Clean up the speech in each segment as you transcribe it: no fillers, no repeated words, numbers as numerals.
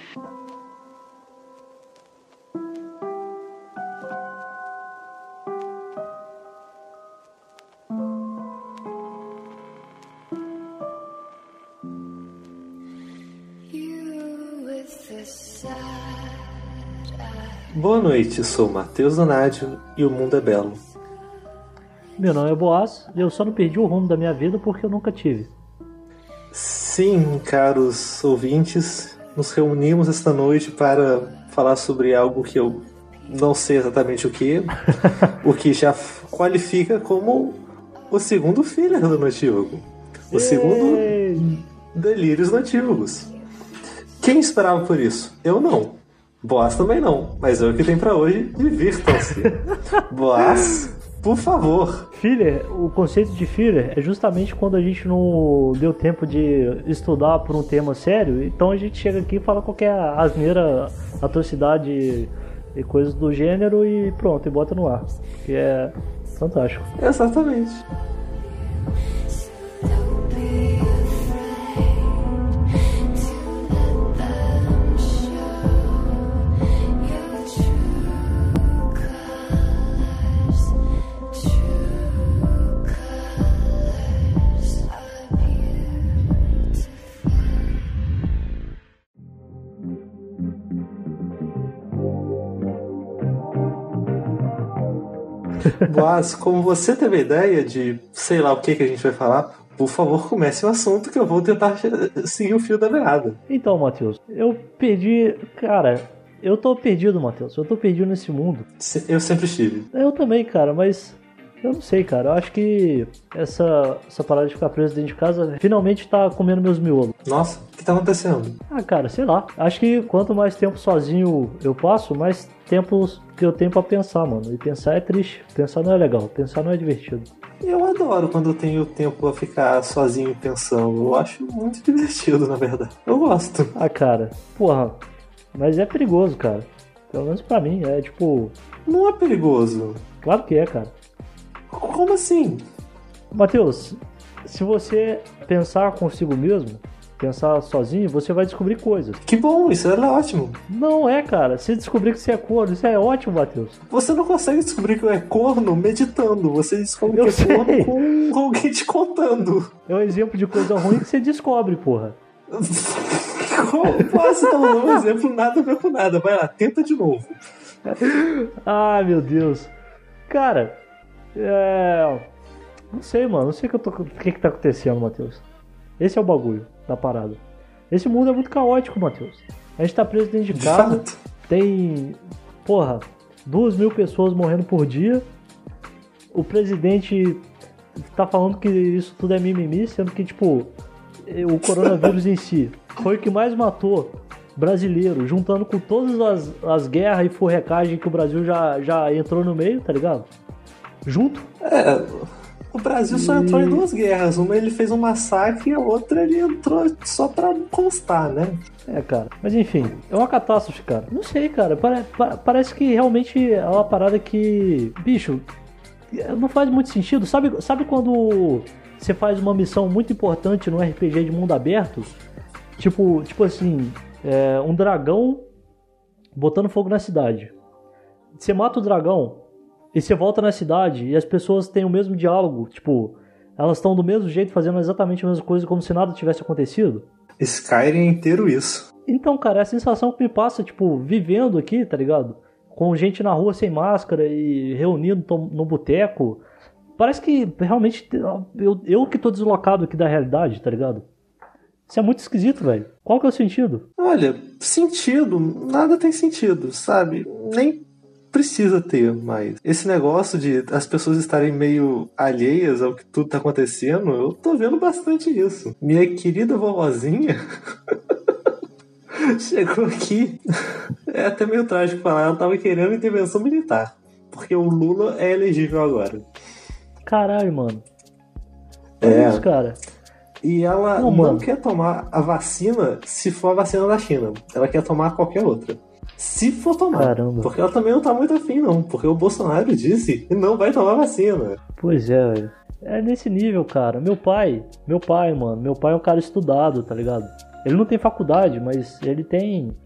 Boa noite, sou Matheus Donadio e o mundo é belo. Meu nome é Boaz e eu só não perdi o rumo da minha vida porque eu nunca tive. Sim, caros ouvintes, nos reunimos esta noite para falar sobre algo que eu não sei exatamente o que já qualifica como o segundo filler do Notívago. O segundo Delírios Notílogos. Quem esperava por isso? Eu não. Boaz também não, mas é o que tem pra hoje. Divirtam-se. Boaz, por favor. Filler, o conceito de filler é justamente quando a gente não deu tempo de estudar por um tema sério, então a gente chega aqui e fala qualquer asneira, atrocidade e coisas do gênero e pronto, e bota no ar. Que é fantástico. Exatamente. Boaz, como você teve a ideia de sei lá o que a gente vai falar, por favor, comece o assunto que eu vou tentar seguir o fio da meada. Então, Matheus, eu perdi... Cara, eu tô perdido, Matheus. Eu tô perdido nesse mundo. Eu sempre estive. Eu também, cara, mas... Eu não sei, cara. Eu acho que essa parada de ficar preso dentro de casa finalmente tá comendo meus miolos. Nossa, o que tá acontecendo? Ah, cara, sei lá. Acho que quanto mais tempo sozinho eu passo, mais tempo que eu tenho pra pensar, mano. E pensar é triste. Pensar não é legal. Pensar não é divertido. Eu adoro quando eu tenho tempo a ficar sozinho pensando. Eu acho muito divertido, na verdade. Eu gosto. Ah, cara. Porra. Mas é perigoso, cara. Pelo menos pra mim. É tipo... Não é perigoso. Claro que é, cara. Como assim? Matheus, se você pensar consigo mesmo, pensar sozinho, você vai descobrir coisas. Que bom, isso é ótimo. Não é, cara. Se descobrir que você é corno, isso é ótimo, Matheus. Você não consegue descobrir que é corno meditando. Você descobre que é corno com alguém te contando. É um exemplo de coisa ruim que você descobre, porra. Posso dar um exemplo nada a ver com nada. Vai lá, tenta de novo. Ah, meu Deus. Cara... Não sei, mano. Não sei o que tá acontecendo, Matheus. Esse é o bagulho da parada. Esse mundo é muito caótico, Matheus. A gente tá preso dentro de casa. Tem, 2.000 pessoas morrendo por dia. O presidente tá falando que isso tudo é mimimi, sendo que, o coronavírus em si foi o que mais matou brasileiro, juntando com todas as guerras e forrecagem que o Brasil já entrou no meio, tá ligado? Junto. O Brasil só entrou em 2 guerras. Uma ele fez um massacre e a outra ele entrou só pra constar, né? Cara. Mas enfim, é uma catástrofe, cara. Não sei, cara. Parece que realmente é uma parada que... Bicho, não faz muito sentido. Sabe quando você faz uma missão muito importante no RPG de mundo aberto? Tipo assim, um dragão botando fogo na cidade. Você mata o dragão... E você volta na cidade e as pessoas têm o mesmo diálogo, elas estão do mesmo jeito, fazendo exatamente a mesma coisa, como se nada tivesse acontecido. Skyrim é inteiro isso. Então, cara, é a sensação que me passa, vivendo aqui, tá ligado? Com gente na rua sem máscara e reunido no boteco. Parece que realmente eu que tô deslocado aqui da realidade, tá ligado? Isso é muito esquisito, velho. Qual que é o sentido? Olha, sentido, nada tem sentido, sabe? Nem precisa ter mais. Esse negócio de as pessoas estarem meio alheias ao que tudo tá acontecendo, eu tô vendo bastante isso. Minha querida vovozinha chegou aqui, é até meio trágico falar, ela tava querendo intervenção militar, porque o Lula é elegível agora. Caralho, mano. É isso, cara. E ela não quer tomar a vacina se for a vacina da China. Ela quer tomar qualquer outra. Se for tomar. Caramba. Porque ela também não tá muito afim, não. Porque o Bolsonaro disse que não vai tomar vacina. Pois é, velho. É nesse nível, cara. Meu pai, mano. Meu pai é um cara estudado, tá ligado? Ele não tem faculdade, mas ele tem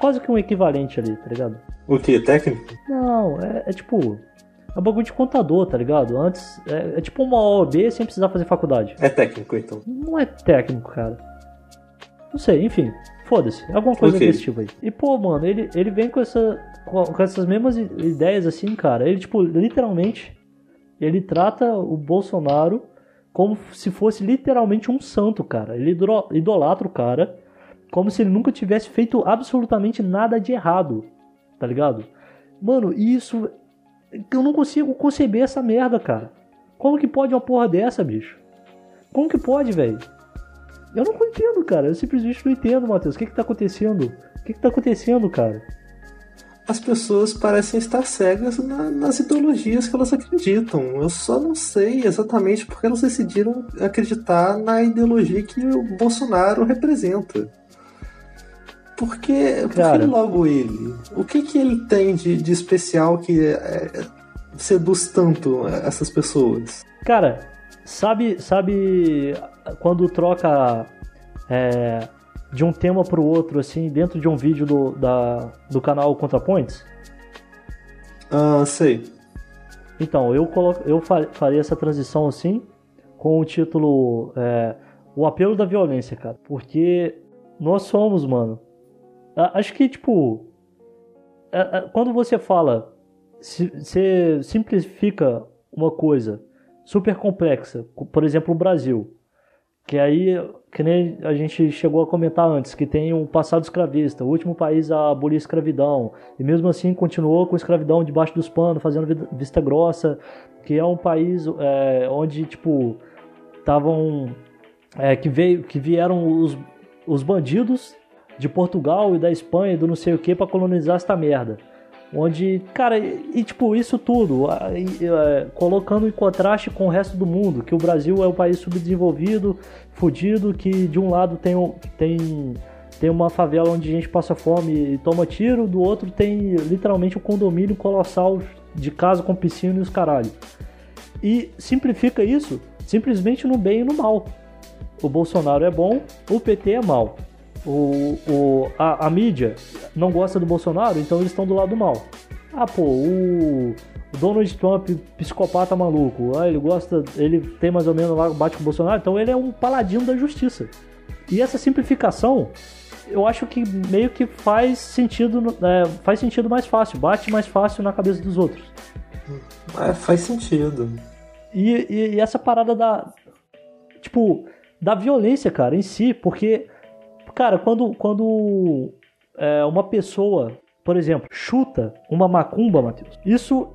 quase que um equivalente ali, tá ligado? O que? Técnico? Não, tipo... É um bagulho de contador, tá ligado? Antes, é tipo uma OAB sem precisar fazer faculdade. É técnico, então. Não é técnico, cara. Não sei, enfim. Foda-se. Alguma coisa desse tipo aí. E, pô, mano, ele vem com essas mesmas ideias assim, cara. Ele, tipo, literalmente, ele trata o Bolsonaro como se fosse literalmente um santo, cara. Ele idolatra o cara como se ele nunca tivesse feito absolutamente nada de errado, tá ligado? Mano, isso... Eu não consigo conceber essa merda, cara. Como que pode uma porra dessa, bicho? Como que pode, velho? Eu não entendo, cara. Eu simplesmente não entendo, Matheus. O que tá acontecendo? O que tá acontecendo, cara? As pessoas parecem estar cegas nas ideologias que elas acreditam. Eu só não sei exatamente porque elas decidiram acreditar na ideologia que o Bolsonaro representa. Por que logo ele? O que ele tem de especial que seduz tanto essas pessoas? Cara, sabe quando troca de um tema pro outro, assim, dentro de um vídeo do canal ContraPoints? Ah, sei. Então, eu faria essa transição assim, com o título O Apelo da Violência, cara. Porque nós somos, mano... Acho que, tipo, quando você fala, você simplifica uma coisa super complexa, por exemplo, o Brasil, que aí, que nem a gente chegou a comentar antes, que tem um passado escravista, o último país a abolir a escravidão, e mesmo assim continuou com a escravidão debaixo dos panos, fazendo vista grossa, que é um país onde, tipo, que vieram os bandidos de Portugal e da Espanha e do não sei o que pra colonizar esta merda. Onde, cara, e tipo, isso tudo, colocando em contraste com o resto do mundo, que o Brasil é um país subdesenvolvido, fudido, que de um lado tem uma favela onde a gente passa fome e toma tiro, do outro tem literalmente um condomínio colossal de casa com piscina e os caralho. E simplifica isso simplesmente no bem e no mal. O Bolsonaro é bom, o PT é mal. A mídia não gosta do Bolsonaro, então eles estão do lado do mal. O Donald Trump, psicopata maluco, ele tem mais ou menos lá, bate com o Bolsonaro, então ele é um paladino da justiça. E essa simplificação, eu acho que meio que faz sentido mais fácil, bate mais fácil na cabeça dos outros. Faz sentido. E essa parada da violência, cara, em si, porque... Cara, quando uma pessoa, por exemplo, chuta uma macumba, Matheus, isso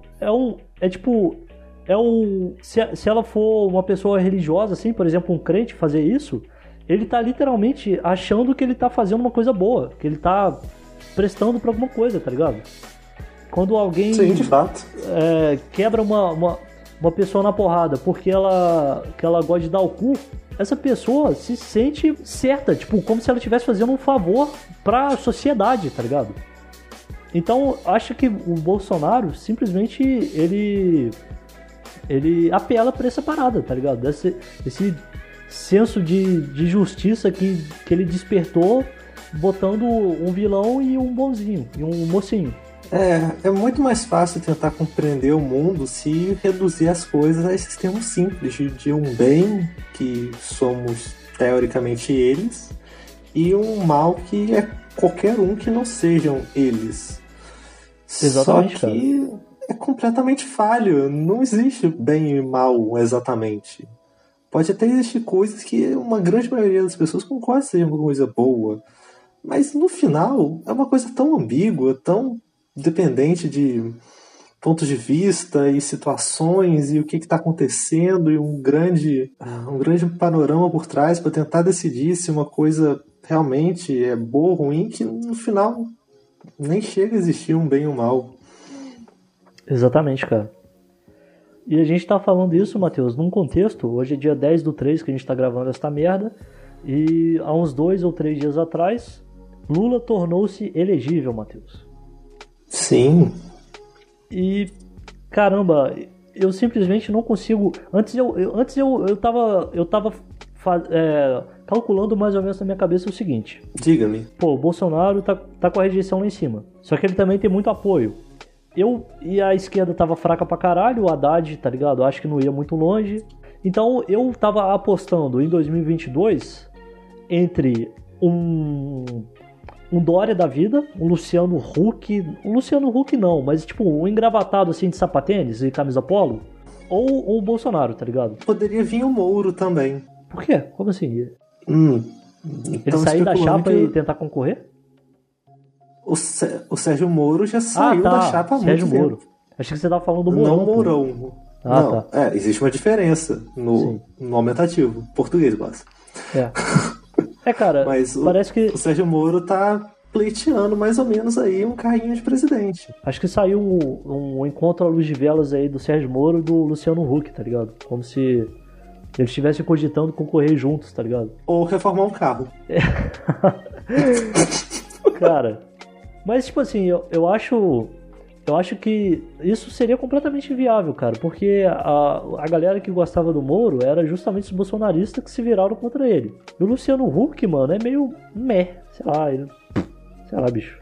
se ela for uma pessoa religiosa, assim, por exemplo, um crente fazer isso, ele tá literalmente achando que ele tá fazendo uma coisa boa, que ele tá prestando pra alguma coisa, tá ligado? Quando alguém... Sim, de fato. Quebra uma pessoa na porrada porque ela gosta de dar o cu, essa pessoa se sente certa, tipo, como se ela estivesse fazendo um favor pra sociedade, tá ligado? Então, acho que o Bolsonaro, simplesmente, ele apela pra essa parada, tá ligado? Esse senso de justiça que ele despertou, botando um vilão e um bonzinho, e um mocinho. É muito mais fácil tentar compreender o mundo se reduzir as coisas a esses termos simples de um bem, que somos teoricamente eles, e um mal que é qualquer um que não sejam eles. Exatamente, só que cara, é completamente falho. Não existe bem e mal exatamente. Pode até existir coisas que uma grande maioria das pessoas concorda ser uma coisa boa, mas no final é uma coisa tão ambígua, tão dependente de pontos de vista e situações e o que está acontecendo e um grande panorama por trás para tentar decidir se uma coisa realmente é boa ou ruim, que no final nem chega a existir um bem ou um mal. Exatamente, cara. E a gente tá falando isso, Matheus, num contexto, hoje é dia 10/3 que a gente tá gravando esta merda, e há uns 2 ou 3 dias atrás, Lula tornou-se elegível, Matheus. Sim. E, caramba, eu simplesmente não consigo... Antes eu tava calculando mais ou menos na minha cabeça o seguinte. Diga-me. Pô, o Bolsonaro tá com a rejeição lá em cima. Só que ele também tem muito apoio. E a esquerda tava fraca pra caralho, o Haddad, tá ligado? Eu acho que não ia muito longe. Então eu tava apostando em 2022 entre um Dória da vida, um Luciano Huck não, mas tipo um engravatado assim de sapatênis e camisa polo, ou o Bolsonaro, tá ligado? Poderia vir o Moro também. Por quê? Como assim? Ele Então, sair da chapa e tentar concorrer? O Sérgio Moro já saiu da chapa há muito tempo. Moro. Achei que você tava falando do Mourão. Não Mourão. Não, tá. Existe uma diferença no aumentativo. Português, quase. Cara, mas parece que o Sérgio Moro tá pleiteando mais ou menos aí um carrinho de presidente. Acho que saiu um encontro à luz de velas aí do Sérgio Moro e do Luciano Huck, tá ligado? Como se eles estivessem cogitando concorrer juntos, tá ligado? Ou reformar um carro. Cara, mas tipo assim, eu acho que isso seria completamente inviável, cara, porque a galera que gostava do Moro era justamente os bolsonaristas que se viraram contra ele. E o Luciano Huck, mano, é meio sei lá, bicho.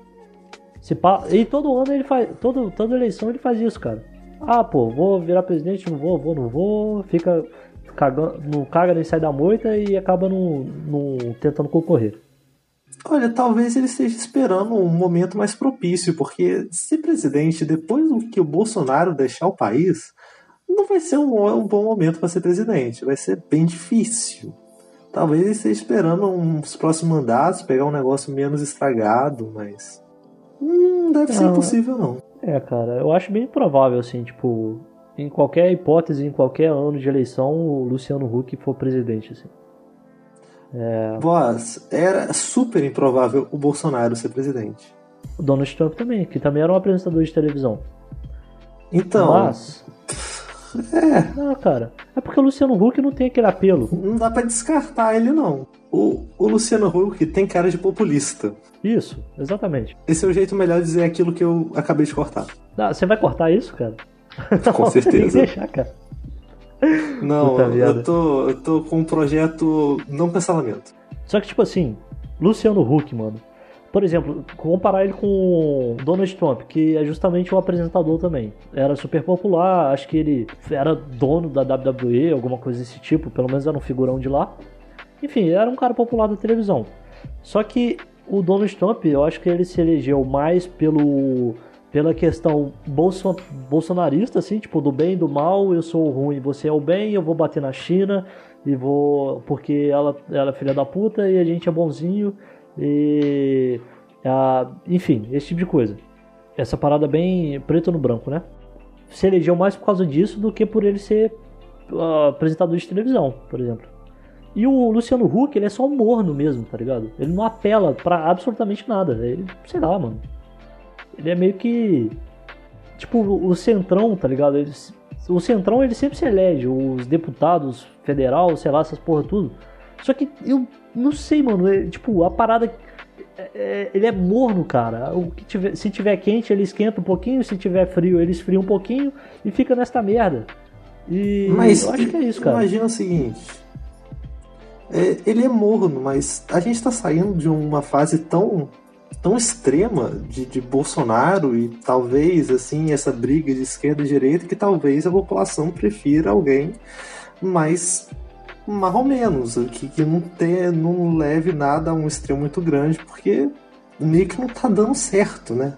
E todo ano ele faz, toda eleição ele faz isso, cara. Vou virar presidente, não vou, fica cagando, não caga nem sai da moita e acaba não tentando concorrer. Olha, talvez ele esteja esperando um momento mais propício, porque ser presidente depois do que o Bolsonaro deixar o país, não vai ser um bom momento para ser presidente, vai ser bem difícil. Talvez ele esteja esperando uns próximos mandatos, pegar um negócio menos estragado, mas não deve ser impossível, não. Cara, eu acho bem improvável, assim, tipo, em qualquer hipótese, em qualquer ano de eleição, o Luciano Huck for presidente, assim. Era super improvável o Bolsonaro ser presidente. O Donald Trump também, que também era um apresentador de televisão. Então... Mas... Não, cara. É porque o Luciano Huck não tem aquele apelo. Não dá pra descartar ele, não. O Luciano Huck tem cara de populista. Isso, exatamente. Esse é o jeito melhor de dizer aquilo que eu acabei de cortar. Você vai cortar isso, cara? Com certeza. Tem que deixar, cara. Não, eu tô com um projeto não cancelamento. Só que, tipo assim, Luciano Huck, mano. Por exemplo, comparar ele com Donald Trump, que é justamente um apresentador também. Era super popular, acho que ele era dono da WWE, alguma coisa desse tipo, pelo menos era um figurão de lá. Enfim, era um cara popular da televisão. Só que o Donald Trump, eu acho que ele se elegeu mais pela questão bolsonarista, assim, tipo, do bem e do mal, eu sou o ruim, você é o bem, eu vou bater na China, e vou... porque ela é filha da puta e a gente é bonzinho, enfim, esse tipo de coisa. Essa parada bem preto no branco, né? Se elegeu mais por causa disso do que por ele ser apresentador de televisão, por exemplo. E o Luciano Huck, ele é só um morno mesmo, tá ligado? Ele não apela pra absolutamente nada. Ele, sei lá, mano. Ele é meio que... tipo, o Centrão, tá ligado? O Centrão, ele sempre se elege. Os deputados federal, sei lá, essas porra tudo. Só que eu não sei, mano. Tipo, a parada... ele é morno, cara. Se tiver quente, ele esquenta um pouquinho. Se tiver frio, ele esfria um pouquinho. E fica nesta merda. Mas eu acho que é isso, cara. Imagina o seguinte... ele é morno, mas a gente tá saindo de uma fase tão extrema de Bolsonaro e talvez assim essa briga de esquerda e direita que talvez a população prefira alguém mais marromenos, que não leve nada a um extremo muito grande, porque meio que não tá dando certo, né?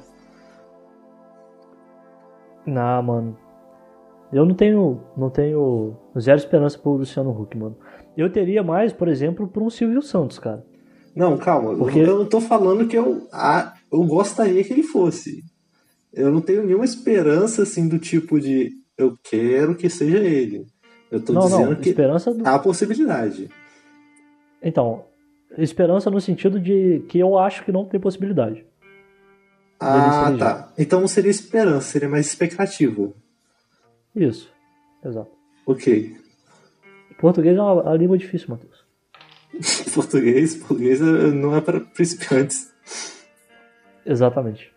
Não, mano. Eu não tenho zero esperança pro Luciano Huck, mano. Eu teria mais, por exemplo, por um Silvio Santos, cara. Não, calma. Porque... eu não tô falando que eu gostaria que ele fosse. Eu não tenho nenhuma esperança, assim, do tipo de eu quero que seja ele. Eu tô dizendo que há possibilidade. Então, esperança no sentido de que eu acho que não tem possibilidade. Tá. Então não seria esperança, seria mais expectativa. Isso, exato. Ok. Português é uma língua difícil, Matheus. Português não é para principiantes. Exatamente.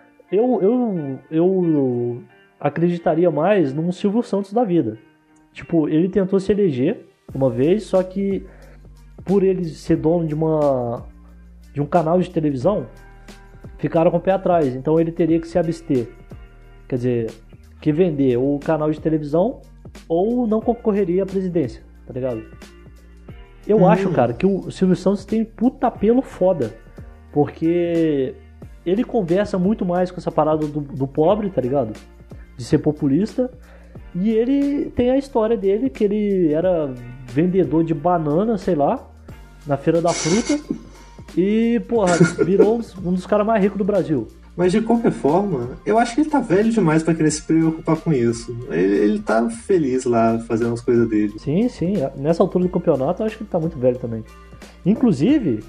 Eu acreditaria mais num Silvio Santos da vida. Tipo, ele tentou se eleger uma vez, só que por ele ser dono de um canal de televisão, ficaram com o pé atrás. Então ele teria que se abster. Quer dizer, que vender o canal de televisão ou não concorreria à presidência, tá ligado? Eu acho, cara, que o Silvio Santos tem puta apelo foda. Porque ele conversa muito mais com essa parada do pobre, tá ligado? De ser populista. E ele tem a história dele, que ele era vendedor de banana, sei lá, na Feira da Fruta. E, porra, virou um dos caras mais ricos do Brasil. Mas de qualquer forma, eu acho que ele tá velho demais pra querer se preocupar com isso. Ele tá feliz lá fazendo as coisas dele. Sim. Nessa altura do campeonato, eu acho que ele tá muito velho também. Inclusive,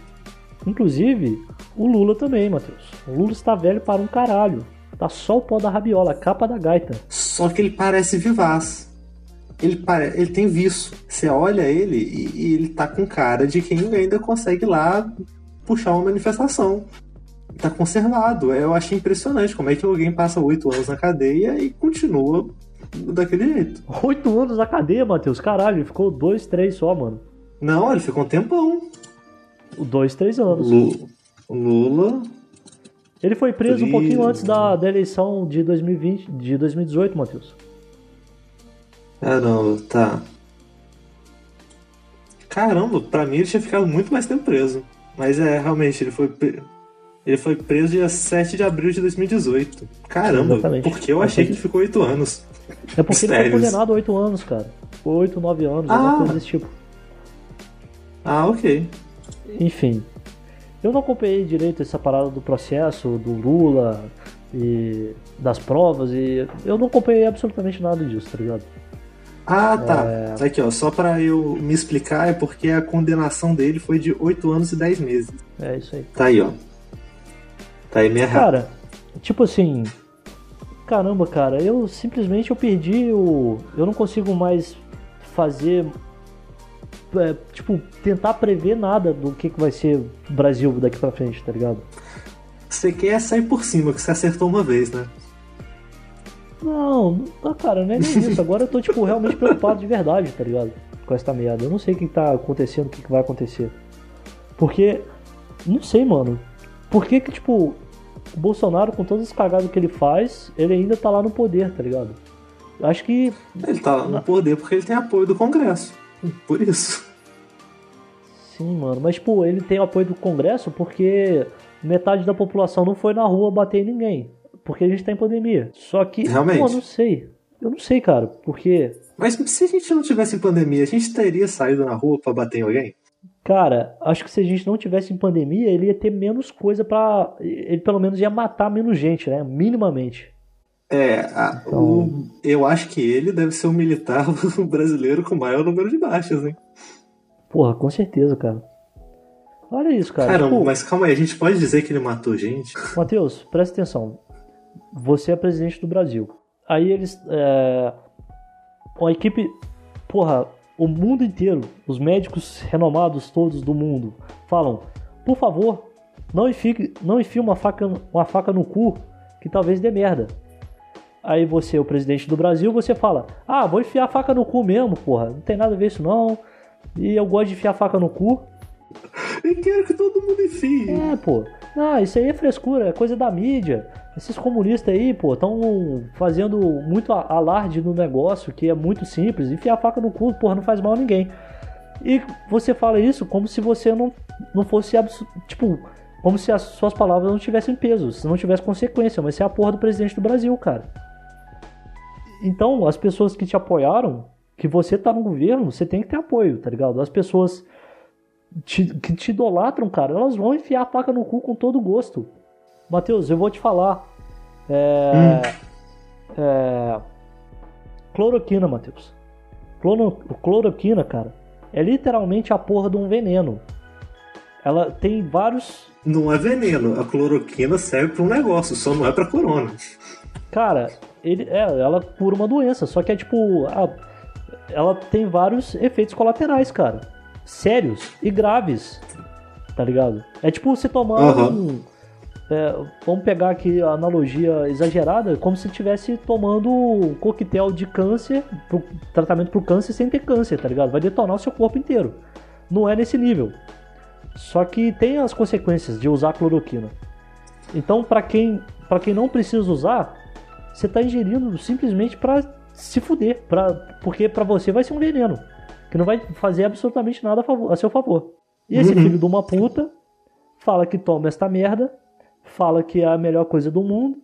o Lula também, Matheus. O Lula está velho para um caralho. Tá só o pó da rabiola, a capa da gaita. Só que ele parece vivaz. Ele tem viço. Você olha ele e ele tá com cara de quem ainda consegue lá puxar uma manifestação. Tá conservado. Eu achei impressionante como é que alguém passa 8 anos na cadeia e continua daquele jeito. 8 anos na cadeia, Matheus? Caralho, ele ficou 2, 3 só, mano. Não, ele ficou um tempão. 2, 3 anos. Lula... Ele foi preso um pouquinho antes da eleição de 2018, Matheus. Ah, não, tá. Caramba, pra mim ele tinha ficado muito mais tempo preso. Mas realmente, ele foi preso dia 7 de abril de 2018. Caramba, exatamente. Porque eu achei que ele ficou 8 anos. É porque ele foi condenado a 8 anos, cara. 8, 9 anos, alguma coisa desse tipo. Ah, ok. Enfim. Eu não acompanhei direito essa parada do processo, do Lula e das provas, e eu não acompanhei absolutamente nada disso, tá ligado? Ah, tá. Aqui, ó, só pra eu me explicar, é porque a condenação dele foi de 8 anos e 10 meses. É isso aí. Tá aí, ó. Tá aí minha Cara, tipo assim... Caramba, cara, eu simplesmente perdi eu não consigo mais fazer... tentar prever nada do que vai ser o Brasil daqui pra frente, tá ligado? Você quer sair por cima, que você acertou uma vez, né? Não, cara, não é nem isso. Agora eu tô, realmente preocupado de verdade, tá ligado? Com essa merda. Eu não sei o que tá acontecendo, o que vai acontecer. Porque, não sei, mano. Por que, o Bolsonaro, com todas as cagadas que ele faz, ele ainda tá lá no poder, tá ligado? Acho que... Ele tá lá no poder porque ele tem apoio do Congresso. Por isso. Sim, mano. Mas, ele tem o apoio do Congresso porque metade da população não foi na rua bater em ninguém. Porque a gente tá em pandemia. Só que, realmente. Eu não sei. Eu não sei, cara. Porque... Mas se a gente não tivesse em pandemia, a gente teria saído na rua pra bater em alguém? Cara, acho que se a gente não tivesse em pandemia, ele ia ter menos coisa pra... Ele pelo menos ia matar menos gente, né? Minimamente. Eu acho que ele deve ser o militar brasileiro com o maior número de baixas, hein? Porra, com certeza, cara. Olha isso, cara. Caramba, mas calma aí, a gente pode dizer que ele matou gente? Matheus, presta atenção. Você é presidente do Brasil. Aí eles... Uma equipe... Porra, o mundo inteiro, os médicos renomados todos do mundo, falam, por favor, não enfie uma faca no cu, que talvez dê merda. Aí você, o presidente do Brasil, você fala, vou enfiar a faca no cu mesmo, porra, não tem nada a ver isso não, e eu gosto de enfiar a faca no cu. Eu quero que todo mundo enfie. Pô, isso aí é frescura, é coisa da mídia. Esses comunistas aí, pô, estão fazendo muito alarde no negócio, que é muito simples, enfiar a faca no cu, porra, não faz mal a ninguém. E você fala isso como se você não fosse, como se as suas palavras não tivessem peso, se não tivesse consequência, mas você é a porra do presidente do Brasil, cara. Então, as pessoas que te apoiaram, que você tá no governo, você tem que ter apoio, tá ligado? As pessoas que te idolatram, cara, elas vão enfiar a faca no cu com todo gosto. Matheus, eu vou te falar. Cloroquina, Matheus. Cloroquina, cara, é literalmente a porra de um veneno. Ela tem vários... Não é veneno, a cloroquina serve pra um negócio, só não é pra corona. Cara, ela cura uma doença, só que ela tem vários efeitos colaterais, cara. Sérios e graves, tá ligado? É tipo você tomar vamos pegar aqui a analogia exagerada, como se estivesse tomando um coquetel de câncer, tratamento pro câncer sem ter câncer, tá ligado? Vai detonar o seu corpo inteiro. não é nesse nível. Só que tem as consequências de usar cloroquina. Então, pra quem não precisa usar, você tá ingerindo simplesmente pra se fuder. Porque pra você vai ser um veneno. Que não vai fazer absolutamente nada a seu favor. E esse filho de uma puta fala que toma esta merda, fala que é a melhor coisa do mundo,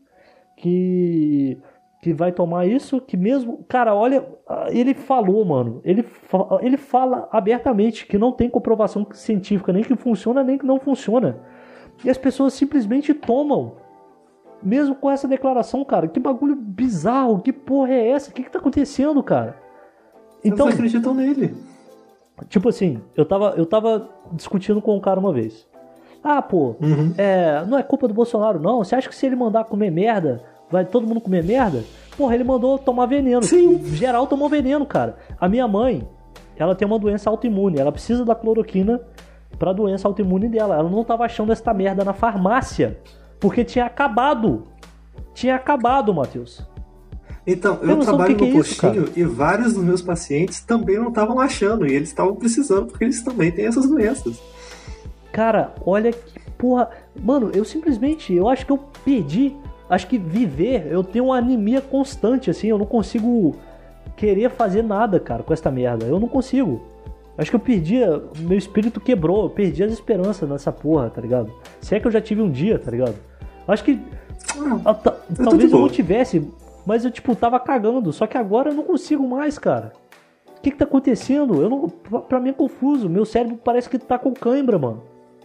que vai tomar isso, que mesmo... Cara, olha, ele falou, mano, ele fala abertamente que não tem comprovação científica, nem que funciona, nem que não funciona. E as pessoas simplesmente tomam, mesmo com essa declaração, cara. Que bagulho bizarro, que porra é essa? O que tá acontecendo, cara? Então, eles acreditam nele. Tipo assim, eu tava discutindo com um cara uma vez. Ah, pô, não é culpa do Bolsonaro, não. Você acha que se ele mandar comer merda, vai todo mundo comer merda? Porra, ele mandou tomar veneno. Sim. Geral tomou veneno, cara. A minha mãe, ela tem uma doença autoimune. Ela precisa da cloroquina pra doença autoimune dela. Ela não tava achando essa merda na farmácia, porque tinha acabado. Tinha acabado, Matheus. Então, eu trabalho no postinho e vários dos meus pacientes também não estavam achando. E eles estavam precisando, porque eles também têm essas doenças. Cara, olha que porra... Mano, eu acho que eu perdi... Acho que viver, eu tenho uma anemia constante, assim. Eu não consigo querer fazer nada, cara, com essa merda. Eu não consigo. Acho que eu perdi... Meu espírito quebrou. Eu perdi as esperanças nessa porra, tá ligado? Se é que eu já tive um dia, tá ligado? Acho que... talvez eu não tivesse... Mas eu, tipo, tava cagando. Só que agora eu não consigo mais, cara. O que tá acontecendo? Pra mim é confuso. Meu cérebro parece que tá com cãibra, mano.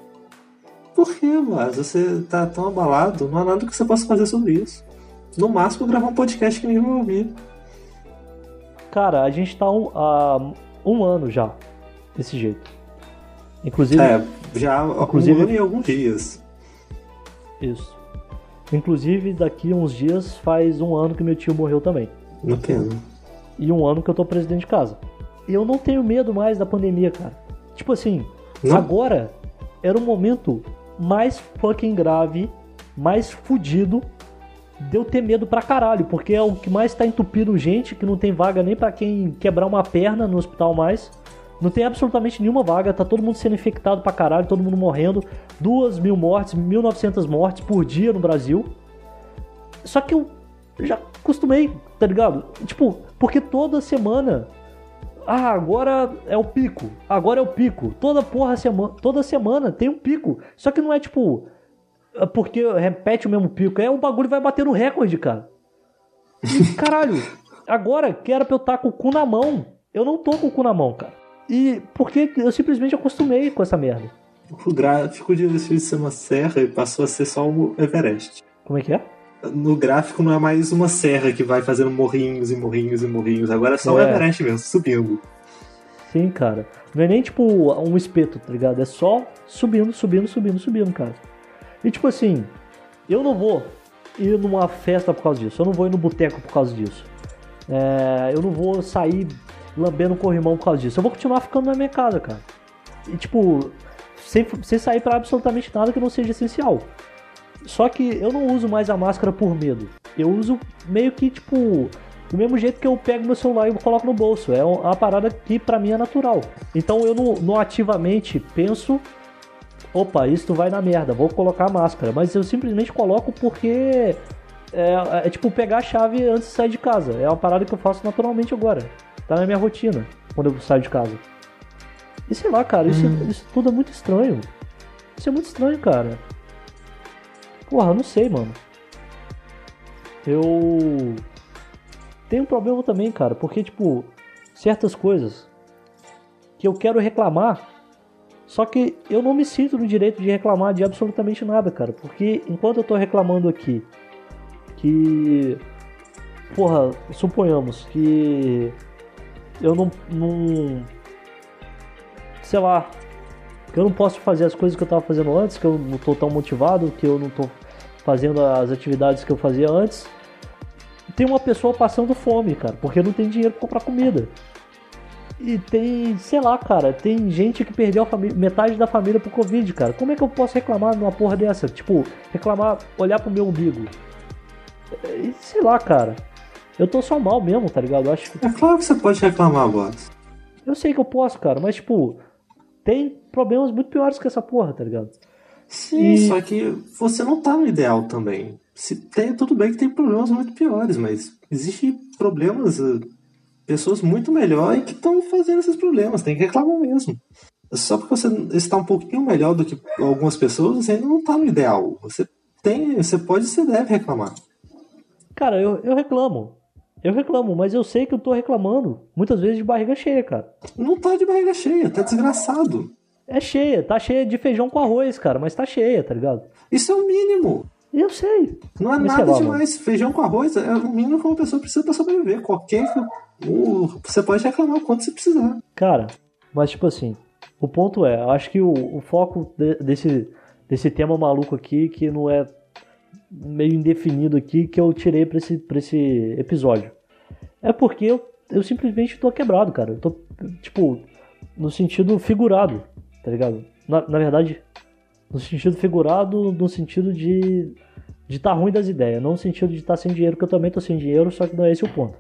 Por quê, mas você tá tão abalado? Não há nada que você possa fazer sobre isso. No máximo, gravar um podcast que ninguém vai ouvir. Cara, a gente tá há um ano já. Desse jeito. Inclusive... já há um ano e alguns dias. Isso. Inclusive, daqui a uns dias faz um ano que meu tio morreu também. Entendo. E um ano que eu tô presidente de casa. E eu não tenho medo mais da pandemia, cara. Tipo assim, agora era o momento mais fucking grave, mais fudido de eu ter medo pra caralho. Porque é o que mais tá entupindo gente, que não tem vaga nem pra quem quebrar uma perna no hospital mais. Não tem absolutamente nenhuma vaga, tá todo mundo sendo infectado pra caralho, todo mundo morrendo. 2.000 mortes, 1.900 mortes por dia no Brasil. Só que eu já acostumei, tá ligado? Tipo, porque toda semana... agora é o pico. Agora é o pico. Toda semana tem um pico. Só que não é tipo... porque repete o mesmo pico. O bagulho vai bater no recorde, cara. E, caralho, agora que era pra eu estar com o cu na mão, eu não tô com o cu na mão, cara. E porque eu simplesmente acostumei com essa merda. O gráfico deixou de ser uma serra e passou a ser só um Everest. Como é que é? No gráfico não é mais uma serra que vai fazendo morrinhos e morrinhos e morrinhos. Agora é só o Everest mesmo, subindo. Sim, cara. Não é nem tipo um espeto, tá ligado? É só subindo, cara. E tipo assim, eu não vou ir numa festa por causa disso. Eu não vou ir no boteco por causa disso. Eu não vou sair lambendo um corrimão por causa disso. Eu vou continuar ficando na minha casa, cara. E tipo, sem sair pra absolutamente nada que não seja essencial. Só que eu não uso mais a máscara por medo. Eu uso meio que, tipo, do mesmo jeito que eu pego meu celular e coloco no bolso. É uma parada que pra mim é natural. Então eu não ativamente penso, opa, isso vai na merda, vou colocar a máscara. Mas eu simplesmente coloco porque é tipo pegar a chave antes de sair de casa. É uma parada que eu faço naturalmente agora. Tá na minha rotina quando eu saio de casa. E sei lá, cara, isso tudo é muito estranho. Isso é muito estranho, cara. Porra, eu não sei, mano. Eu tenho um problema também, cara, porque, tipo, certas coisas que eu quero reclamar, só que eu não me sinto no direito de reclamar de absolutamente nada, cara, porque enquanto eu tô reclamando aqui que, porra, suponhamos que eu não sei lá, que eu não posso fazer as coisas que eu tava fazendo antes, que eu não tô tão motivado, que eu não tô fazendo as atividades que eu fazia antes. Tem uma pessoa passando fome, cara, porque não tem dinheiro pra comprar comida. E tem, sei lá, cara, tem gente que perdeu metade da família pro Covid, cara. Como é que eu posso reclamar numa porra dessa? Tipo, reclamar, olhar pro meu umbigo. E sei lá, cara. Eu tô só mal mesmo, tá ligado? Eu acho que... É claro que você pode reclamar, boss. Eu sei que eu posso, cara, mas tipo... tem problemas muito piores que essa porra, tá ligado? Sim, só que você não tá no ideal também. Se tem, tudo bem que tem problemas muito piores, mas existem problemas, pessoas muito melhores que estão fazendo esses problemas, tem que reclamar mesmo. Só porque você está um pouquinho melhor do que algumas pessoas, você ainda não está no ideal. Você pode e você deve reclamar. Cara, eu reclamo. Eu reclamo, mas eu sei que eu tô reclamando muitas vezes de barriga cheia, cara. Não tá de barriga cheia, tá desgraçado. É cheia, tá cheia de feijão com arroz, cara, mas tá cheia, tá ligado? Isso é o mínimo. Eu sei. Não é mas nada demais. Feijão com arroz é o mínimo que uma pessoa precisa pra sobreviver. Você pode reclamar o quanto você precisar. Cara, mas tipo assim, o ponto é, acho que o foco desse tema maluco aqui, que não é meio indefinido aqui, que eu tirei pra esse episódio, é porque eu simplesmente tô quebrado, cara. Eu tô, tipo, no sentido figurado, tá ligado? Na verdade, no sentido figurado, no sentido de tá ruim das ideias, não no sentido de estar sem dinheiro, que eu também tô sem dinheiro, só que não é esse o ponto.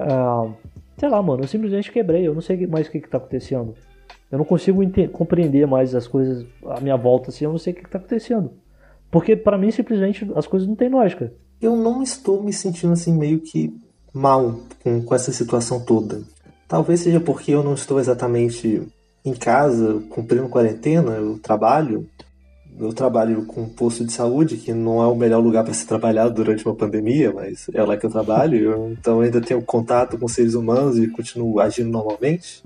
Sei lá, mano, eu simplesmente quebrei, eu não sei mais o que tá acontecendo. Eu não consigo compreender mais as coisas à minha volta, assim, eu não sei o que tá acontecendo. Porque pra mim, simplesmente, as coisas não têm lógica. Eu não estou me sentindo assim meio que mal com essa situação toda. Talvez seja porque eu não estou exatamente em casa, cumprindo quarentena, eu trabalho com um posto de saúde, que não é o melhor lugar para se trabalhar durante uma pandemia, mas é lá que eu trabalho, então ainda tenho contato com seres humanos e continuo agindo normalmente.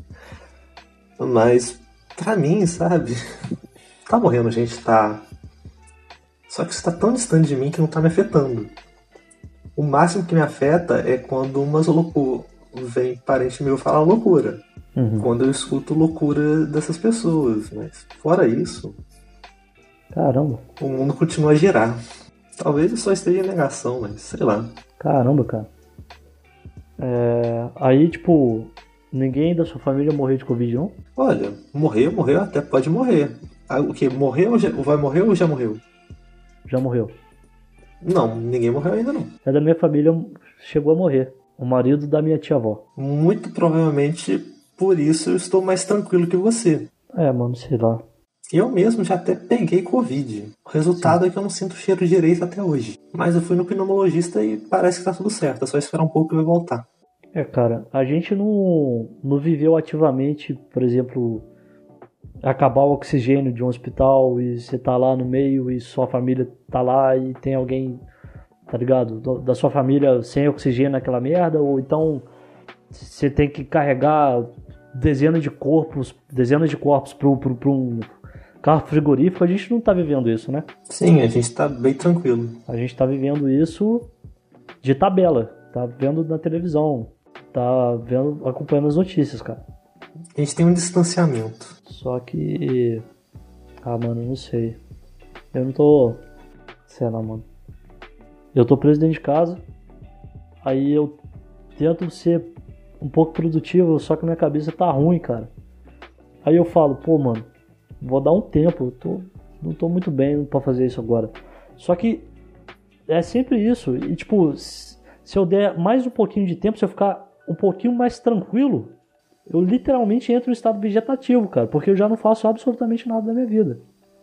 Mas, pra mim, sabe, tá morrendo gente, tá. Só que isso tá tão distante de mim que não tá me afetando. O máximo que me afeta é quando vem parente meu falar loucura. Quando eu escuto loucura dessas pessoas, mas fora isso... Caramba. O mundo continua a girar. Talvez eu só esteja em negação, mas sei lá. Caramba, cara. Aí, tipo, ninguém da sua família morreu de Covid, não? Olha, morreu, até pode morrer. O que? Morreu vai morrer ou já morreu? Já morreu. Não, ninguém morreu ainda não. É da minha família, chegou a morrer. O marido da minha tia-avó. Muito provavelmente por isso eu estou mais tranquilo que você. Mano, sei lá. Eu mesmo já até peguei Covid. O resultado é que eu não sinto cheiro direito até hoje. Mas eu fui no pneumologista e parece que tá tudo certo. É só esperar um pouco que vai voltar. Cara, a gente não viveu ativamente, por exemplo, acabar o oxigênio de um hospital e você tá lá no meio e sua família tá lá e tem alguém, tá ligado? Da sua família sem oxigênio naquela merda, ou então você tem que carregar dezenas de corpos pra um carro frigorífico. A gente não tá vivendo isso, né? Sim, a gente tá bem tranquilo. A gente tá vivendo isso de tabela, tá vendo na televisão, tá vendo, acompanhando as notícias, cara. A gente tem um distanciamento. Só que... mano, não sei. Eu não tô... Sei lá, mano. Eu tô preso dentro de casa. Aí eu tento ser um pouco produtivo, só que minha cabeça tá ruim, cara. Aí eu falo, pô, mano, vou dar um tempo. Não tô muito bem pra fazer isso agora. Só que é sempre isso. E tipo, se eu der mais um pouquinho de tempo, se eu ficar um pouquinho mais tranquilo, eu literalmente entro em estado vegetativo, cara, porque eu já não faço absolutamente nada da minha vida.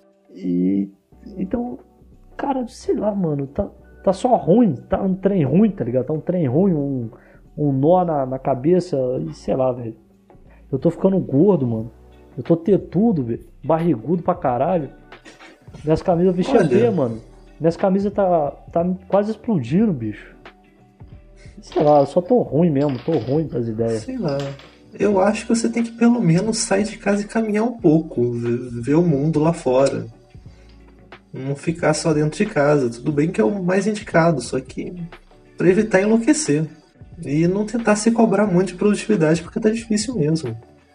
E então, cara, sei lá, mano, tá só ruim, tá um trem ruim, tá ligado? Tá um trem ruim, um nó na cabeça, e sei lá, velho. Eu tô ficando gordo, mano. Eu tô tetudo, velho, barrigudo pra caralho. Minhas camisas vestiam mano. Minhas camisas tá quase explodindo, bicho. Sei lá, eu só tô ruim mesmo, tô ruim das ideias. Sei lá. Eu acho que você tem que pelo menos sair de casa e caminhar um pouco, ver o mundo lá fora. Não ficar só dentro de casa. Tudo bem que é o mais indicado, só que pra evitar enlouquecer. E não tentar se cobrar muito de produtividade, porque tá difícil mesmo.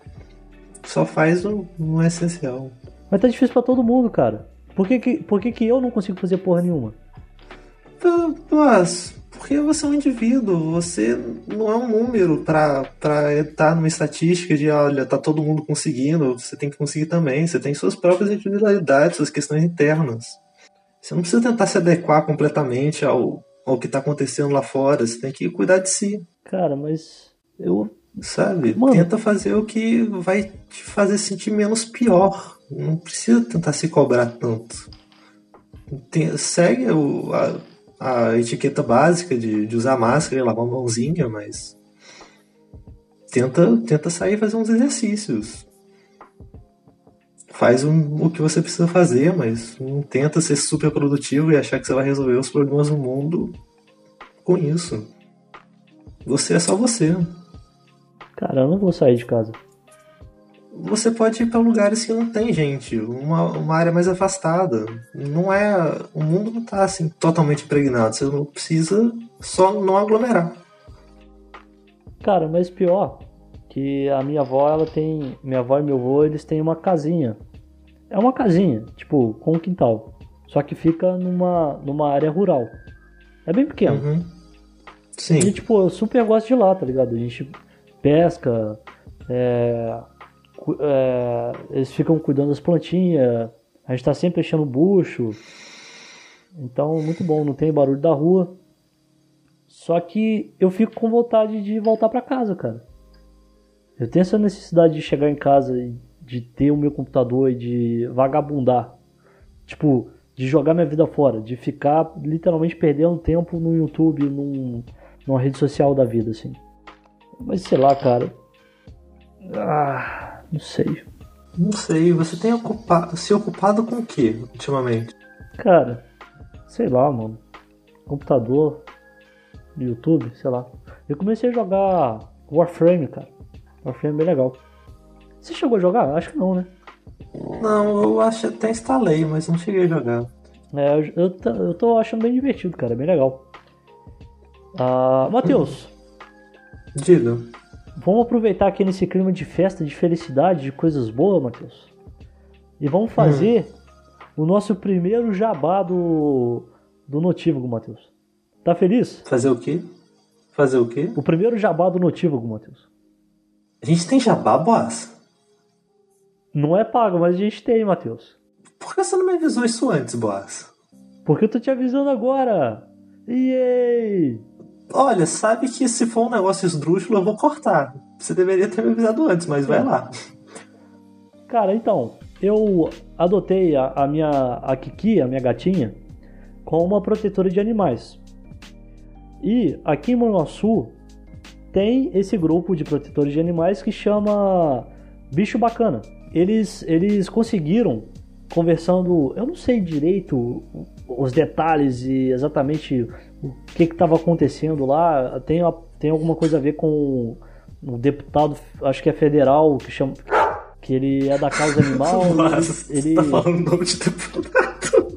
Só faz o essencial. Mas tá difícil pra todo mundo, cara. Por que eu não consigo fazer porra nenhuma? Mas... porque você é um indivíduo, você não é um número pra estar numa estatística de, olha, tá todo mundo conseguindo, você tem que conseguir também. Você tem suas próprias individualidades, suas questões internas. Você não precisa tentar se adequar completamente ao que tá acontecendo lá fora, você tem que cuidar de si. Cara, mas eu Sabe? Mano. Tenta fazer o que vai te fazer sentir menos pior. Não precisa tentar se cobrar tanto. Segue a etiqueta básica de usar máscara e lavar a mãozinha, mas tenta sair e fazer uns exercícios. Faz o que você precisa fazer, mas não tenta ser super produtivo e achar que você vai resolver os problemas do mundo com isso. Você é só você. Cara, eu não vou sair de casa. Você pode ir para lugares que não tem gente, uma área mais afastada. Não é, o mundo não tá assim totalmente impregnado. Você não precisa só não aglomerar. Cara, mas pior que a minha avó e meu avô, eles têm uma casinha. É uma casinha, tipo, com um quintal. Só que fica numa área rural. É bem pequeno. Uhum. Sim. E tipo, eu super gosto de ir lá, tá ligado? A gente pesca, eles ficam cuidando das plantinhas, a gente tá sempre enchendo o bucho. Então, muito bom, não tem barulho da rua. Só que eu fico com vontade de voltar pra casa, cara. Eu tenho essa necessidade de chegar em casa e de ter o meu computador e de vagabundar. Tipo, de jogar minha vida fora, de ficar literalmente perdendo tempo no YouTube, numa rede social da vida, assim. Mas sei lá, cara. Não sei. Não sei, você tem se ocupado com o que ultimamente? Cara, sei lá, mano. Computador, YouTube, sei lá. Eu comecei a jogar Warframe, cara. Warframe é bem legal. Você chegou a jogar? Acho que não, né? Não, eu acho até instalei, mas não cheguei a jogar. Eu tô achando bem divertido, cara. É bem legal. Matheus. Diga. Vamos aproveitar aqui nesse clima de festa, de felicidade, de coisas boas, Matheus. E vamos fazer o nosso primeiro jabá do Notívago, Matheus. Tá feliz? Fazer o quê? Fazer o quê? O primeiro jabá do Notívago, Matheus. A gente tem jabá, boss? Não é pago, mas a gente tem, Matheus. Por que você não me avisou isso antes, boss? Porque eu tô te avisando agora. Yay! Olha, sabe que se for um negócio esdrúxulo eu vou cortar. Você deveria ter me avisado antes, mas vai lá. Cara, então, eu adotei a Kiki, a minha gatinha, como uma protetora de animais. E aqui em Manhuaçu tem esse grupo de protetores de animais que chama Bicho Bacana. Eles conseguiram, conversando, eu não sei direito os detalhes e exatamente o que estava acontecendo lá. Tem alguma coisa a ver com um deputado, acho que é federal, que ele é da causa animal. Nossa, você tá falando o nome de deputado.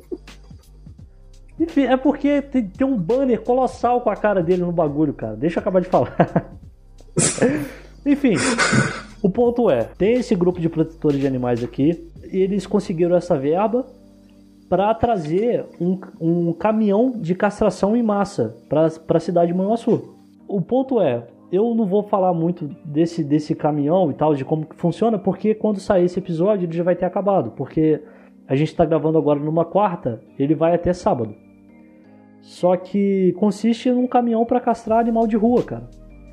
Enfim, é porque tem um banner colossal com a cara dele no bagulho, cara. Deixa eu acabar de falar. Enfim, o ponto é, tem esse grupo de protetores de animais aqui, e eles conseguiram essa verba para trazer um caminhão de castração em massa para a cidade de Manhuaçu. O ponto é, eu não vou falar muito desse caminhão e tal, de como que funciona, porque quando sair esse episódio ele já vai ter acabado, porque a gente está gravando agora numa quarta, ele vai até sábado. Só que consiste num caminhão para castrar animal de rua, cara.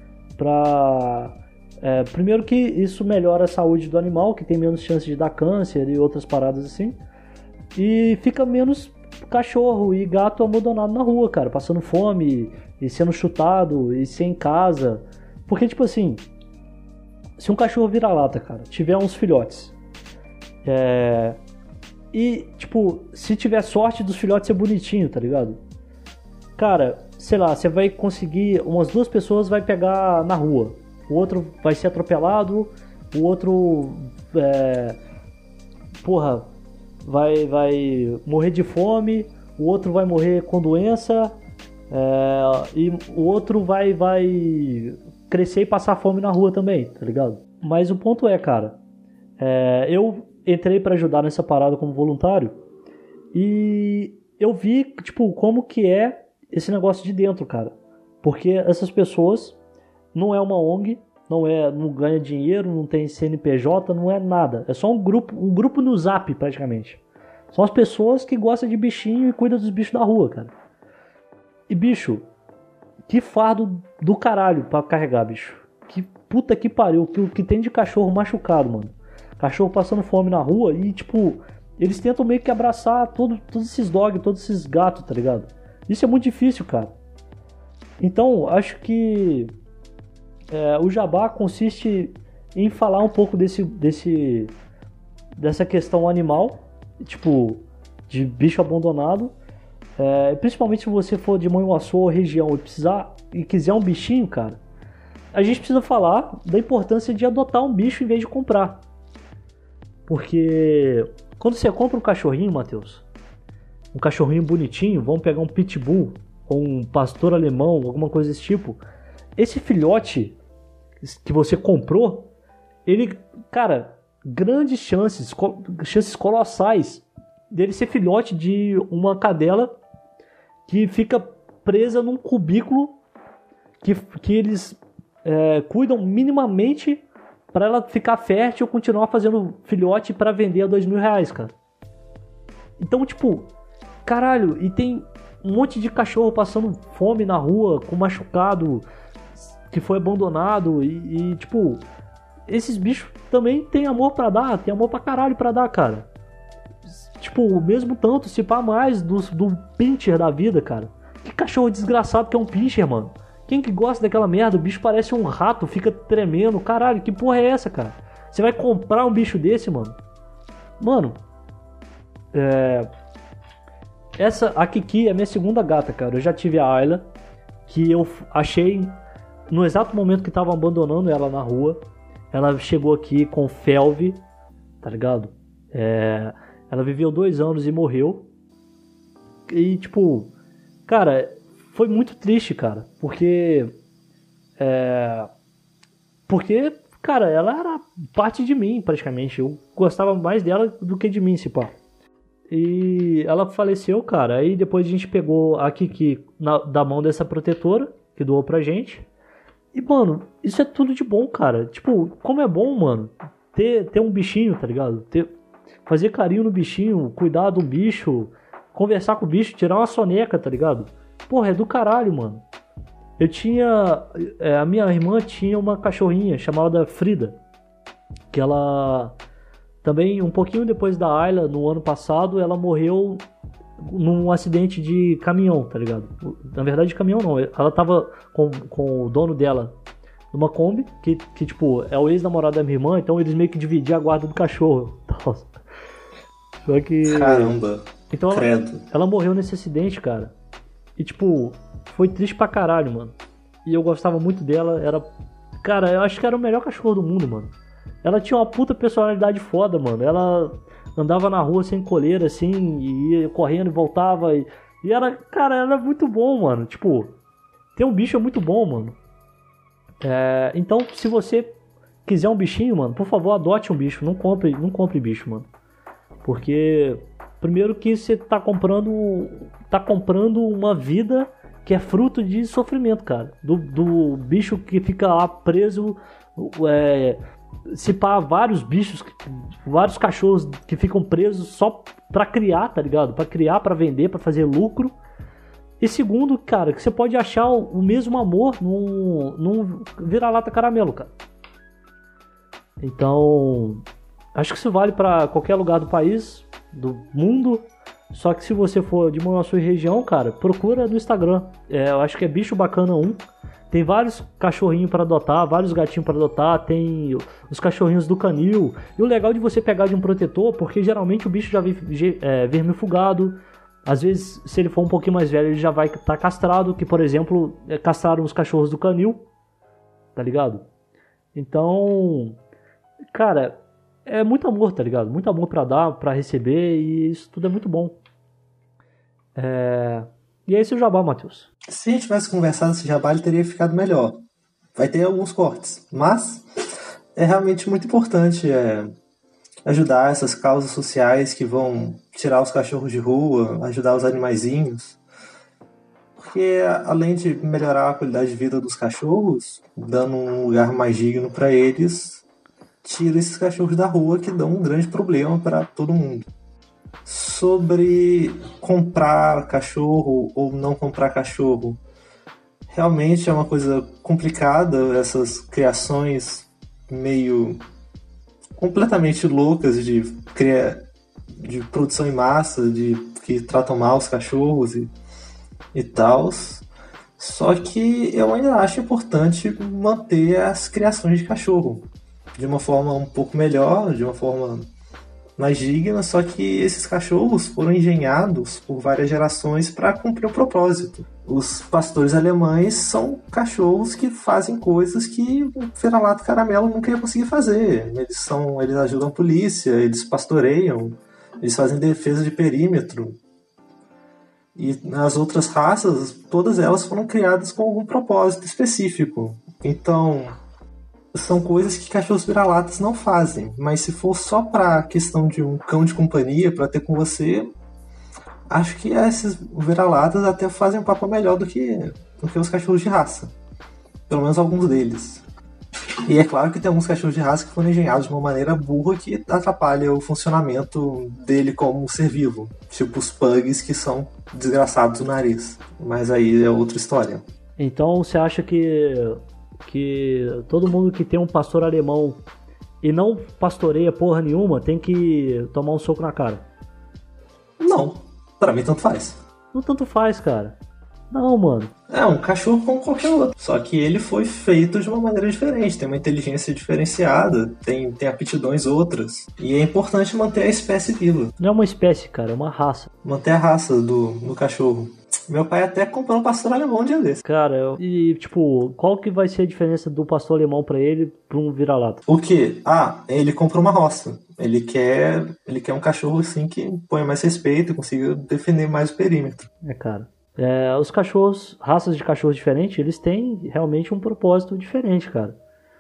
Primeiro que isso melhora a saúde do animal, que tem menos chance de dar câncer e outras paradas assim. E fica menos cachorro e gato abandonado na rua, cara, passando fome e sendo chutado e sem casa. Porque, tipo assim, se um cachorro vira-lata, cara, tiver uns filhotes, e, tipo, se tiver sorte dos filhotes ser bonitinho, tá ligado? Cara, sei lá, você vai conseguir, umas 2 pessoas vai pegar na rua, o outro vai ser atropelado, o outro, vai morrer de fome, o outro vai morrer com doença, e o outro vai crescer e passar fome na rua também, tá ligado? Mas o ponto é, cara, eu entrei pra ajudar nessa parada como voluntário e eu vi, tipo, como que é esse negócio de dentro, cara. Porque essas pessoas não é uma ONG, não ganha dinheiro, não tem CNPJ, não é nada. É só um grupo no Zap, praticamente. São as pessoas que gostam de bichinho e cuidam dos bichos da rua, cara. E, bicho, que fardo do caralho pra carregar, bicho. que puta que pariu, que tem de cachorro machucado, mano. Cachorro passando fome na rua e, tipo, eles tentam meio que abraçar todos esses dogs, todos esses gatos, tá ligado? Isso é muito difícil, cara. Então, acho que o jabá consiste em falar um pouco dessa questão animal, tipo, de bicho abandonado. Principalmente se você for de Manhuaçu ou região e quiser um bichinho, cara, a gente precisa falar da importância de adotar um bicho em vez de comprar. Porque quando você compra um cachorrinho, Matheus, um cachorrinho bonitinho, vamos pegar um pitbull ou um pastor alemão, alguma coisa desse tipo, esse filhote que você comprou, ele, cara, grandes chances colossais dele ser filhote de uma cadela que fica presa num cubículo que eles cuidam minimamente para ela ficar fértil e continuar fazendo filhote para vender a R$2.000, cara. Então, tipo, caralho, e tem um monte de cachorro passando fome na rua, com machucado, que foi abandonado e tipo, esses bichos também tem amor pra dar, tem amor pra caralho pra dar, cara. Tipo, o mesmo tanto, se pá mais do pincher da vida, cara. Que cachorro desgraçado que é um pincher, mano. Quem que gosta daquela merda? O bicho parece um rato, fica tremendo. Caralho, que porra é essa, cara? Você vai comprar um bicho desse, mano? Mano, a Kiki é minha segunda gata, cara. Eu já tive a Ayla, que eu achei no exato momento que tava abandonando ela na rua. Ela chegou aqui com felve, tá ligado? Ela viveu 2 anos e morreu. E, tipo, cara, foi muito triste, cara. Porque, cara, ela era parte de mim, praticamente. Eu gostava mais dela do que de mim, se pá. E ela faleceu, cara. Aí depois a gente pegou a Kiki da mão dessa protetora, que doou pra gente. E, mano, isso é tudo de bom, cara. Tipo, como é bom, mano, ter um bichinho, tá ligado? Fazer carinho no bichinho, cuidar do bicho, conversar com o bicho, tirar uma soneca, tá ligado? Porra, é do caralho, mano. A minha irmã tinha uma cachorrinha chamada Frida, que ela também, um pouquinho depois da Ayla, no ano passado, ela morreu num acidente de caminhão, tá ligado? Na verdade, de caminhão não. Ela tava com o dono dela numa Kombi, que tipo, é o ex-namorado da minha irmã, então eles meio que dividiam a guarda do cachorro. Só que... Caramba, então credo. Ela morreu nesse acidente, cara. E tipo, foi triste pra caralho, mano. E eu gostava muito dela. Cara, eu acho que era o melhor cachorro do mundo, mano. Ela tinha uma puta personalidade foda, mano. Ela andava na rua sem coleira, assim, e ia correndo e voltava. E cara, era muito bom, mano. Tipo, ter um bicho é muito bom, mano. Então, se você quiser um bichinho, mano, por favor, adote um bicho. Não compre bicho, mano. Porque, primeiro que você tá comprando uma vida que é fruto de sofrimento, cara. Do bicho que fica lá preso, se pá, vários cachorros que ficam presos só pra criar, tá ligado? Pra criar, pra vender, pra fazer lucro. E segundo, cara, que você pode achar o mesmo amor num vira-lata caramelo, cara. Então, acho que isso vale pra qualquer lugar do país, do mundo. Só que se você for de Manhuaçu e região, cara, procura no Instagram. Eu acho que é Bicho Bacana 1. Tem vários cachorrinhos para adotar, vários gatinhos para adotar, tem os cachorrinhos do canil. E o legal de você pegar de um protetor, porque geralmente o bicho já vem vermifugado. Às vezes, se ele for um pouquinho mais velho, ele já vai estar castrado, que, por exemplo, castraram os cachorros do canil, tá ligado? Então, cara, é muito amor, tá ligado? Muito amor pra dar, pra receber, e isso tudo é muito bom. E é esse o jabá, Matheus. Se a gente tivesse conversado esse jabá, ele teria ficado melhor. Vai ter alguns cortes, mas é realmente muito importante ajudar essas causas sociais que vão tirar os cachorros de rua, ajudar os animaizinhos. Porque além de melhorar a qualidade de vida dos cachorros, dando um lugar mais digno para eles, tira esses cachorros da rua que dão um grande problema para todo mundo. Sobre comprar cachorro ou não comprar cachorro, Realmente é uma coisa complicada, essas criações meio completamente loucas de produção em massa, que tratam mal os cachorros e tal. Só que eu ainda acho importante manter as criações de cachorro de uma forma um pouco melhor, de uma forma mais digna, só que esses cachorros foram engenhados por várias gerações para cumprir o propósito. Os pastores alemães são cachorros que fazem coisas que o vira-lata caramelo nunca ia conseguir fazer. Eles ajudam a polícia, eles pastoreiam, eles fazem defesa de perímetro. E as outras raças, todas elas foram criadas com algum propósito específico. Então, são coisas que cachorros vira-latas não fazem. Mas se for só pra questão de um cão de companhia pra ter com você, acho que esses vira-latas até fazem um papel melhor do que os cachorros de raça. Pelo menos alguns deles. E é claro que tem alguns cachorros de raça que foram engenhados de uma maneira burra que atrapalha o funcionamento dele como um ser vivo. Tipo os pugs, que são desgraçados do nariz. Mas aí é outra história. Então você acha que todo mundo que tem um pastor alemão e não pastoreia porra nenhuma tem que tomar um soco na cara? Não. Pra mim tanto faz. Não tanto faz, cara. Não, mano. É um cachorro como qualquer outro. Só que ele foi feito de uma maneira diferente. Tem uma inteligência diferenciada. Tem aptidões outras. E é importante manter a espécie viva. Não é uma espécie, cara. É uma raça. Manter a raça do cachorro. Meu pai até comprou um pastor alemão um dia desse. Cara, e tipo, qual que vai ser a diferença do pastor alemão pra ele pra um vira-lata? O quê? Ele comprou uma roça. Ele quer um cachorro assim que ponha mais respeito e consiga defender mais o perímetro. Cara. Os cachorros, raças de cachorros diferentes, eles têm realmente um propósito diferente, cara.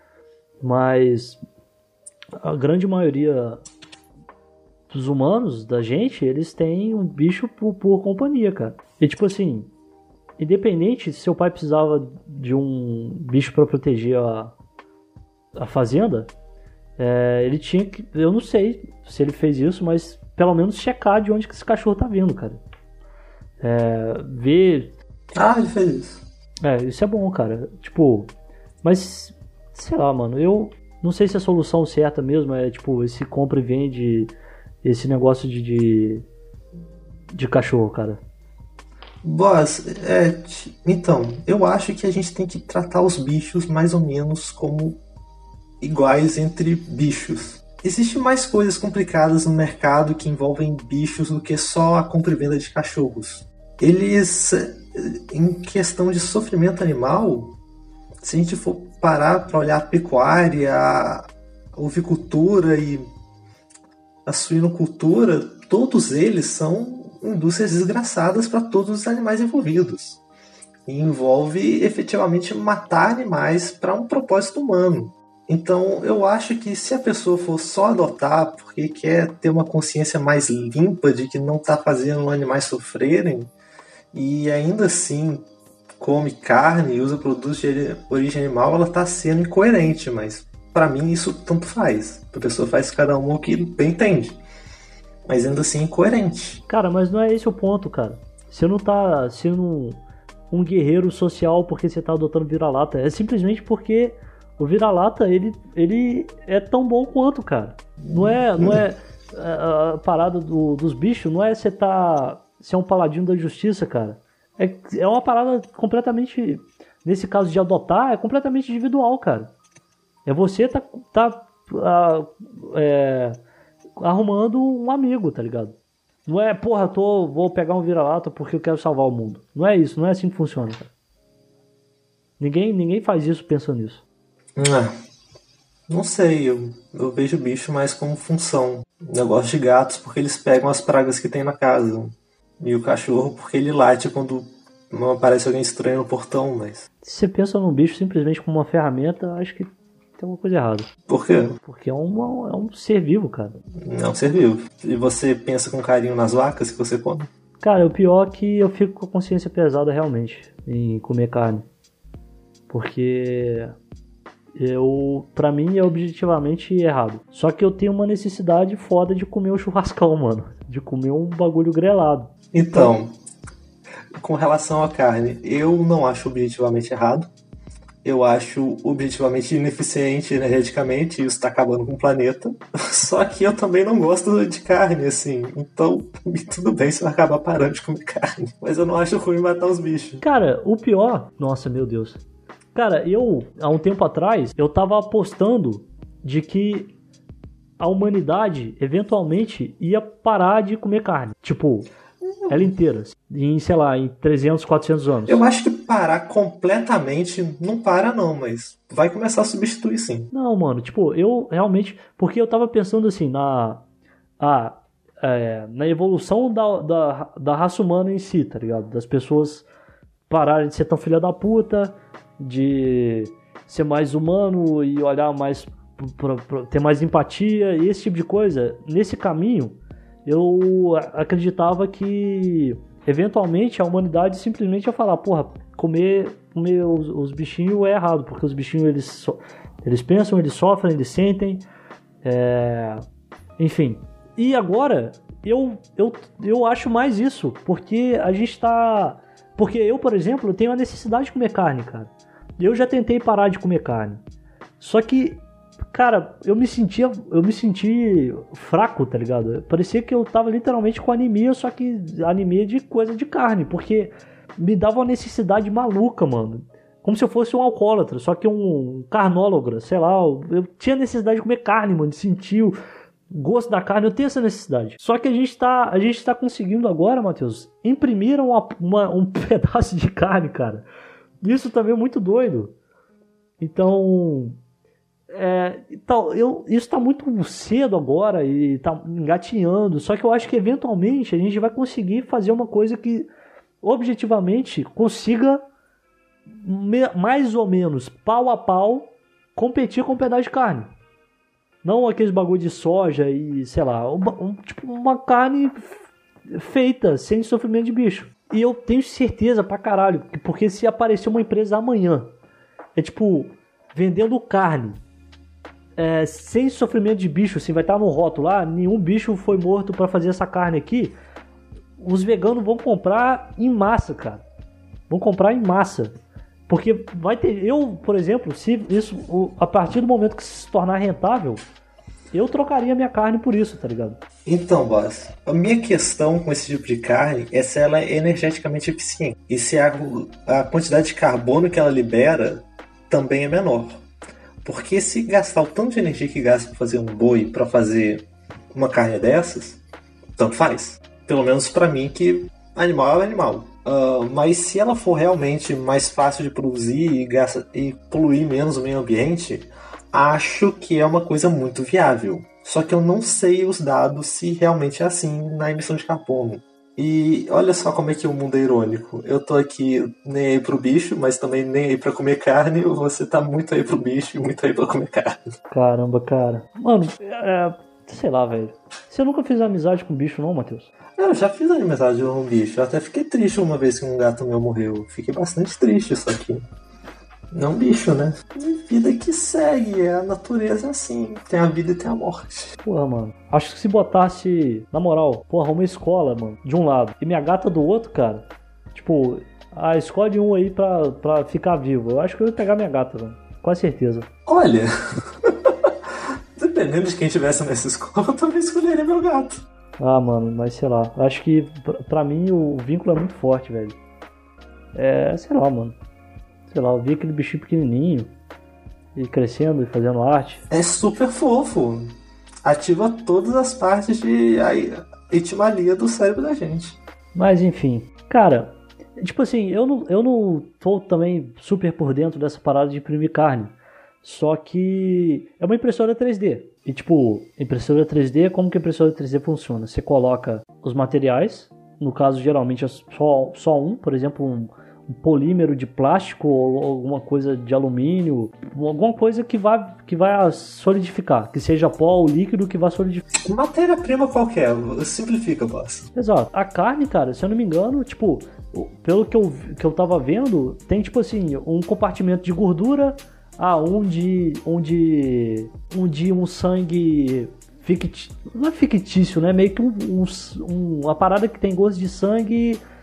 Mas a grande maioria dos humanos, da gente, eles têm um bicho por companhia, cara. E tipo assim, independente se seu pai precisava de um bicho para proteger a fazenda, ele tinha que, eu não sei se ele fez isso, mas pelo menos checar de onde que esse cachorro tá vindo, cara. Ver... ele fez isso. Isso é bom, cara. Tipo, mas sei lá, mano, eu não sei se a solução certa mesmo é tipo esse compra e vende, esse negócio de cachorro, cara. Boss, então, eu acho que a gente tem que tratar os bichos mais ou menos como iguais entre bichos. Existem mais coisas complicadas no mercado que envolvem bichos do que só a compra e venda de cachorros. Eles, em questão de sofrimento animal, se a gente for parar para olhar a pecuária, a ovicultura e a suinocultura, todos eles são indústrias desgraçadas para todos os animais envolvidos. E envolve efetivamente matar animais para um propósito humano. Então eu acho que se a pessoa for só adotar porque quer ter uma consciência mais limpa de que não está fazendo animais sofrerem, e ainda assim come carne e usa produtos de origem animal, ela está sendo incoerente, mas para mim isso tanto faz. A pessoa faz cada um o que bem entende, mas ainda assim é incoerente. Cara, mas não é esse o ponto, cara. Você não tá sendo um guerreiro social porque você tá adotando vira-lata, é simplesmente porque o vira-lata, ele é tão bom quanto, cara. Não é a parada dos bichos, não é você ser um paladino da justiça, cara. É uma parada completamente, nesse caso de adotar, é completamente individual, cara. É você arrumando um amigo, tá ligado? Não é, porra, vou pegar um vira-lata porque eu quero salvar o mundo. Não é isso, não é assim que funciona, cara. Ninguém faz isso pensando nisso. Não sei, eu vejo o bicho mais como função. Eu gosto de gatos porque eles pegam as pragas que tem na casa. E o cachorro porque ele late quando não aparece alguém estranho no portão, mas... Se você pensa no bicho simplesmente como uma ferramenta, acho que tem uma coisa errada. Por quê? Porque é um ser vivo, cara. É um ser vivo. E você pensa com carinho nas vacas que você come? Cara, o pior é que eu fico com a consciência pesada realmente em comer carne. Porque... pra mim é objetivamente errado. Só que eu tenho uma necessidade foda de comer um churrascão, mano. De comer um bagulho grelado. Então, Com relação à carne, eu não acho objetivamente errado. Eu acho objetivamente ineficiente energeticamente, e isso tá acabando com o planeta. Só que eu também não gosto de carne, assim. Então, tudo bem se eu acabar parando de comer carne. Mas eu não acho ruim matar os bichos. Cara, o pior... Nossa, meu Deus. Cara, há um tempo atrás, eu tava apostando de que a humanidade, eventualmente, ia parar de comer carne. Tipo, ela inteira. Em, sei lá, em 300, 400 anos. Eu acho que parar completamente não para não, mas vai começar a substituir sim. Não, mano, tipo, eu realmente... Porque eu tava pensando assim, na evolução da raça humana em si, tá ligado? Das pessoas pararem de ser tão filha da puta, de ser mais humano e olhar mais... ter mais empatia e esse tipo de coisa. Nesse caminho, eu acreditava que eventualmente a humanidade simplesmente ia falar, porra, comer os bichinhos é errado, porque os bichinhos eles pensam, eles sofrem, eles sentem, enfim. E agora eu acho mais isso, porque a gente tá... Porque eu, por exemplo, tenho a necessidade de comer carne, cara. Eu já tentei parar de comer carne. Só que, cara, eu me senti fraco, tá ligado? Parecia que eu tava literalmente com anemia, só que anemia de coisa de carne, porque me dava uma necessidade maluca, mano. Como se eu fosse um alcoólatra, só que um carnólogo, sei lá. Eu tinha necessidade de comer carne, mano, de sentir o gosto da carne, eu tenho essa necessidade. Só que a gente tá conseguindo agora, Matheus, imprimir um pedaço de carne, cara. Isso também é muito doido. Então... isso tá muito cedo agora e tá engatinhando, só que eu acho que eventualmente a gente vai conseguir fazer uma coisa que objetivamente consiga mais ou menos pau a pau competir com um pedaço de carne, não aqueles bagulho de soja e sei lá, tipo uma carne feita sem sofrimento de bicho. E eu tenho certeza pra caralho, porque se aparecer uma empresa amanhã tipo vendendo carne sem sofrimento de bicho, assim, vai estar no rótulo lá, nenhum bicho foi morto para fazer essa carne aqui, os veganos vão comprar em massa, cara. Vão comprar em massa. Porque vai ter... Eu, por exemplo, se isso, a partir do momento que isso se tornar rentável, eu trocaria minha carne por isso, tá ligado? Então, boss, a minha questão com esse tipo de carne é se ela é energeticamente eficiente. E se a quantidade de carbono que ela libera também é menor. Porque se gastar o tanto de energia que gasta para fazer um boi, para fazer uma carne dessas, tanto faz. Pelo menos para mim, que animal é animal. Mas se ela for realmente mais fácil de produzir e poluir menos o meio ambiente, acho que é uma coisa muito viável. Só que eu não sei os dados se realmente é assim na emissão de carbono. E olha só como é que o mundo é irônico. Eu tô aqui nem aí pro bicho, mas também nem aí pra comer carne. Você tá muito aí pro bicho e muito aí pra comer carne. Caramba, cara. Mano, sei lá, velho. Você nunca fez amizade com bicho, não, Matheus? Eu já fiz amizade com um bicho. Eu até fiquei triste uma vez que um gato meu morreu. Fiquei bastante triste isso aqui. Não bicho, né? Vida que segue, a natureza é assim. Tem a vida e tem a morte. Porra, mano. Acho que se botasse, na moral, porra, uma escola, mano, de um lado e minha gata do outro, cara, tipo, escolhe um aí pra ficar vivo. Eu acho que eu ia pegar minha gata, mano. Com certeza. Olha, dependendo de quem tivesse nessa escola, eu também escolheria meu gato. Ah, mano, mas sei lá. Acho que pra mim o vínculo é muito forte, velho. Sei lá, mano. Sei lá, eu vi aquele bichinho pequenininho e crescendo e fazendo arte. É super fofo. Ativa todas as partes de etimalia do cérebro da gente. Mas enfim, cara, tipo assim, eu não tô também super por dentro dessa parada de imprimir carne. Só que é uma impressora 3D. E tipo, impressora 3D, como que a impressora 3D funciona? Você coloca os materiais, no caso geralmente é só um, por exemplo, um polímero de plástico ou alguma coisa de alumínio, alguma coisa que vai solidificar, que seja pó ou líquido que vai solidificar. Matéria-prima qualquer, simplifica, boss. Exato. A carne, cara, se eu não me engano, tipo, pelo que eu tava vendo, tem tipo assim, um compartimento de gordura, onde um sangue não é fictício, né? Meio que uma parada que tem gosto de sangue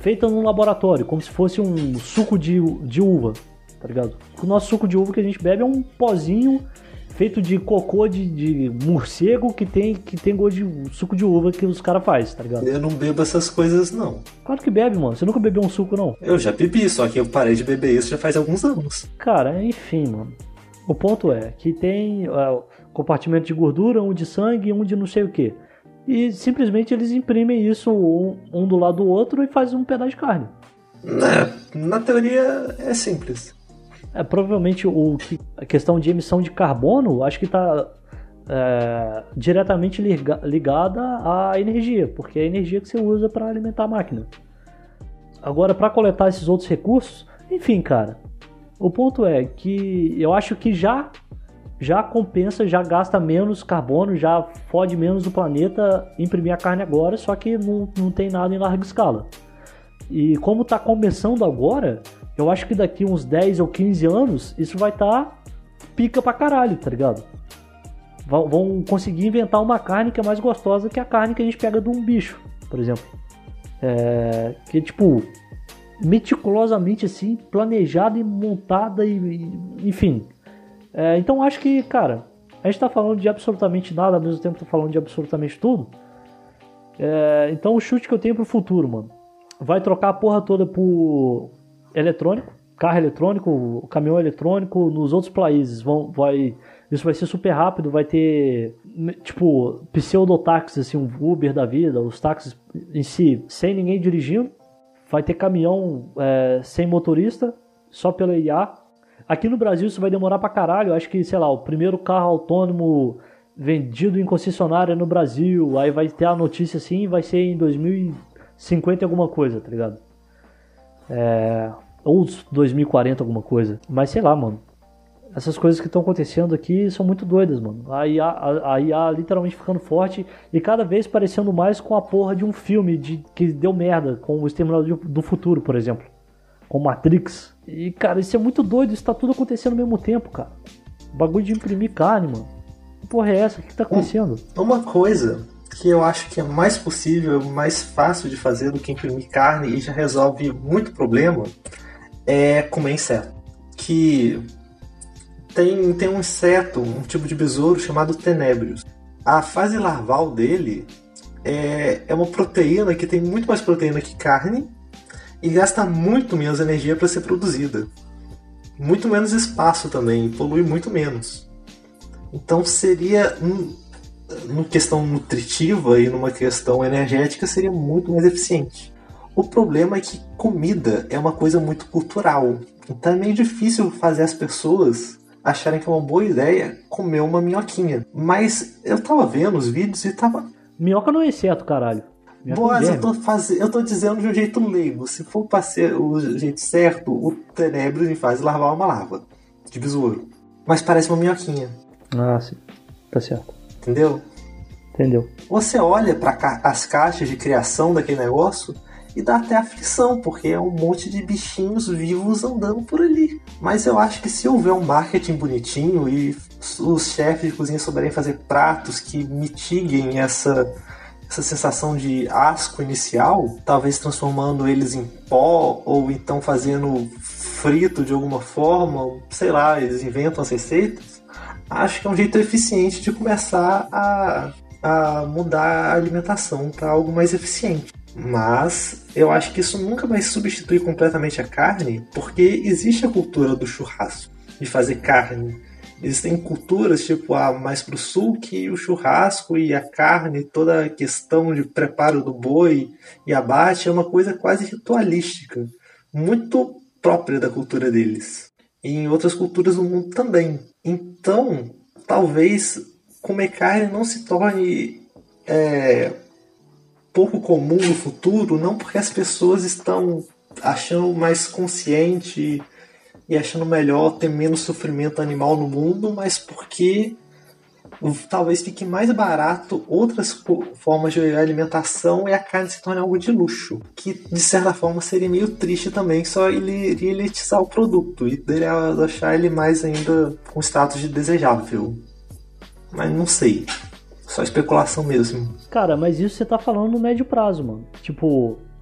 feita num laboratório, como se fosse um suco de uva, tá ligado? O nosso suco de uva que a gente bebe é um pozinho feito de cocô de morcego que tem gosto de suco de uva que os caras fazem, tá ligado? Eu não bebo essas coisas, não. Claro que bebe, mano. Você nunca bebeu um suco, não? Eu já bebi, só que eu parei de beber isso já faz alguns anos. Cara, enfim, mano. O ponto é que tem compartimento de gordura, um de sangue e um de não sei o que. E simplesmente eles imprimem isso um do lado do outro e fazem um pedaço de carne. Na teoria é simples. Provavelmente a questão de emissão de carbono, acho que está diretamente ligada à energia, porque é a energia que você usa para alimentar a máquina. Agora, para coletar esses outros recursos, enfim, cara, o ponto é que eu acho que já compensa, já gasta menos carbono, já fode menos o planeta imprimir a carne agora, só que não tem nada em larga escala. E como está começando agora, eu acho que daqui uns 10 ou 15 anos, isso vai estar pica pra caralho, tá ligado? Vão conseguir inventar uma carne que é mais gostosa que a carne que a gente pega de um bicho, por exemplo. Que tipo, meticulosamente assim, planejada e montada enfim. Então acho que, cara, a gente tá falando de absolutamente nada, ao mesmo tempo tá falando de absolutamente tudo. Então o chute que eu tenho pro futuro, mano, vai trocar a porra toda por eletrônico, carro eletrônico, caminhão eletrônico. Nos outros países isso vai ser super rápido, vai ter tipo pseudotáxis, assim, um Uber da vida, os táxis em si sem ninguém dirigindo, vai ter caminhão sem motorista, só pela IA. Aqui no Brasil isso vai demorar pra caralho, acho que, sei lá, o primeiro carro autônomo vendido em concessionária no Brasil, aí vai ter a notícia assim, vai ser em 2050 alguma coisa, tá ligado? Ou 2040 alguma coisa. Mas sei lá, mano. Essas coisas que estão acontecendo aqui são muito doidas, mano. A IA literalmente ficando forte e cada vez parecendo mais com a porra de um filme que deu merda, com o Exterminador do Futuro, por exemplo. Com Matrix. E, cara, isso é muito doido. Isso tá tudo acontecendo ao mesmo tempo, cara. O bagulho de imprimir carne, mano. Que porra é essa? O que tá acontecendo? Uma coisa que eu acho que é mais possível, mais fácil de fazer do que imprimir carne e já resolve muito problema, é comer inseto. Que tem um inseto, um tipo de besouro chamado tenébrios. A fase larval dele é uma proteína que tem muito mais proteína que carne e gasta muito menos energia para ser produzida. Muito menos espaço também, polui muito menos. Então seria, numa questão nutritiva e numa questão energética, seria muito mais eficiente. O problema é que comida é uma coisa muito cultural. Então é meio difícil fazer as pessoas acharem que é uma boa ideia comer uma minhoquinha. Mas eu tava vendo os vídeos e tava... Minhoca não é inseto, caralho. Mas eu tô dizendo de um jeito leigo. Se for pra ser o jeito certo, o tenebro faz larvar uma larva de besouro. Mas parece uma minhoquinha. Ah, sim. Tá certo. Entendeu? Entendeu. Você olha para as caixas de criação daquele negócio e dá até aflição, porque é um monte de bichinhos vivos andando por ali. Mas eu acho que se houver um marketing bonitinho e os chefes de cozinha souberem fazer pratos que mitiguem essa sensação de asco inicial, talvez transformando eles em pó ou então fazendo frito de alguma forma, sei lá, eles inventam as receitas. Acho que é um jeito eficiente de começar a mudar a alimentação para algo mais eficiente. Mas eu acho que isso nunca vai substituir completamente a carne, porque existe a cultura do churrasco, de fazer carne. Existem culturas, tipo mais pro sul, que o churrasco e a carne, toda a questão de preparo do boi e abate é uma coisa quase ritualística, muito própria da cultura deles. E em outras culturas do mundo também. Então, talvez comer carne não se torne pouco comum no futuro, não porque as pessoas estão achando mais consciente e achando melhor ter menos sofrimento animal no mundo, mas porque talvez fique mais barato outras formas de alimentação e a carne se torne algo de luxo, que de certa forma seria meio triste também, só ele iria elitizar o produto e deixar ele mais ainda com status de desejável. Mas não sei, só especulação mesmo. Cara, mas isso você tá falando no médio prazo, mano. Tipo,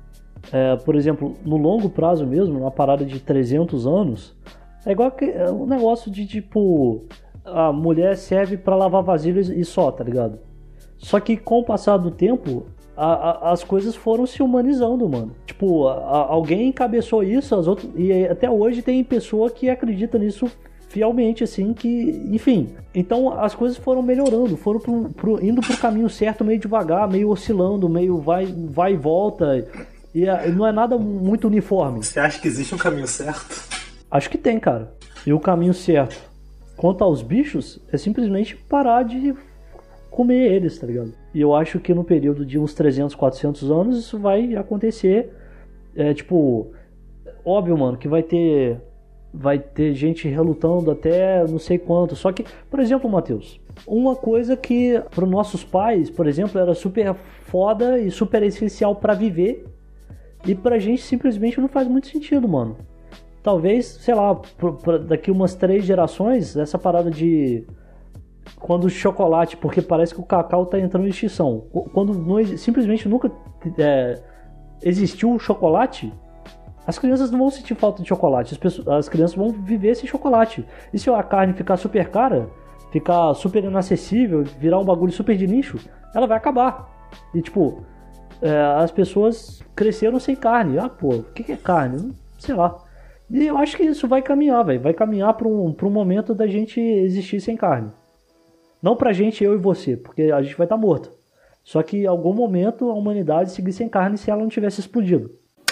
por exemplo, no longo prazo mesmo, uma parada de 300 anos, é igual um negócio de tipo, a mulher serve pra lavar vasilhas e só, tá ligado? Só que com o passar do tempo, as coisas foram se humanizando, mano. Tipo, alguém encabeçou isso, e até hoje tem pessoa que acredita nisso fielmente, assim, que, enfim. Então as coisas foram melhorando, foram indo pro caminho certo, meio devagar, meio oscilando, meio vai e volta. E não é nada muito uniforme. Você acha que existe um caminho certo? Acho que tem, cara. E o caminho certo quanto aos bichos é simplesmente parar de comer eles, tá ligado? E eu acho que no período de uns 300, 400 anos isso vai acontecer. Tipo, óbvio, mano, que vai ter gente relutando até não sei quanto. Só que, por exemplo, Matheus, uma coisa que para os nossos pais, por exemplo, era super foda e super essencial para viver, e pra gente simplesmente não faz muito sentido, mano. Talvez, sei lá, daqui umas 3 gerações, essa parada de quando o chocolate, porque parece que o cacau tá entrando em extinção. Quando simplesmente nunca existiu o chocolate, as crianças não vão sentir falta de chocolate. As crianças vão viver sem chocolate. E se a carne ficar super cara, ficar super inacessível, virar um bagulho super de nicho, ela vai acabar. E tipo, as pessoas cresceram sem carne. Pô, o que é carne? Sei lá. E eu acho que isso vai caminhar, velho. Vai caminhar para um momento da gente existir sem carne. Não pra gente, eu e você, porque a gente vai estar morto. Só que em algum momento a humanidade seguir sem carne se ela não tivesse explodido.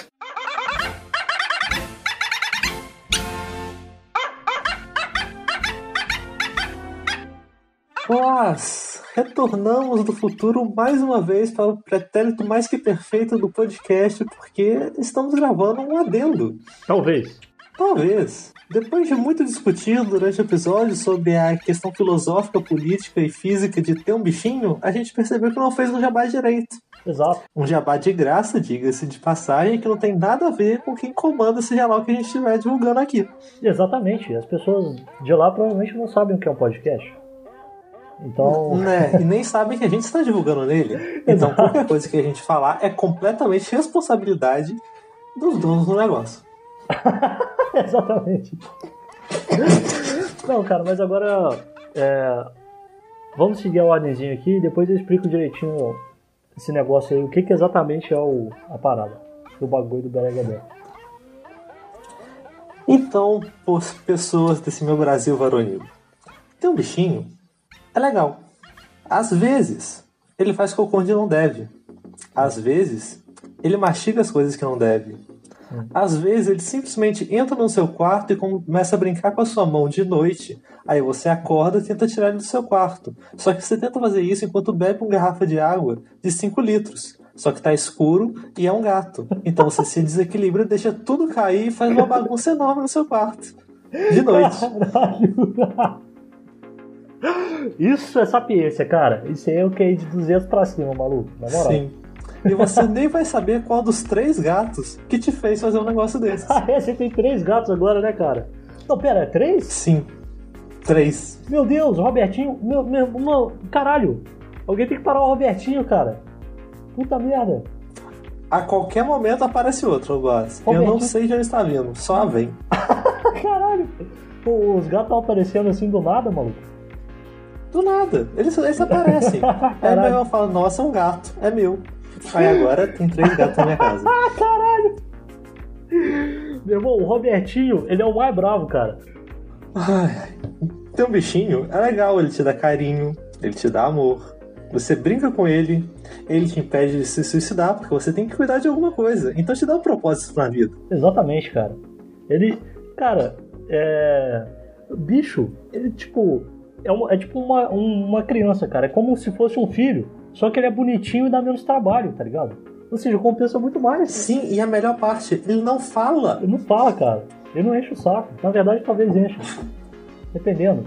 Nós retornamos do futuro mais uma vez para o pretérito mais que perfeito do podcast, porque estamos gravando um adendo. Talvez. Depois de muito discutir durante o episódio sobre a questão filosófica, política e física de ter um bichinho, a gente percebeu que não fez um jabá direito. Exato. Um jabá de graça, diga-se de passagem, que não tem nada a ver com quem comanda seja lá o que a gente estiver divulgando aqui. Exatamente. As pessoas de lá provavelmente não sabem o que é um podcast. Então... E nem sabem que a gente está divulgando nele. Então qualquer coisa que a gente falar é completamente responsabilidade dos donos do negócio. Exatamente. Não, cara, mas agora vamos seguir a ordemzinha aqui e depois eu explico direitinho esse negócio aí, o que exatamente é a parada do bagulho do Beregadé. Então, pessoas desse meu Brasil varonil, ter um bichinho é legal. Às vezes ele faz cocô onde não deve. Às vezes ele mastiga as coisas que não deve. Às vezes ele simplesmente entra no seu quarto e começa a brincar com a sua mão de noite. Aí você acorda e tenta tirar ele do seu quarto. Só que você tenta fazer isso enquanto bebe uma garrafa de água de 5 litros. Só que tá escuro e é um gato. Então você se desequilibra, deixa tudo cair e faz uma bagunça enorme no seu quarto. De noite. Caralho. Isso é sapiência, cara. Isso aí é o QI de 200 pra cima, maluco. Na moral. Sim. E você nem vai saber qual dos 3 gatos que te fez fazer um negócio desse. Você tem 3 gatos agora, né, cara? Não, pera, é 3? Sim, 3. Meu Deus, o Robertinho... Caralho, alguém tem que parar o Robertinho, cara. Puta merda. A qualquer momento aparece outro, Boaz. Eu não sei de onde está vindo, só vem. Caralho. Pô, os gatos estão aparecendo assim do nada, maluco. Do nada, eles aparecem. Aí meu irmão fala, nossa, é um gato, é meu. Aí agora tem 3 gatos na minha casa. Caralho! Meu irmão, o Robertinho, ele é o mais bravo, cara. Ter um bichinho é legal, ele te dá carinho, ele te dá amor. Você brinca com ele, ele te impede de se suicidar, porque você tem que cuidar de alguma coisa. Então te dá um propósito na vida. Exatamente, cara. Ele, cara, bicho, ele tipo... É tipo uma criança, cara. É como se fosse um filho. Só que ele é bonitinho e dá menos trabalho, tá ligado? Ou seja, compensa muito mais. Sim, e a melhor parte, ele não fala. Ele não fala, cara. Ele não enche o saco. Na verdade, talvez encha. Dependendo.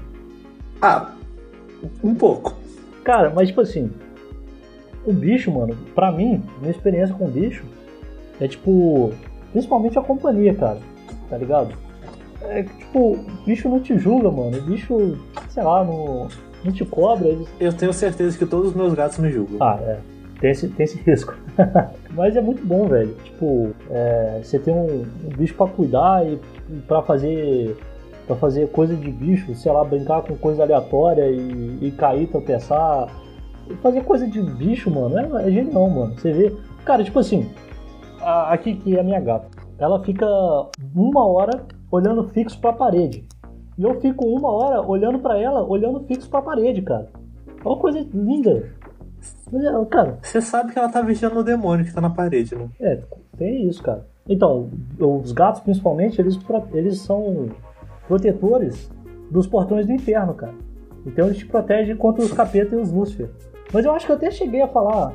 Um pouco. Cara, mas tipo assim... O bicho, mano, pra mim, minha experiência com o bicho é tipo... Principalmente a companhia, cara. Tá ligado? Tipo, o bicho não te julga, mano. O bicho, sei lá, não te cobra. Eu tenho certeza que todos os meus gatos me julgam. Tem esse risco. Mas é muito bom, velho. Tipo, você tem um bicho pra cuidar e pra fazer coisa de bicho, sei lá, brincar com coisa aleatória e cair, tropeçar. E fazer coisa de bicho, mano, é genial, mano. Você vê. Cara, tipo assim, aqui que é a minha gata. Ela fica 1 hora olhando fixo pra parede. E eu fico 1 hora olhando pra ela, olhando fixo pra parede, cara. É uma coisa linda. Cara, você sabe que ela tá vigiando o demônio que tá na parede, né? Tem isso, cara. Então, os gatos, principalmente, eles são protetores dos portões do inferno, cara. Então eles te protegem contra os capetas e os Lúcifer. Mas eu acho que eu até cheguei a falar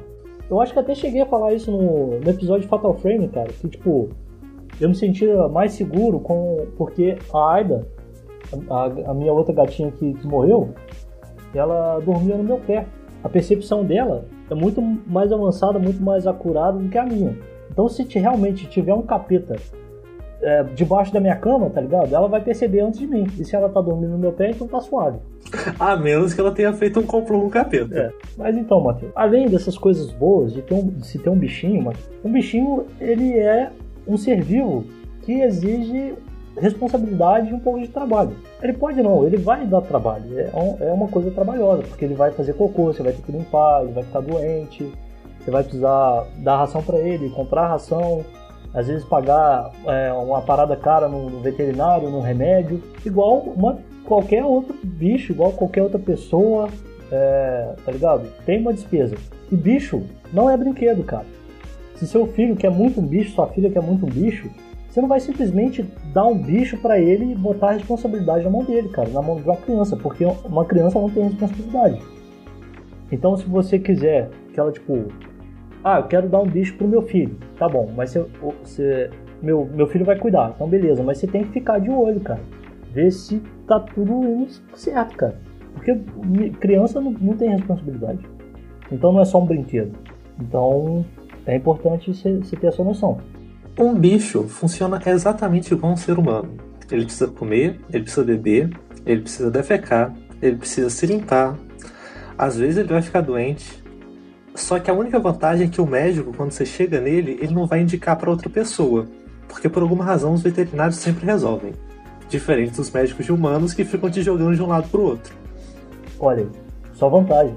isso no episódio de Fatal Frame, cara. Que, tipo, eu me sentia mais seguro porque a Aida, a minha outra gatinha que morreu, ela dormia no meu pé. A percepção dela é muito mais avançada, muito mais acurada do que a minha. Então, se realmente tiver um capeta debaixo da minha cama, tá ligado? Ela vai perceber antes de mim. E se ela tá dormindo no meu pé, então tá suave. A menos que ela tenha feito um complô com o capeta. Mas então, Matheus, além dessas coisas boas, de se ter um bichinho, um bichinho, ele é um ser vivo que exige responsabilidade e um pouco de trabalho. Ele pode não, ele vai dar trabalho. É uma coisa trabalhosa, porque ele vai fazer cocô, você vai ter que limpar, ele vai ficar doente, você vai precisar dar ração pra ele, comprar ração, às vezes pagar uma parada cara no veterinário, no remédio, igual qualquer outro bicho, igual qualquer outra pessoa, tá ligado? Tem uma despesa. E bicho não é brinquedo, cara. Se seu filho quer muito um bicho, sua filha quer muito um bicho, você não vai simplesmente dar um bicho pra ele e botar a responsabilidade na mão dele, cara, na mão de uma criança, porque uma criança não tem responsabilidade. Então, se você quiser que ela, tipo, eu quero dar um bicho pro meu filho, tá bom, mas meu filho vai cuidar, então beleza, mas você tem que ficar de olho, cara, ver se tá tudo indo certo, cara, porque criança não tem responsabilidade, então não é só um brinquedo, então é importante você ter essa noção. Um bicho funciona exatamente igual um ser humano. Ele precisa comer, ele precisa beber, ele precisa defecar, ele precisa se limpar. Às vezes ele vai ficar doente. Só que a única vantagem é que o médico, quando você chega nele, ele não vai indicar para outra pessoa. Porque por alguma razão os veterinários sempre resolvem. Diferente dos médicos de humanos que ficam te jogando de um lado pro outro. Olha, só vantagem.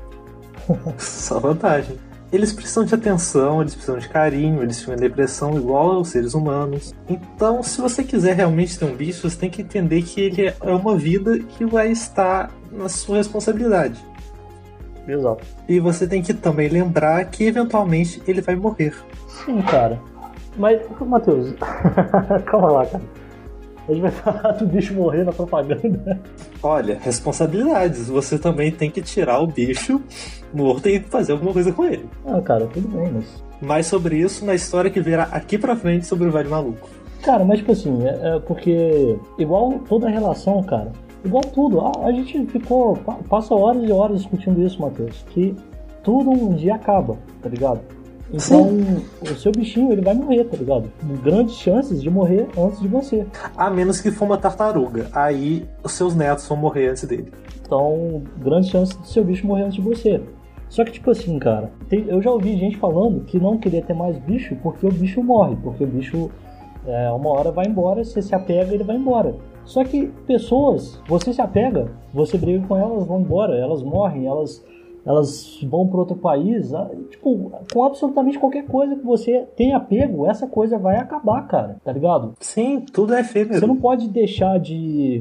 Só vantagem. Eles precisam de atenção, eles precisam de carinho, eles ficam em depressão igual aos seres humanos. Então, se você quiser realmente ter um bicho, você tem que entender que ele é uma vida que vai estar na sua responsabilidade. Exato. E você tem que também lembrar que, eventualmente, ele vai morrer. Sim, cara. Mas, Matheus, calma lá, cara. A gente vai falar do bicho morrer na propaganda. Olha, responsabilidades. Você também tem que tirar o bicho morto e fazer alguma coisa com ele. Cara, tudo bem, mas... Mais sobre isso na história que virá aqui pra frente sobre o Velho Maluco. Cara, mas tipo assim, porque igual toda relação, cara, igual tudo, a gente passa horas e horas discutindo isso, Matheus, que tudo um dia acaba, tá ligado? Então, o seu bichinho, ele vai morrer, tá ligado? Grandes chances de morrer antes de você. A menos que for uma tartaruga. Aí, os seus netos vão morrer antes dele. Então, grandes chances do seu bicho morrer antes de você. Só que, tipo assim, cara, eu já ouvi gente falando que não queria ter mais bicho porque o bicho morre. Porque o bicho, uma hora vai embora, você se apega, ele vai embora. Só que pessoas, você se apega, você briga com elas, vão embora, elas morrem, elas vão para outro país, tipo, com absolutamente qualquer coisa que você tenha apego, essa coisa vai acabar, cara, tá ligado? Sim, tudo é efêmero. Você não pode deixar de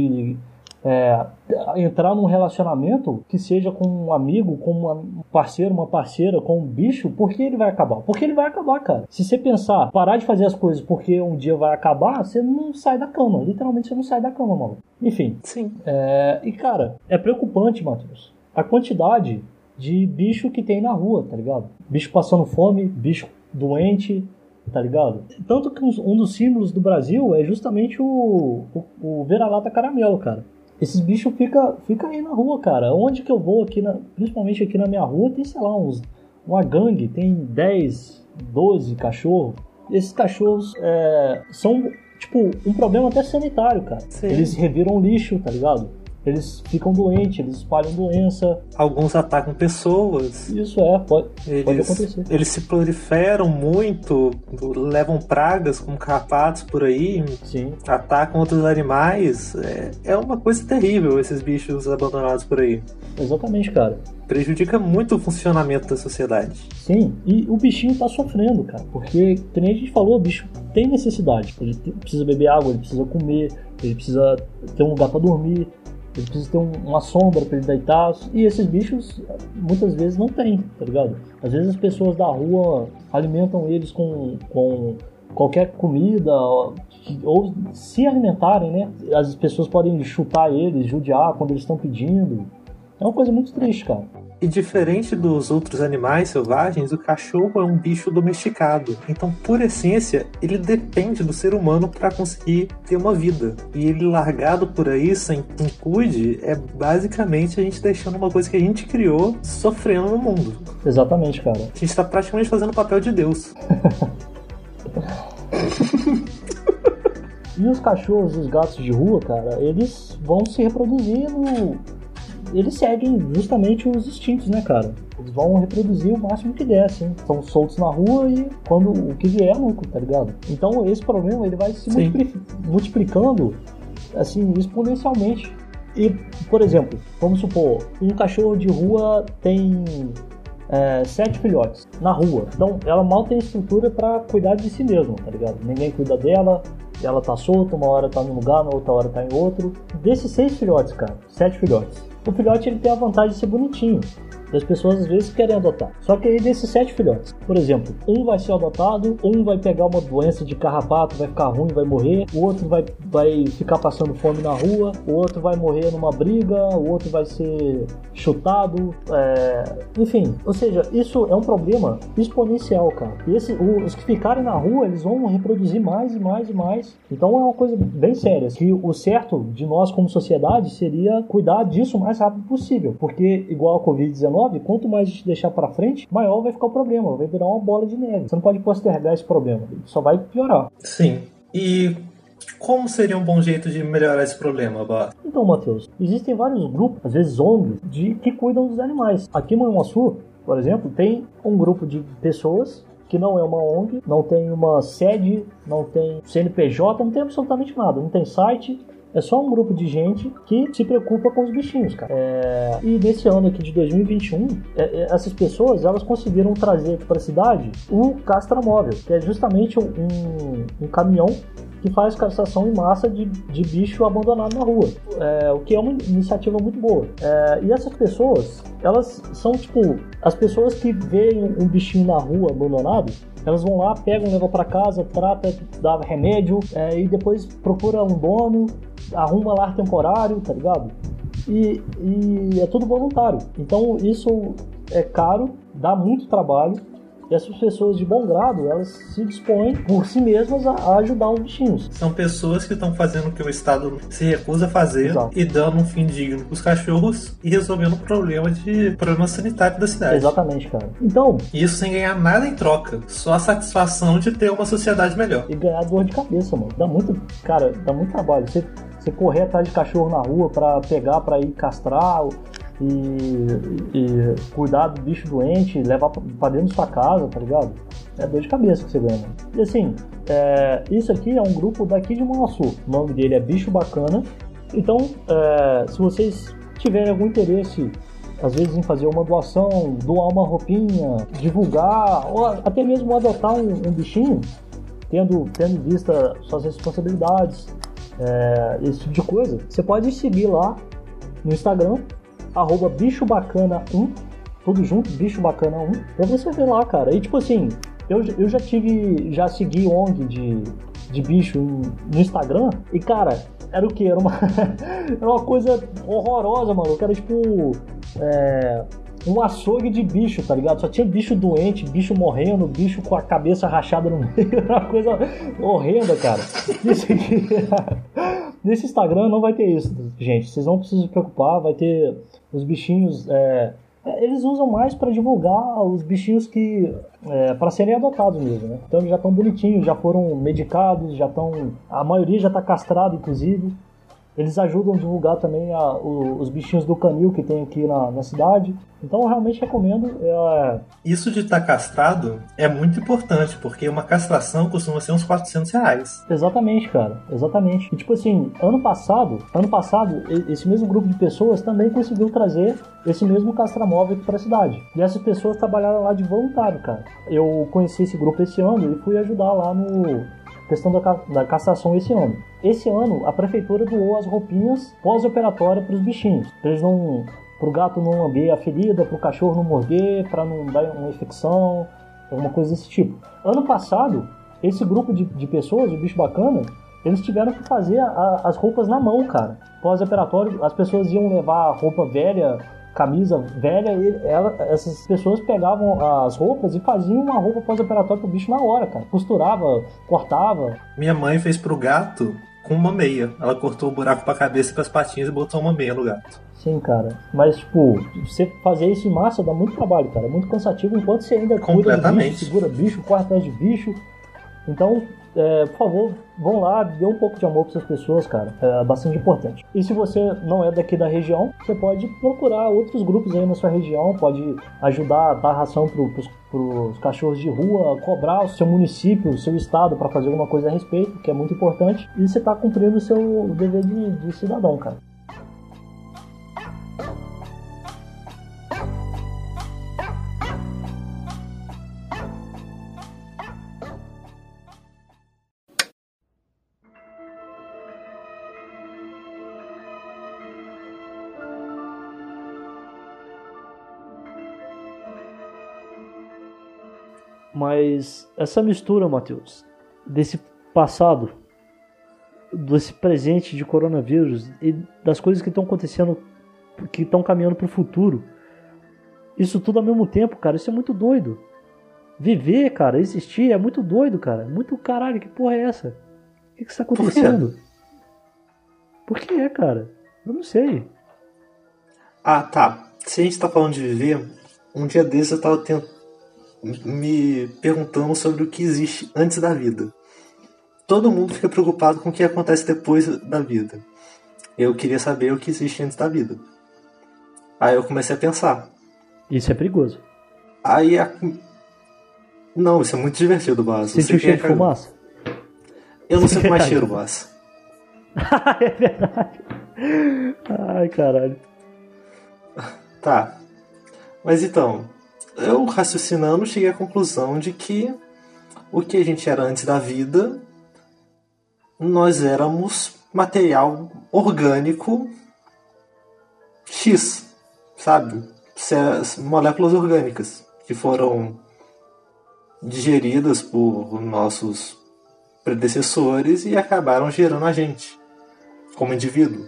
entrar num relacionamento que seja com um amigo, com um parceiro, uma parceira, com um bicho, porque ele vai acabar. Porque ele vai acabar, cara. Se você pensar, parar de fazer as coisas porque um dia vai acabar, você não sai da cama. Literalmente você não sai da cama, mano. Enfim. Sim. E, cara, é preocupante, Matheus, a quantidade de bicho que tem na rua, tá ligado? Bicho passando fome, bicho doente, tá ligado? Tanto que um dos símbolos do Brasil é justamente o vira-lata caramelo, cara. Esses bichos ficam aí na rua, cara. Onde que eu vou, principalmente aqui na minha rua, tem, sei lá, uma gangue, tem 10, 12 cachorros. Esses cachorros são, tipo, um problema até sanitário, cara. Sim. Eles reviram lixo, tá ligado? eles ficam doentes, eles espalham doença. Alguns atacam pessoas. Isso pode acontecer. Eles se proliferam muito, levam pragas como carrapatos por aí. Sim. Atacam outros animais. É uma coisa terrível esses bichos abandonados por aí. Exatamente, cara. Prejudica muito o funcionamento da sociedade. Sim, e o bichinho tá sofrendo, cara. Porque, como a gente falou, o bicho tem necessidade. Ele precisa beber água, ele precisa comer, ele precisa ter um lugar pra dormir, ele precisa ter uma sombra pra ele deitar. E esses bichos, muitas vezes, não tem, tá ligado? Às vezes as pessoas da rua alimentam eles com qualquer comida, ou se alimentarem, né? As pessoas podem chutar eles, judiar quando eles estão pedindo. É uma coisa muito triste, cara. E diferente dos outros animais selvagens, o cachorro é um bicho domesticado. Então, por essência, ele depende do ser humano para conseguir ter uma vida. E ele largado por aí, sem quem cuide, é basicamente a gente deixando uma coisa que a gente criou sofrendo no mundo. Exatamente, cara. A gente tá praticamente fazendo o papel de Deus. E os cachorros e os gatos de rua, cara, eles vão se reproduzindo. Eles seguem justamente os instintos, né, cara? Eles vão reproduzir o máximo que der, assim. Estão soltos na rua e quando o que vier é lucro, tá ligado? Então esse problema ele vai se multiplicando, assim, exponencialmente. E, por exemplo, vamos supor, um cachorro de rua tem 7 filhotes na rua. Então ela mal tem estrutura pra cuidar de si mesma, tá ligado? Ninguém cuida dela. Ela tá solta, uma hora tá num lugar, na outra hora tá em outro. Desses 6 filhotes, cara, 7 filhotes. O filhote ele tem a vantagem de ser bonitinho. E as pessoas às vezes querem adotar. Só que aí desses 7 filhotes, por exemplo, um vai ser adotado, um vai pegar uma doença de carrapato, vai ficar ruim, vai morrer, o outro vai ficar passando fome na rua, o outro vai morrer numa briga, o outro vai ser chutado, enfim. Ou seja, isso é um problema exponencial, cara. E os que ficarem na rua, eles vão reproduzir mais e mais e mais. Então é uma coisa bem séria. Que o certo de nós como sociedade seria cuidar disso o mais rápido possível. Porque igual a Covid-19, quanto mais a gente deixar pra frente, maior vai ficar o problema, vai virar uma bola de neve. Você não pode postergar esse problema, só vai piorar. Sim. E como seria um bom jeito de melhorar esse problema, Bá? Então, Matheus, existem vários grupos, às vezes ONGs, que cuidam dos animais. Aqui em Manhuaçu, por exemplo, tem um grupo de pessoas que não é uma ONG, não tem uma sede, não tem CNPJ, não tem absolutamente nada, não tem site. É só um grupo de gente que se preocupa com os bichinhos, cara. E nesse ano aqui de 2021, essas pessoas, elas conseguiram trazer aqui para a cidade o castramóvel, que é justamente um caminhão que faz castração em massa de bicho abandonado na rua. O que é uma iniciativa muito boa. E essas pessoas, elas são tipo as pessoas que veem um bichinho na rua abandonado. Elas vão lá, pegam, levam para casa, trata, dá remédio, e depois procura um dono, arruma lar temporário, tá ligado? E é tudo voluntário. Então isso é caro, dá muito trabalho. E essas pessoas de bom grado, elas se dispõem por si mesmas a ajudar os bichinhos. São pessoas que estão fazendo o que o Estado se recusa a fazer. Exato. E dando um fim digno para os cachorros e resolvendo o problema sanitário da cidade. Exatamente, cara. Então... Isso sem ganhar nada em troca. Só a satisfação de ter uma sociedade melhor. E ganhar dor de cabeça, mano. Dá muito trabalho. Você correr atrás de cachorro na rua pra pegar, pra ir castrar... E cuidar do bicho doente, levar pra dentro da sua casa, tá ligado? É dor de cabeça que você ganha. E assim, isso aqui é um grupo daqui de Manhuaçu. O nome dele é Bicho Bacana. Então, se vocês tiverem algum interesse, às vezes em fazer uma doação, doar uma roupinha, divulgar, ou até mesmo adotar um bichinho, tendo em vista suas responsabilidades, esse tipo de coisa, você pode seguir lá no Instagram, @bichobacana1, tudo junto, bichobacana1, pra você ver lá, cara. E tipo assim, eu já segui ONG de bicho no Instagram, e cara, era o que? Era uma coisa horrorosa, maluco. Era tipo um açougue de bicho, tá ligado? Só tinha bicho doente, bicho morrendo, bicho com a cabeça rachada no meio. Era uma coisa horrenda, cara. Nesse Instagram não vai ter isso, gente. Vocês não precisam se preocupar, vai ter os bichinhos. Eles usam mais para divulgar os bichinhos que para serem adotados mesmo, né? Então eles já estão bonitinhos, já foram medicados, a maioria já está castrado, inclusive. Eles ajudam a divulgar também os bichinhos do canil que tem aqui na cidade. Então eu realmente recomendo. Isso de estar castrado é muito importante, porque uma castração costuma ser uns R$400. Exatamente, cara. Exatamente. E tipo assim, ano passado, esse mesmo grupo de pessoas também conseguiu trazer esse mesmo castramóvel aqui pra cidade. E essas pessoas trabalharam lá de voluntário, cara. Eu conheci esse grupo esse ano e fui ajudar lá no questão da castração esse ano. Esse ano, a prefeitura doou as roupinhas pós-operatórias pros bichinhos. Pra eles não... Pro gato não lamber a ferida, pro cachorro não morder, pra não dar uma infecção, alguma coisa desse tipo. Ano passado, esse grupo de pessoas, o Bicho Bacana, eles tiveram que fazer as roupas na mão, cara. Pós-operatório, as pessoas iam levar roupa velha, camisa velha, e essas pessoas pegavam as roupas e faziam uma roupa pós-operatória pro bicho na hora, cara. Costurava, cortava. Minha mãe fez pro gato com uma meia. Ela cortou o buraco pra cabeça e pras patinhas e botou uma meia no gato. Sim, cara. Mas, tipo, você fazer isso em massa dá muito trabalho, cara. É muito cansativo enquanto você ainda cuida de bicho, segura bicho, corre atrás de bicho. Então, por favor, vão lá, dê um pouco de amor para essas pessoas, cara. É bastante importante. E se você não é daqui da região, você pode procurar outros grupos aí na sua região, pode ajudar a dar ração pros cachorros de rua, cobrar o seu município, o seu estado para fazer alguma coisa a respeito, que é muito importante. E você tá cumprindo o seu dever de cidadão, cara. Mas essa mistura, Matheus, desse passado, desse presente de coronavírus e das coisas que estão acontecendo, que estão caminhando para o futuro, isso tudo ao mesmo tempo, cara, isso é muito doido. Viver, cara, existir é muito doido, cara. Muito caralho, que porra é essa? O que está acontecendo? Por que, cara? Eu não sei. Ah, tá. Se a gente tá falando de viver, um dia desses eu tava me perguntando sobre o que existe antes da vida. Todo mundo fica preocupado com o que acontece depois da vida. Eu queria saber o que existe antes da vida. Aí eu comecei a pensar. Isso é perigoso. Aí Não, isso é muito divertido, Bas. Sentiu o cheiro de fumaça? Eu não sinto mais cheiro, Bas. É verdade. Ai, caralho. Tá. Mas então, eu raciocinando cheguei à conclusão de que o que a gente era antes da vida, nós éramos material orgânico X, sabe? Moléculas orgânicas que foram digeridas por nossos predecessores e acabaram gerando a gente como indivíduo.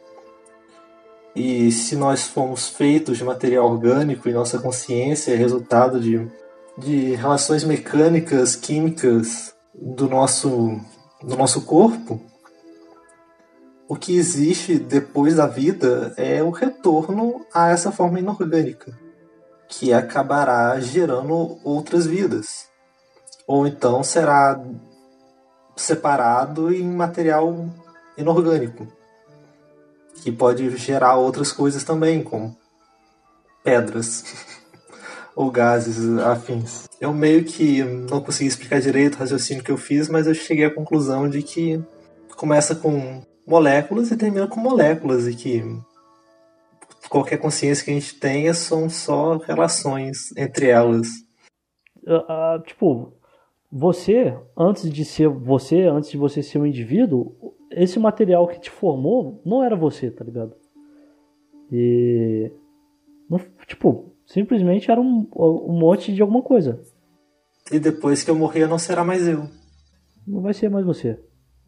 E se nós fomos feitos de material orgânico e nossa consciência é resultado de relações mecânicas, químicas do nosso corpo, o que existe depois da vida é o retorno a essa forma inorgânica, que acabará gerando outras vidas. Ou então será separado em material inorgânico, que pode gerar outras coisas também, como pedras ou gases afins. Eu meio que não consegui explicar direito o raciocínio que eu fiz, mas eu cheguei à conclusão de que começa com moléculas e termina com moléculas, e que qualquer consciência que a gente tenha são só relações entre elas. Tipo, antes de você ser um indivíduo, esse material que te formou não era você, tá ligado? E... tipo, simplesmente era um monte de alguma coisa. E depois que eu morrer, não será mais eu. Não vai ser mais você.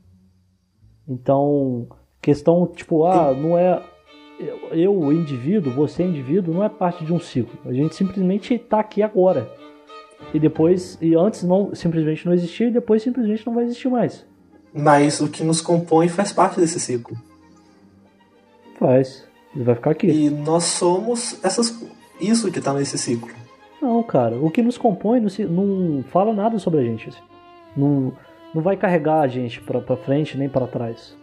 Então, questão, tipo, não é... Eu, indivíduo, você, indivíduo, não é parte de um ciclo. A gente simplesmente tá aqui agora. E antes simplesmente não existia, e depois simplesmente não vai existir mais. Mas o que nos compõe faz parte desse ciclo. Faz. Ele vai ficar aqui. E nós somos isso que tá nesse ciclo. Não, cara. O que nos compõe não fala nada sobre a gente. Assim. Não vai carregar a gente pra frente nem pra trás.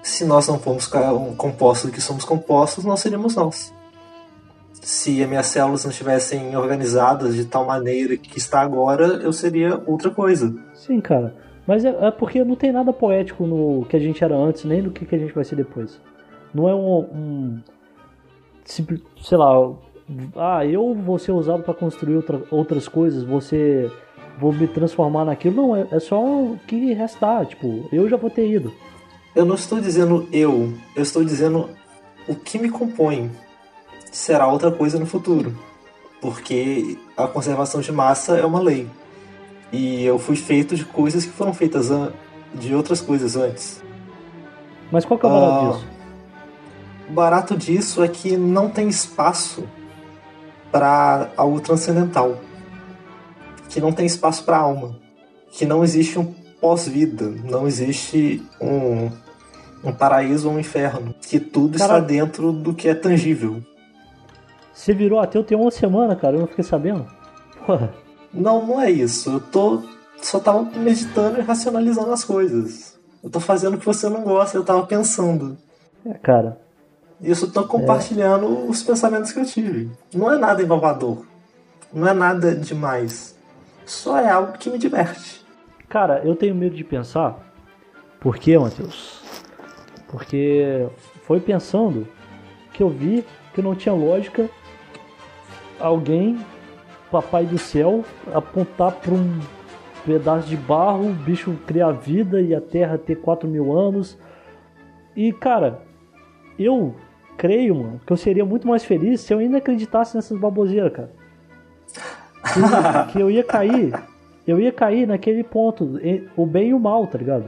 Se nós não formos compostos do que somos compostos, nós seríamos nós. Se as minhas células não estivessem organizadas de tal maneira que está agora, eu seria outra coisa. Sim, cara. Mas é porque não tem nada poético no que a gente era antes, nem no que a gente vai ser depois. Não é sei lá, eu vou ser usado para construir outras coisas, vou me transformar naquilo. Não, é só o que restar, tipo, eu já vou ter ido. Eu não estou dizendo eu estou dizendo o que me compõe será outra coisa no futuro. Porque a conservação de massa é uma lei. E eu fui feito de coisas que foram feitas de outras coisas antes. Mas qual que é o barato disso? O barato disso é que não tem espaço para algo transcendental. Que não tem espaço para alma. Que não existe um pós-vida. Não existe um paraíso ou um inferno. Que tudo está dentro do que é tangível. Você virou ateu tem uma semana, cara. Eu não fiquei sabendo. Porra. Não é isso. Eu só tava meditando e racionalizando as coisas. Eu tô fazendo o que você não gosta, eu tava pensando. Cara. E eu só tô compartilhando os pensamentos que eu tive. Não é nada inovador. Não é nada demais. Só é algo que me diverte. Cara, eu tenho medo de pensar. Por quê, Matheus? Porque foi pensando que eu vi que não tinha lógica alguém, papai do céu, apontar para um pedaço de barro, o bicho criar vida e a Terra ter 4.000 anos. E, cara, eu creio, mano, que eu seria muito mais feliz se eu ainda acreditasse nessas baboseiras, cara. Que eu ia cair naquele ponto, o bem e o mal, tá ligado?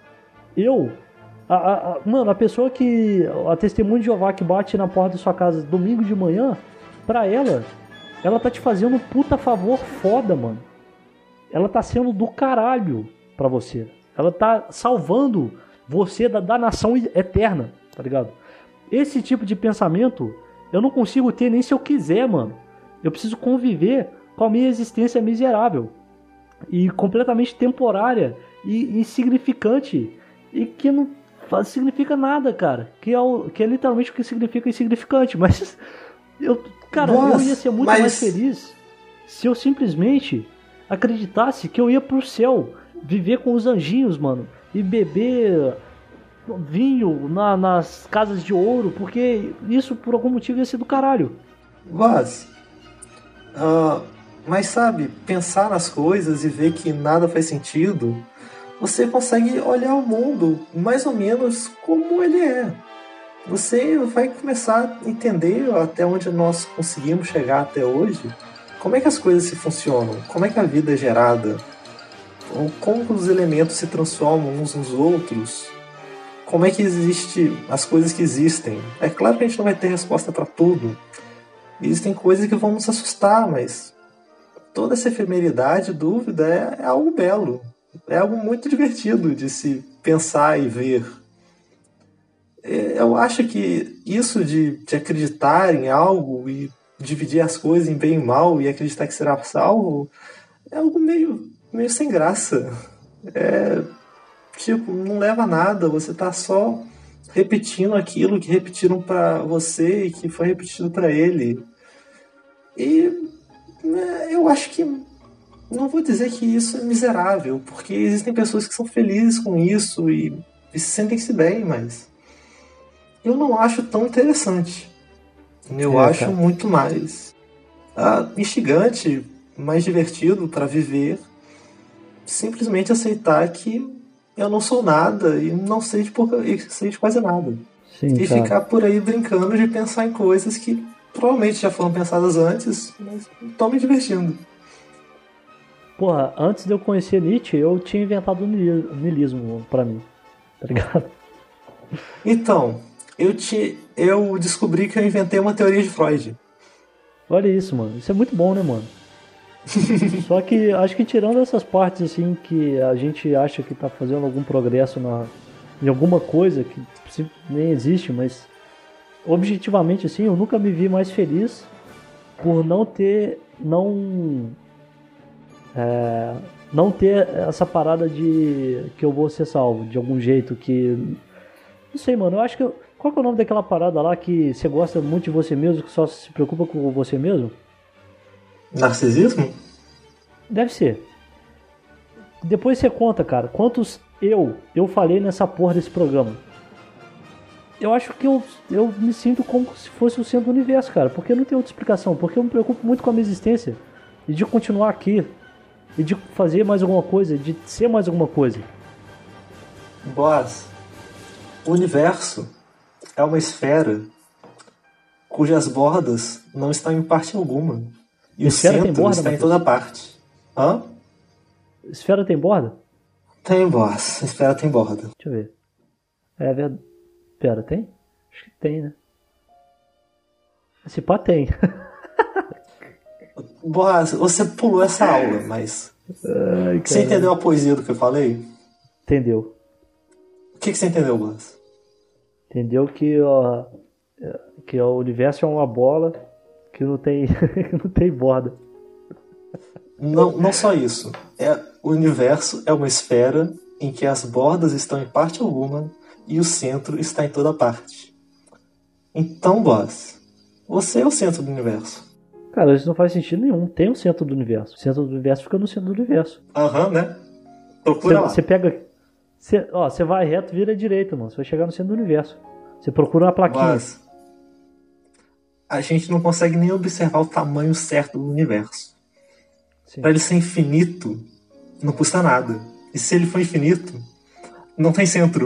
Mano, a pessoa a testemunha de Jeová que bate na porta da sua casa domingo de manhã, pra ela tá te fazendo um puta favor foda, mano. Ela tá sendo do caralho pra você. Ela tá salvando você da nação eterna, tá ligado? Esse tipo de pensamento eu não consigo ter nem se eu quiser, mano. Eu preciso conviver com a minha existência miserável e completamente temporária e insignificante e que não significa nada, cara. Que é literalmente o que significa insignificante. Mas eu ia ser muito mais feliz se eu simplesmente acreditasse que eu ia pro céu, viver com os anjinhos, mano, e beber vinho nas casas de ouro, porque isso por algum motivo ia ser do caralho. Mas sabe, pensar nas coisas e ver que nada faz sentido, você consegue olhar o mundo mais ou menos como ele é. Você vai começar a entender até onde nós conseguimos chegar até hoje, como é que as coisas se funcionam, como é que a vida é gerada, como os elementos se transformam uns nos outros, como é que existe as coisas que existem. É claro que a gente não vai ter resposta para tudo. Existem coisas que vão nos assustar, mas toda essa efemeridade, dúvida, é algo belo. É algo muito divertido de se pensar e ver. Eu acho que isso de acreditar em algo e dividir as coisas em bem e mal e acreditar que será salvo é algo meio sem graça. Não leva a nada, você tá só repetindo aquilo que repetiram para você e que foi repetido para ele. E eu acho que não vou dizer que isso é miserável, porque existem pessoas que são felizes com isso e se sentem-se bem, mas eu não acho tão interessante. Eu acho muito mais instigante, mais divertido para viver, simplesmente aceitar que eu não sou nada e não sei de quase nada. Sim, e ficar por aí brincando de pensar em coisas que provavelmente já foram pensadas antes, mas estão me divertindo. Porra, antes de eu conhecer Nietzsche, eu tinha inventado o niilismo pra mim, tá ligado? Então, eu descobri que eu inventei uma teoria de Freud. Olha isso, mano. Isso é muito bom, né, mano? Só que acho que tirando essas partes assim que a gente acha que tá fazendo algum progresso em alguma coisa que nem existe, mas objetivamente assim, eu nunca me vi mais feliz por não ter essa parada de que eu vou ser salvo de algum jeito, que Não sei, mano. Eu acho que. Qual que é o nome daquela parada lá que você gosta muito de você mesmo, que só se preocupa com você mesmo? Narcisismo? Deve ser. Depois você conta, cara, quantos eu falei nessa porra desse programa. Eu acho que eu me sinto como se fosse o centro do universo, cara. Porque não tem outra explicação. Porque eu me preocupo muito com a minha existência. E de continuar aqui. E de fazer mais alguma coisa. De ser mais alguma coisa. Boaz, o universo é uma esfera cujas bordas não estão em parte alguma. E Esfera o tem centro borda, está em Matheus? toda parte. Hã? Esfera tem borda? Tem, Boaz. A esfera tem borda. Deixa eu ver. É verdade. Pera, tem? Acho que tem, né? Esse pá tem. Boaz, você pulou essa aula, mas... Ai, Você entendeu a poesia do que eu falei? Entendeu. O que você entendeu, Boaz? Entendeu que, ó, que o universo é uma bola que não tem, que não tem borda. Não só isso. O universo é uma esfera em que as bordas estão em parte alguma e o centro está em toda parte. Então, Boaz, você é o centro do universo. Cara, isso não faz sentido nenhum. Tem o centro do universo. O centro do universo fica no centro do universo. Aham, né? Procura lá. Você pega... Você vai reto, vira à direita, mano. Você vai chegar no centro do universo. Você procura uma plaquinha. Mas a gente não consegue nem observar o tamanho certo do universo. Sim. Para ele ser infinito, não custa nada. E se ele for infinito, não tem centro.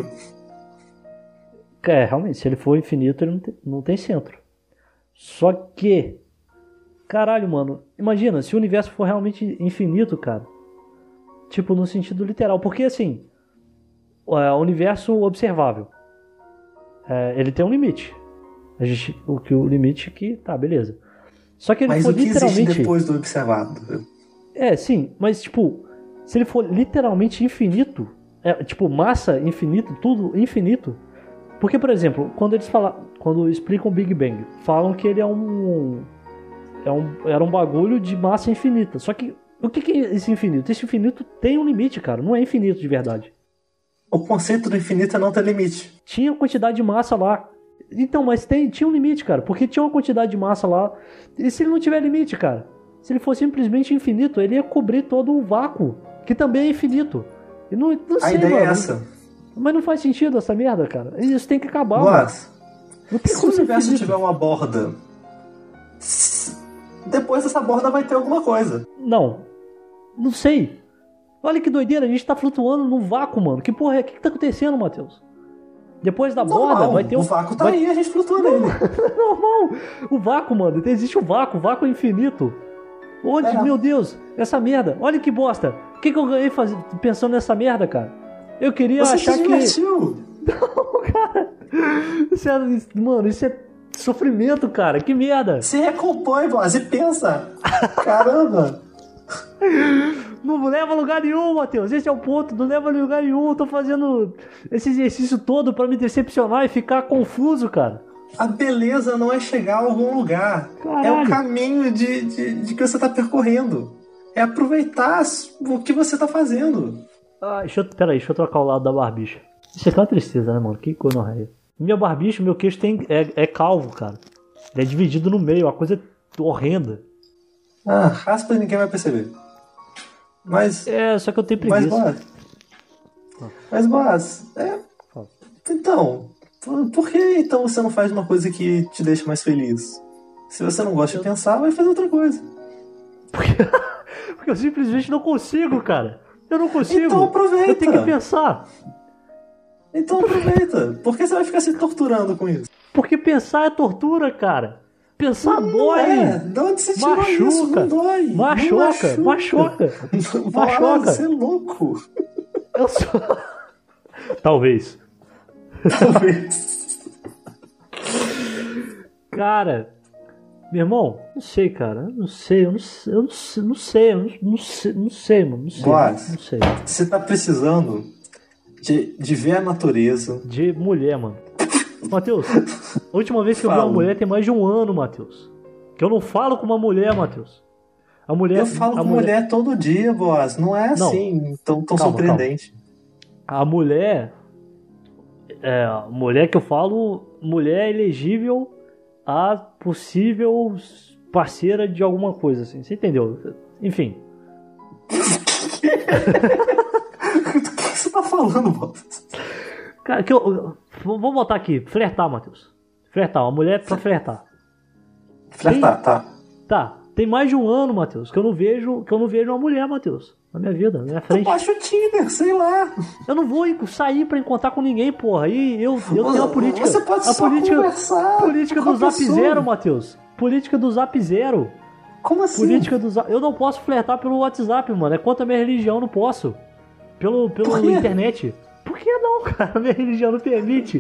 É, realmente, se ele for infinito, ele não tem centro. Só que... Caralho, mano. Imagina, se o universo for realmente infinito, cara. Tipo, no sentido literal. Porque, assim... O universo observável. Ele tem um limite. O limite que... Tá, beleza. Só que ele Mas for o que literalmente... existe depois do observado? Sim. Mas, tipo... Se ele for literalmente infinito... tipo, massa infinito, tudo infinito... Porque, por exemplo, quando explicam o Big Bang, falam que ele era um bagulho de massa infinita. Só que, o que é esse infinito? Esse infinito tem um limite, cara. Não é infinito de verdade. O conceito do infinito é não ter limite. Tinha quantidade de massa lá. Então, mas tinha um limite, cara. Porque tinha uma quantidade de massa lá. E se ele não tiver limite, cara? Se ele for simplesmente infinito, ele ia cobrir todo o vácuo, que também é infinito. E não sei, A ideia mano. é essa. Mas não faz sentido essa merda, cara. Isso tem que acabar, Mas, não tem se o como ser universo infinito. tiver uma borda, depois dessa borda vai ter alguma coisa. Não sei. Olha que doideira, a gente tá flutuando num vácuo, mano. Que porra é? O que tá acontecendo, Matheus? Depois da borda vai ter o vácuo tá aí, a gente flutua nele. Normal. O vácuo, mano. Existe o vácuo é infinito. Onde, meu Deus, essa merda. Olha que bosta. O que eu ganhei pensando nessa merda, cara? Eu queria Você achar se divertiu. Não, cara. Mano, isso é sofrimento, cara. Que merda. Se recompõe, Boaz, e pensa. Caramba. Não leva a lugar nenhum, Matheus. Esse é o ponto. Não leva a lugar nenhum. Eu tô fazendo esse exercício todo pra me decepcionar e ficar confuso, cara. A beleza não é chegar a algum lugar. Caralho. É o caminho de que você tá percorrendo. É aproveitar o que você tá fazendo. Peraí, deixa eu trocar o lado da barbicha. Isso aqui é uma tristeza, né, mano? Que gonorreia. Minha barbicha, meu queixo é calvo, cara. Ele é dividido no meio, uma coisa horrenda. Raspa e ninguém vai perceber. Mas... só que eu tenho preguiça. Mas, Boaz, então, por que então você não faz uma coisa que te deixa mais feliz? Se você não gosta de pensar, vai fazer outra coisa. Porque eu simplesmente não consigo, cara. Eu não consigo. Então aproveita. Eu tenho que pensar. Então aproveita. Por que você vai ficar se torturando com isso? Porque pensar é tortura, cara. Pensar dói. De onde você tirou isso? Não dói. Machuca. Você é louco. Eu sou... Talvez. Cara, meu irmão, não sei, cara. Eu não sei, mano. Boaz, não sei. Você tá precisando de ver a natureza. De mulher, mano. Matheus, a última vez que eu vi uma mulher tem mais de um ano, Matheus. Que eu não falo com uma mulher, Matheus. Eu falo com mulher todo dia, Boaz. Não é assim tão surpreendente. Calma. A mulher... mulher que eu falo, mulher elegível a possível parceira de alguma coisa, assim. Você entendeu? Enfim. Do que você tá falando, Matheus? Cara, vou botar aqui. Flertar, Matheus. Flertar. Uma mulher pra flertar. Flertar, tá. Tá. Tem mais de um ano, Matheus, que eu não vejo uma mulher, Matheus. Na minha vida, na minha frente. Baixa o Tinder, sei lá. Eu não vou sair pra encontrar com ninguém, porra. E eu tenho uma política. Você pode só conversar. Política do Zap Zero, Matheus. Política do Zap Zero. Como assim? Política do Zap. Eu não posso flertar pelo WhatsApp, mano. É contra a minha religião, não posso. Pela internet. Por que não, cara? Minha religião não permite.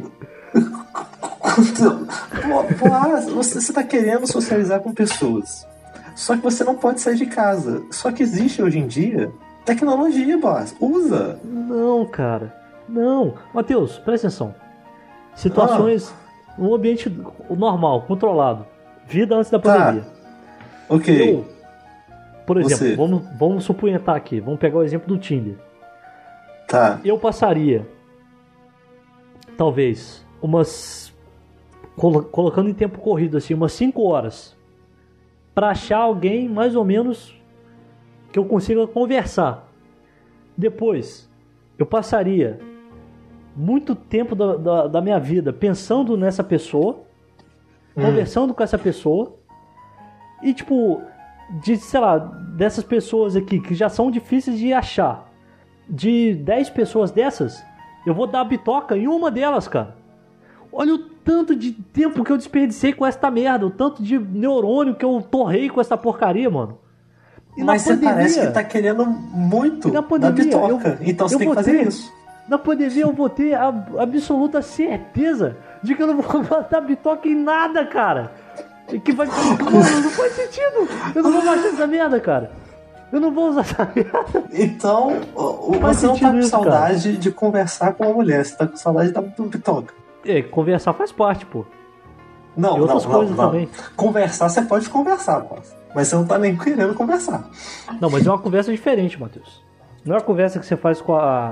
Você tá querendo socializar com pessoas. Só que você não pode sair de casa. Só que existe hoje em dia tecnologia, boss. Usa. Não, cara. Não. Matheus, presta atenção. Situações. Um ambiente normal, controlado. Vida antes da pandemia. Ok. Por exemplo, vamos supontar aqui. Vamos pegar o exemplo do Tinder. Tá. Eu passaria, talvez, colocando em tempo corrido, assim, umas 5 horas pra achar alguém mais ou menos que eu consiga conversar. Depois, eu passaria muito tempo da minha vida pensando nessa pessoa, conversando com essa pessoa, e tipo, sei lá, dessas pessoas aqui que já são difíceis de achar, de 10 pessoas dessas, eu vou dar a bitoca em uma delas, cara. Olha o tanto de tempo que eu desperdicei com esta merda, o tanto de neurônio que eu torrei com essa porcaria, mano. E mas você parece que tá querendo muito da bitoca, então você tem que fazer isso. Na pandemia eu vou ter a absoluta certeza de que eu não vou botar bitoca em nada, cara. Que vai... Mano, não faz sentido. Eu não vou baixar essa merda, cara. Eu não vou usar essa merda. Então, você não tá com saudade de conversar com uma mulher, você tá com saudade da bitoca. Conversar faz parte, pô. Não, e outras coisas também. Conversar, você pode conversar, pô. Mas você não tá nem querendo conversar. Não, mas é uma conversa diferente, Matheus. Não é uma conversa que você faz com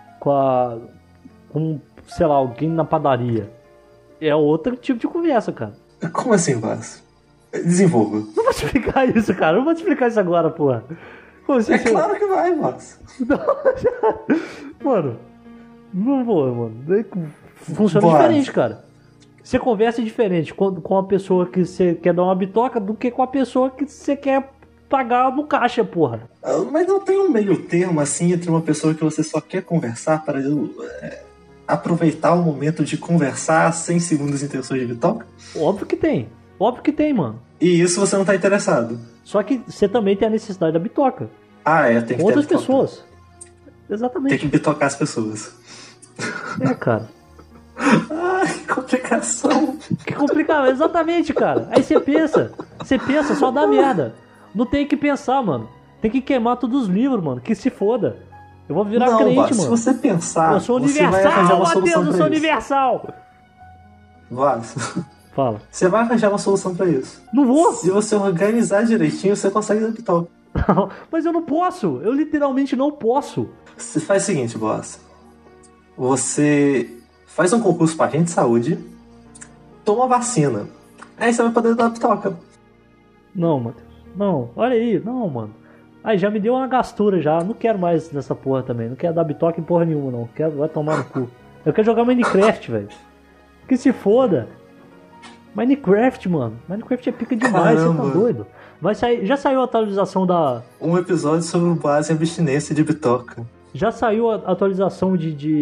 sei lá, alguém na padaria. É outro tipo de conversa, cara. Como assim, Vaz? Desenvolva. Não vou te explicar isso, cara. Não vou te explicar isso agora, porra. Claro que vai, Vaz. Mano, não vou, mano. Funciona diferente, cara. Você conversa diferente com a pessoa que você quer dar uma bitoca do que com a pessoa que você quer pagar no caixa, porra. Mas não tem um meio termo, assim, entre uma pessoa que você só quer conversar para aproveitar o momento de conversar sem segundas intenções de bitoca? Óbvio que tem, mano. E isso você não tá interessado? Só que você também tem a necessidade da bitoca. Tem que outras pessoas. Exatamente. Tem que bitocar as pessoas. Cara. Que complicação. Que complicado, exatamente, cara. Aí você pensa, só dá merda. Não tem que pensar, mano. Tem que queimar todos os livros, mano. Que se foda. Eu vou virar crente, mano. Se você pensar, eu sou universal, Matheus, eu sou universal. Vaz. Fala. Você vai arranjar uma solução pra isso. Não vou. Se você organizar direitinho, você consegue dar bitoca. Não, mas eu não posso. Eu literalmente não posso. Você faz o seguinte, boss. Você faz um concurso pra agente de saúde, toma vacina. Aí você vai poder dar bitoca. Não, Matheus. Não. Olha aí. Não, mano. Aí já me deu uma gastura já. Não quero mais dessa porra também. Não quero dar bitoca em porra nenhuma, não. Vai tomar no cu. Eu quero jogar Minecraft, velho. Que se foda. Minecraft, mano. Minecraft é pica demais. Caramba. Você tá doido? Já saiu a atualização da... Um episódio sobre o base e abstinência de bitoca. Já saiu a atualização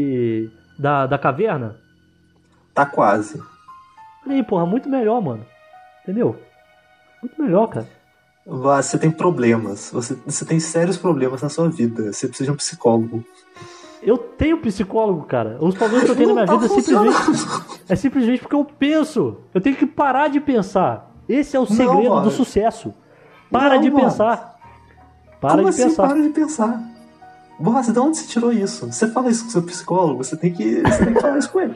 da caverna? Tá quase. Olha aí, porra. Muito melhor, mano. Entendeu? Muito melhor, cara. Você tem problemas. Você tem sérios problemas na sua vida. Você precisa de um psicólogo. Eu tenho psicólogo, cara. Os problemas que eu tenho na minha vida é simplesmente porque eu penso. Eu tenho que parar de pensar. Esse é o segredo do sucesso. Para de pensar. Para de pensar. Bossa, de onde você tirou isso? Você fala isso com seu psicólogo, você tem que falar isso com ele.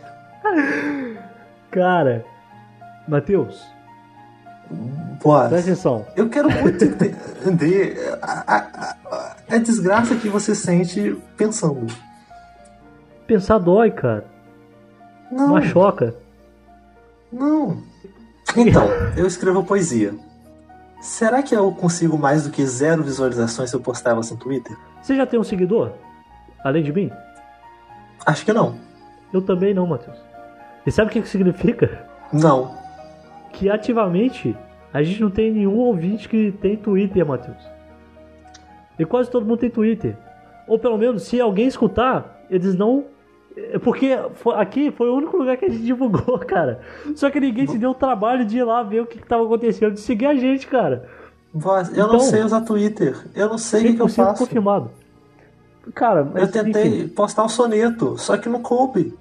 Cara, Matheus, presta atenção. Eu quero muito entender a desgraça que você sente pensando. Pensar dói, cara. Não. Machoca. Não. Então, eu escrevo poesia. Será que eu consigo mais do que 0 visualizações se eu postar elas no Twitter? Você já tem um seguidor? Além de mim? Acho que não. Eu também não, Matheus. E sabe o que significa? Não. Que ativamente a gente não tem nenhum ouvinte que tem Twitter, Matheus. E quase todo mundo tem Twitter. Ou pelo menos, se alguém escutar, eles não... Porque aqui foi o único lugar que a gente divulgou, cara. Só que ninguém se deu o trabalho de ir lá ver o que estava acontecendo, de seguir a gente, cara. Voz, eu não sei usar Twitter. Eu não sei o que eu faço. Confirmado. Cara, mas, eu tentei enfim. postar um soneto, só que não coube.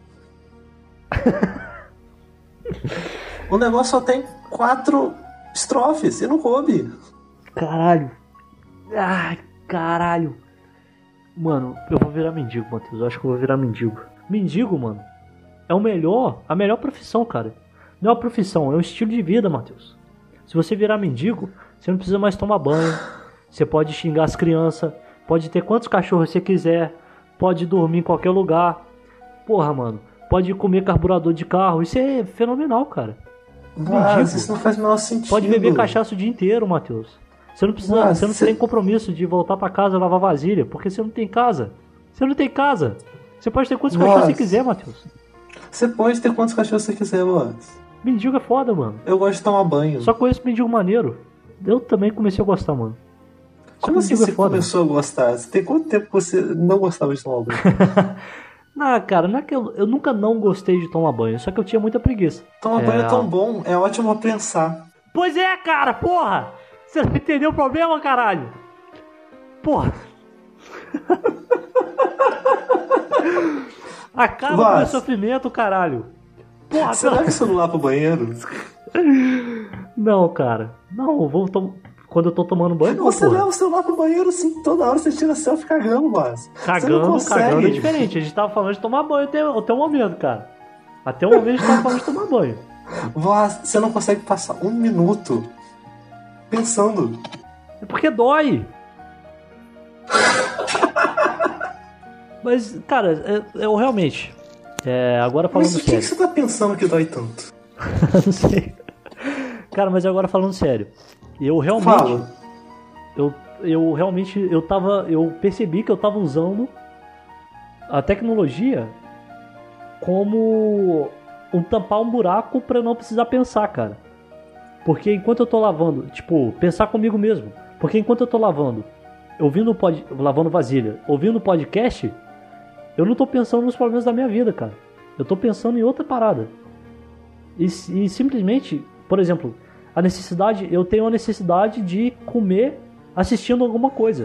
O negócio só tem 4 estrofes e não coube. Caralho. Ai, caralho. Mano, eu vou virar mendigo, Matheus. Eu acho que eu vou virar mendigo. Mendigo, mano, é a melhor profissão, cara. Não é uma profissão, é um estilo de vida, Matheus. Se você virar mendigo, você não precisa mais tomar banho. Você pode xingar as crianças. Pode ter quantos cachorros você quiser. Pode dormir em qualquer lugar. Porra, mano. Pode comer carburador de carro. Isso é fenomenal, cara. Mas isso não faz o menor sentido. Pode beber cachaça o dia inteiro, Matheus. Você não precisa, você não tem compromisso de voltar pra casa e lavar vasilha, porque você não tem casa. Você não tem casa. Você pode ter quantos cachorros você quiser, Matheus. Você pode ter quantos cachorros você quiser, Boaz. Mendigo é foda, mano. Eu gosto de tomar banho. Só conheço mendigo maneiro. Eu também comecei a gostar, mano. Como assim você começou a gostar? Você tem quanto tempo que você não gostava de tomar banho? Não, cara, não é que eu nunca não gostei de tomar banho, só que eu tinha muita preguiça. Tomar banho é tão bom, é ótimo pra pensar. Pois é, cara, porra! Você não entendeu o problema, caralho? Porra! Acaba com o meu sofrimento, caralho! Porra, você leva o celular pro banheiro? Não, cara. Não, quando eu tô tomando banho, não, você leva o celular pro banheiro, sim. Toda hora você tira selfie cagando, mas cagando é diferente. A gente tava falando de tomar banho até um momento, cara. Até o momento a gente tava falando de tomar banho. Você não consegue passar 1 minuto pensando. É porque dói. Mas, cara, eu realmente... agora falando sério... Mas o que você tá pensando que dói tanto? Não sei. Cara, mas agora falando sério... Eu realmente... Fala. Eu realmente... Eu percebi que eu tava usando a tecnologia como tampar um buraco pra não precisar pensar, cara. Porque enquanto eu tô lavando... Tipo, pensar comigo mesmo. Porque enquanto eu tô lavando... lavando vasilha, ouvindo podcast, eu não tô pensando nos problemas da minha vida, cara. Eu tô pensando em outra parada. E simplesmente, por exemplo, eu tenho a necessidade de comer assistindo alguma coisa.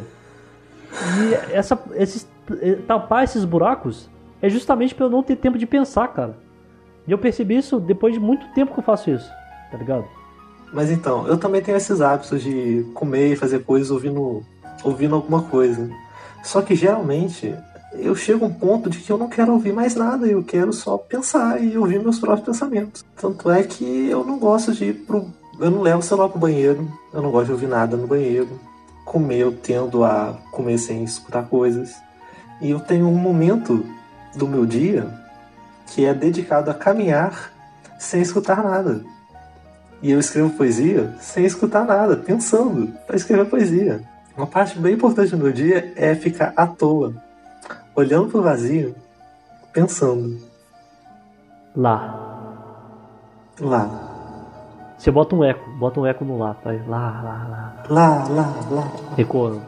E tapar esses buracos é justamente pra eu não ter tempo de pensar, cara. E eu percebi isso depois de muito tempo que eu faço isso, tá ligado? Mas então, eu também tenho esses hábitos de comer e fazer coisas ouvindo alguma coisa. Só que geralmente eu chego a um ponto de que eu não quero ouvir mais nada, eu quero só pensar e ouvir meus próprios pensamentos. Tanto é que eu não gosto de ir eu não levo o celular pro banheiro, eu não gosto de ouvir nada no banheiro. Comer, eu tendo a comer sem escutar coisas. E eu tenho um momento do meu dia que é dedicado a caminhar sem escutar nada. E eu escrevo poesia sem escutar nada, pensando para escrever poesia. Uma parte bem importante do meu dia é ficar à toa, olhando pro vazio, pensando. Lá. Você bota um eco no lá, tá? Lá. Ecoando.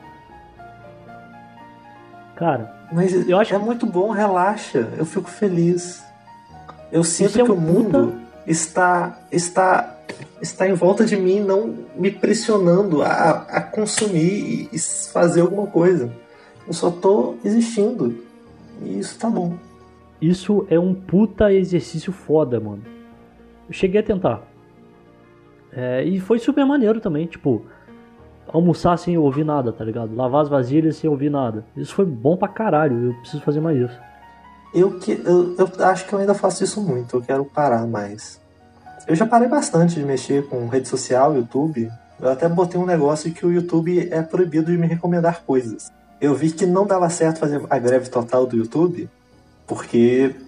Cara, mas eu acho é muito bom, relaxa, eu fico feliz. Eu sinto que o mundo está em volta de mim, não me pressionando a consumir e fazer alguma coisa. Eu só tô existindo. E isso tá bom. Isso é um puta exercício foda, mano. Eu cheguei a tentar. E foi super maneiro também, tipo, almoçar sem ouvir nada, tá ligado? Lavar as vasilhas sem ouvir nada. Isso foi bom pra caralho, eu preciso fazer mais isso. Eu acho que eu ainda faço isso muito, eu quero parar mais. Eu já parei bastante de mexer com rede social, YouTube. Eu até botei um negócio que o YouTube é proibido de me recomendar coisas. Eu vi que não dava certo fazer a greve total do YouTube, porque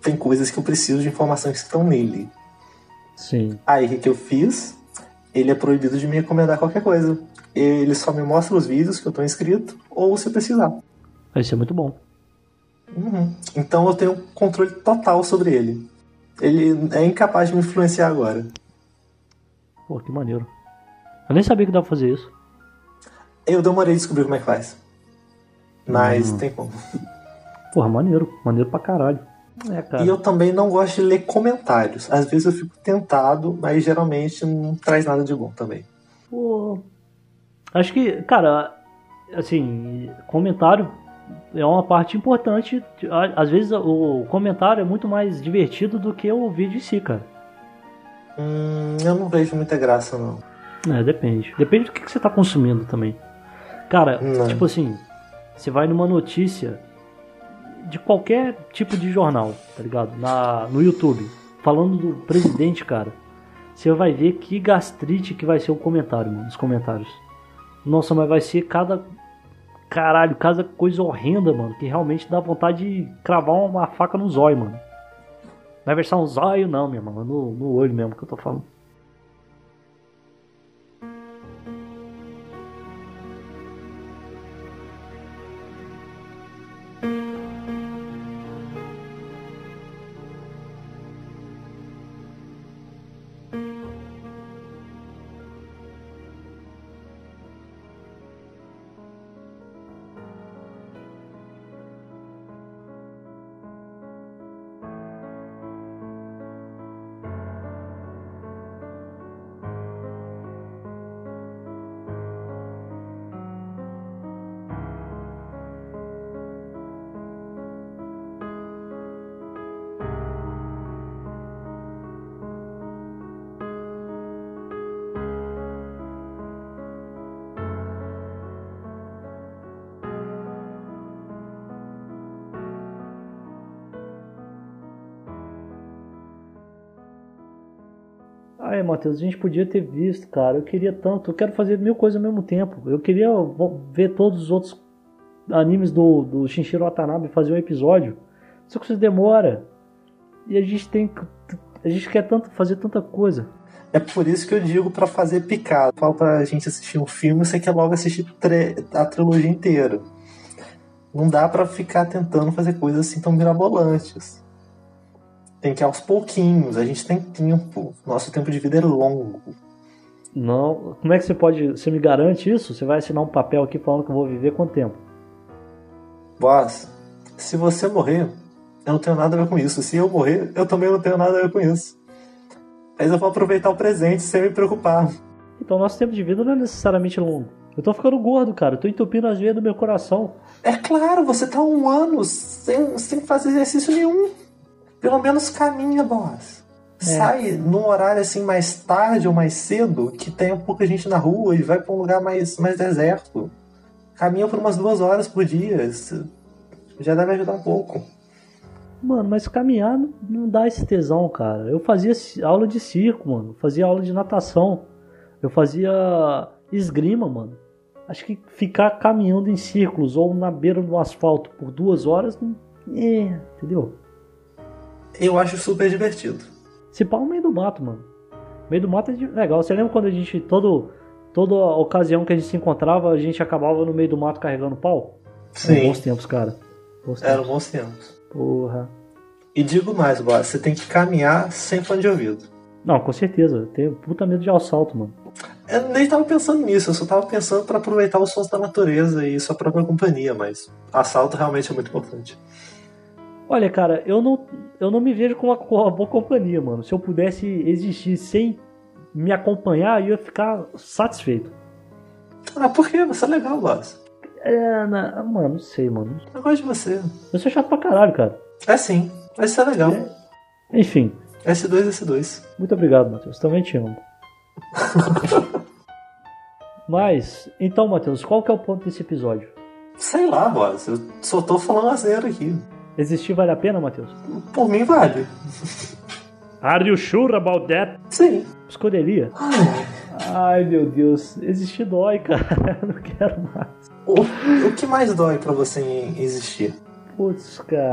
tem coisas que eu preciso de informações que estão nele. Sim. Aí o que eu fiz? Ele é proibido de me recomendar qualquer coisa. Ele só me mostra os vídeos que eu tô inscrito, ou se precisar. Isso é muito bom. Então eu tenho controle total sobre ele. Ele é incapaz de me influenciar agora. Pô, que maneiro. Eu nem sabia que dava pra fazer isso. Eu demorei a descobrir como é que faz. Mas tem como. Porra, maneiro. Maneiro pra caralho. Cara. E eu também não gosto de ler comentários. Às vezes eu fico tentado, mas geralmente não traz nada de bom também. Pô, acho que, cara, assim, comentário é uma parte importante. Às vezes o comentário é muito mais divertido do que o vídeo em si, cara. Eu não vejo muita graça, não. Depende. Depende do que você tá consumindo também. Cara, tipo assim, você vai numa notícia de qualquer tipo de jornal, tá ligado? No YouTube, falando do presidente, cara. Você vai ver que gastrite que vai ser o comentário, mano, os comentários. Nossa, mas vai ser cada coisa horrenda, mano, que realmente dá vontade de cravar uma faca no zóio, mano. Não é versão zóio não, minha mano, no olho mesmo que eu tô falando. Matheus, a gente podia ter visto, cara. Eu queria tanto. Eu quero fazer 1000 coisas ao mesmo tempo. Eu queria ver todos os outros animes do Shinichiro Watanabe, fazer um episódio. Só que isso demora. E a gente quer tanto fazer tanta coisa. É por isso que eu digo pra fazer picado. Falta a gente assistir um filme, você quer logo assistir a trilogia inteira. Não dá pra ficar tentando fazer coisas assim tão mirabolantes. Tem que ir aos pouquinhos, a gente tem tempo. Nosso tempo de vida é longo. Não, como é que você me garante isso? Você vai assinar um papel aqui falando que eu vou viver quanto tempo? Boss, se você morrer, eu não tenho nada a ver com isso. Se eu morrer, eu também não tenho nada a ver com isso. Mas eu vou aproveitar o presente sem me preocupar. Então nosso tempo de vida não é necessariamente longo. Eu tô ficando gordo, cara. Eu tô entupindo as veias do meu coração. É claro, você tá 1 ano sem fazer exercício nenhum. Pelo menos caminha, boss. Sai num horário assim mais tarde ou mais cedo, que tenha pouca gente na rua e vai pra um lugar mais deserto. Caminha por umas 2 horas por dia. Já deve ajudar um pouco. Mano, mas caminhar não dá esse tesão, cara. Eu fazia aula de circo, mano. Eu fazia aula de natação. Eu fazia esgrima, mano. Acho que ficar caminhando em círculos ou na beira do asfalto por 2 horas, entendeu? Eu acho super divertido. Se pá no meio do mato, mano. Meio do mato é legal. Você lembra quando a gente, toda ocasião que a gente se encontrava, a gente acabava no meio do mato carregando pau? Sim. Eram bons tempos, cara. Eram bons tempos. Porra. E digo mais, boss, você tem que caminhar sem fone de ouvido. Não, com certeza. Eu tenho puta medo de assalto, mano. Eu nem tava pensando nisso, eu só tava pensando pra aproveitar os sons da natureza e sua própria companhia, mas assalto realmente é muito importante. Olha, cara, eu não me vejo com uma boa companhia, mano. Se eu pudesse existir sem me acompanhar, eu ia ficar satisfeito. Ah, por quê? Você é legal, boss. Mano, não sei, mano. Eu gosto de você. Eu sou chato pra caralho, cara. É sim, mas isso é legal. Enfim. S2. Muito obrigado, Matheus. Também te amo. Mas, então, Matheus, qual que é o ponto desse episódio? Sei lá, boss. Eu só tô falando asneira aqui. Existir vale a pena, Matheus? Por mim vale. Are you sure about that? Sim. Escolheria? Ai, meu Deus. Existir dói, cara. Eu não quero mais. O que mais dói pra você em existir? Putz, cara.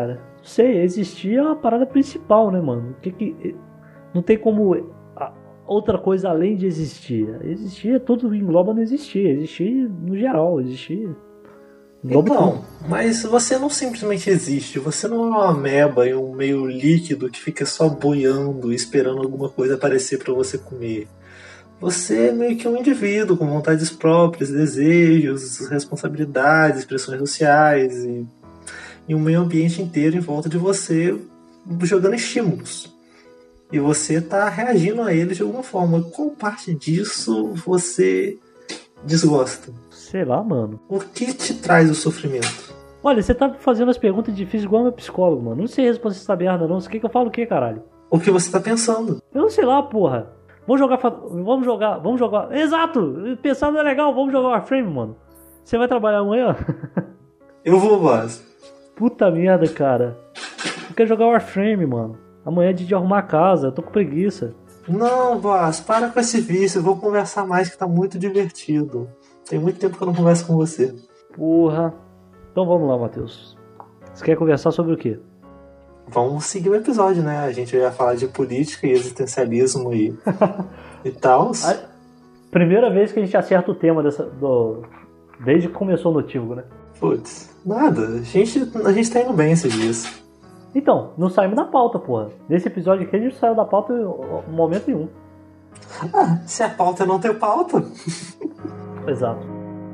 sei, existir é uma parada principal, né, mano? Não tem como outra coisa além de existir. Existir, tudo engloba no existir. Existir no geral, existir. Então, mas você não simplesmente existe. Você não é uma ameba em um meio líquido que fica só boiando, esperando alguma coisa aparecer pra você comer. Você é meio que um indivíduo com vontades próprias, desejos, responsabilidades, pressões sociais e um meio ambiente inteiro em volta de você jogando estímulos. E você tá reagindo a eles de alguma forma. Qual parte disso você desgosta? Sei lá, mano. O que te traz o sofrimento? Olha, você tá fazendo as perguntas difíceis igual meu psicólogo, mano. Não sei responder essa merda, não. Você quer que eu fale o quê, caralho? O que você tá pensando? Eu não sei lá, porra. Vamos jogar. Exato! Pensar não é legal, vamos jogar Warframe, mano. Você vai trabalhar amanhã? Eu vou, Vaz. Puta merda, cara. Eu quero jogar Warframe, mano. Amanhã é dia de arrumar a casa, eu tô com preguiça. Não, Vaz, para com esse vício. Eu vou conversar mais que tá muito divertido. Tem muito tempo que eu não converso com você. Porra. Então vamos lá, Matheus. Você quer conversar sobre o quê? Vamos seguir o episódio, né? A gente vai falar de política e existencialismo e tal. Primeira vez que a gente acerta o tema desde que começou o Notívago, né? Putz, nada. A gente tá indo bem esses dias. Então, não saímos da pauta, porra. Nesse episódio aqui a gente saiu da pauta em momento nenhum. Ah, se a pauta não tem pauta. Exato.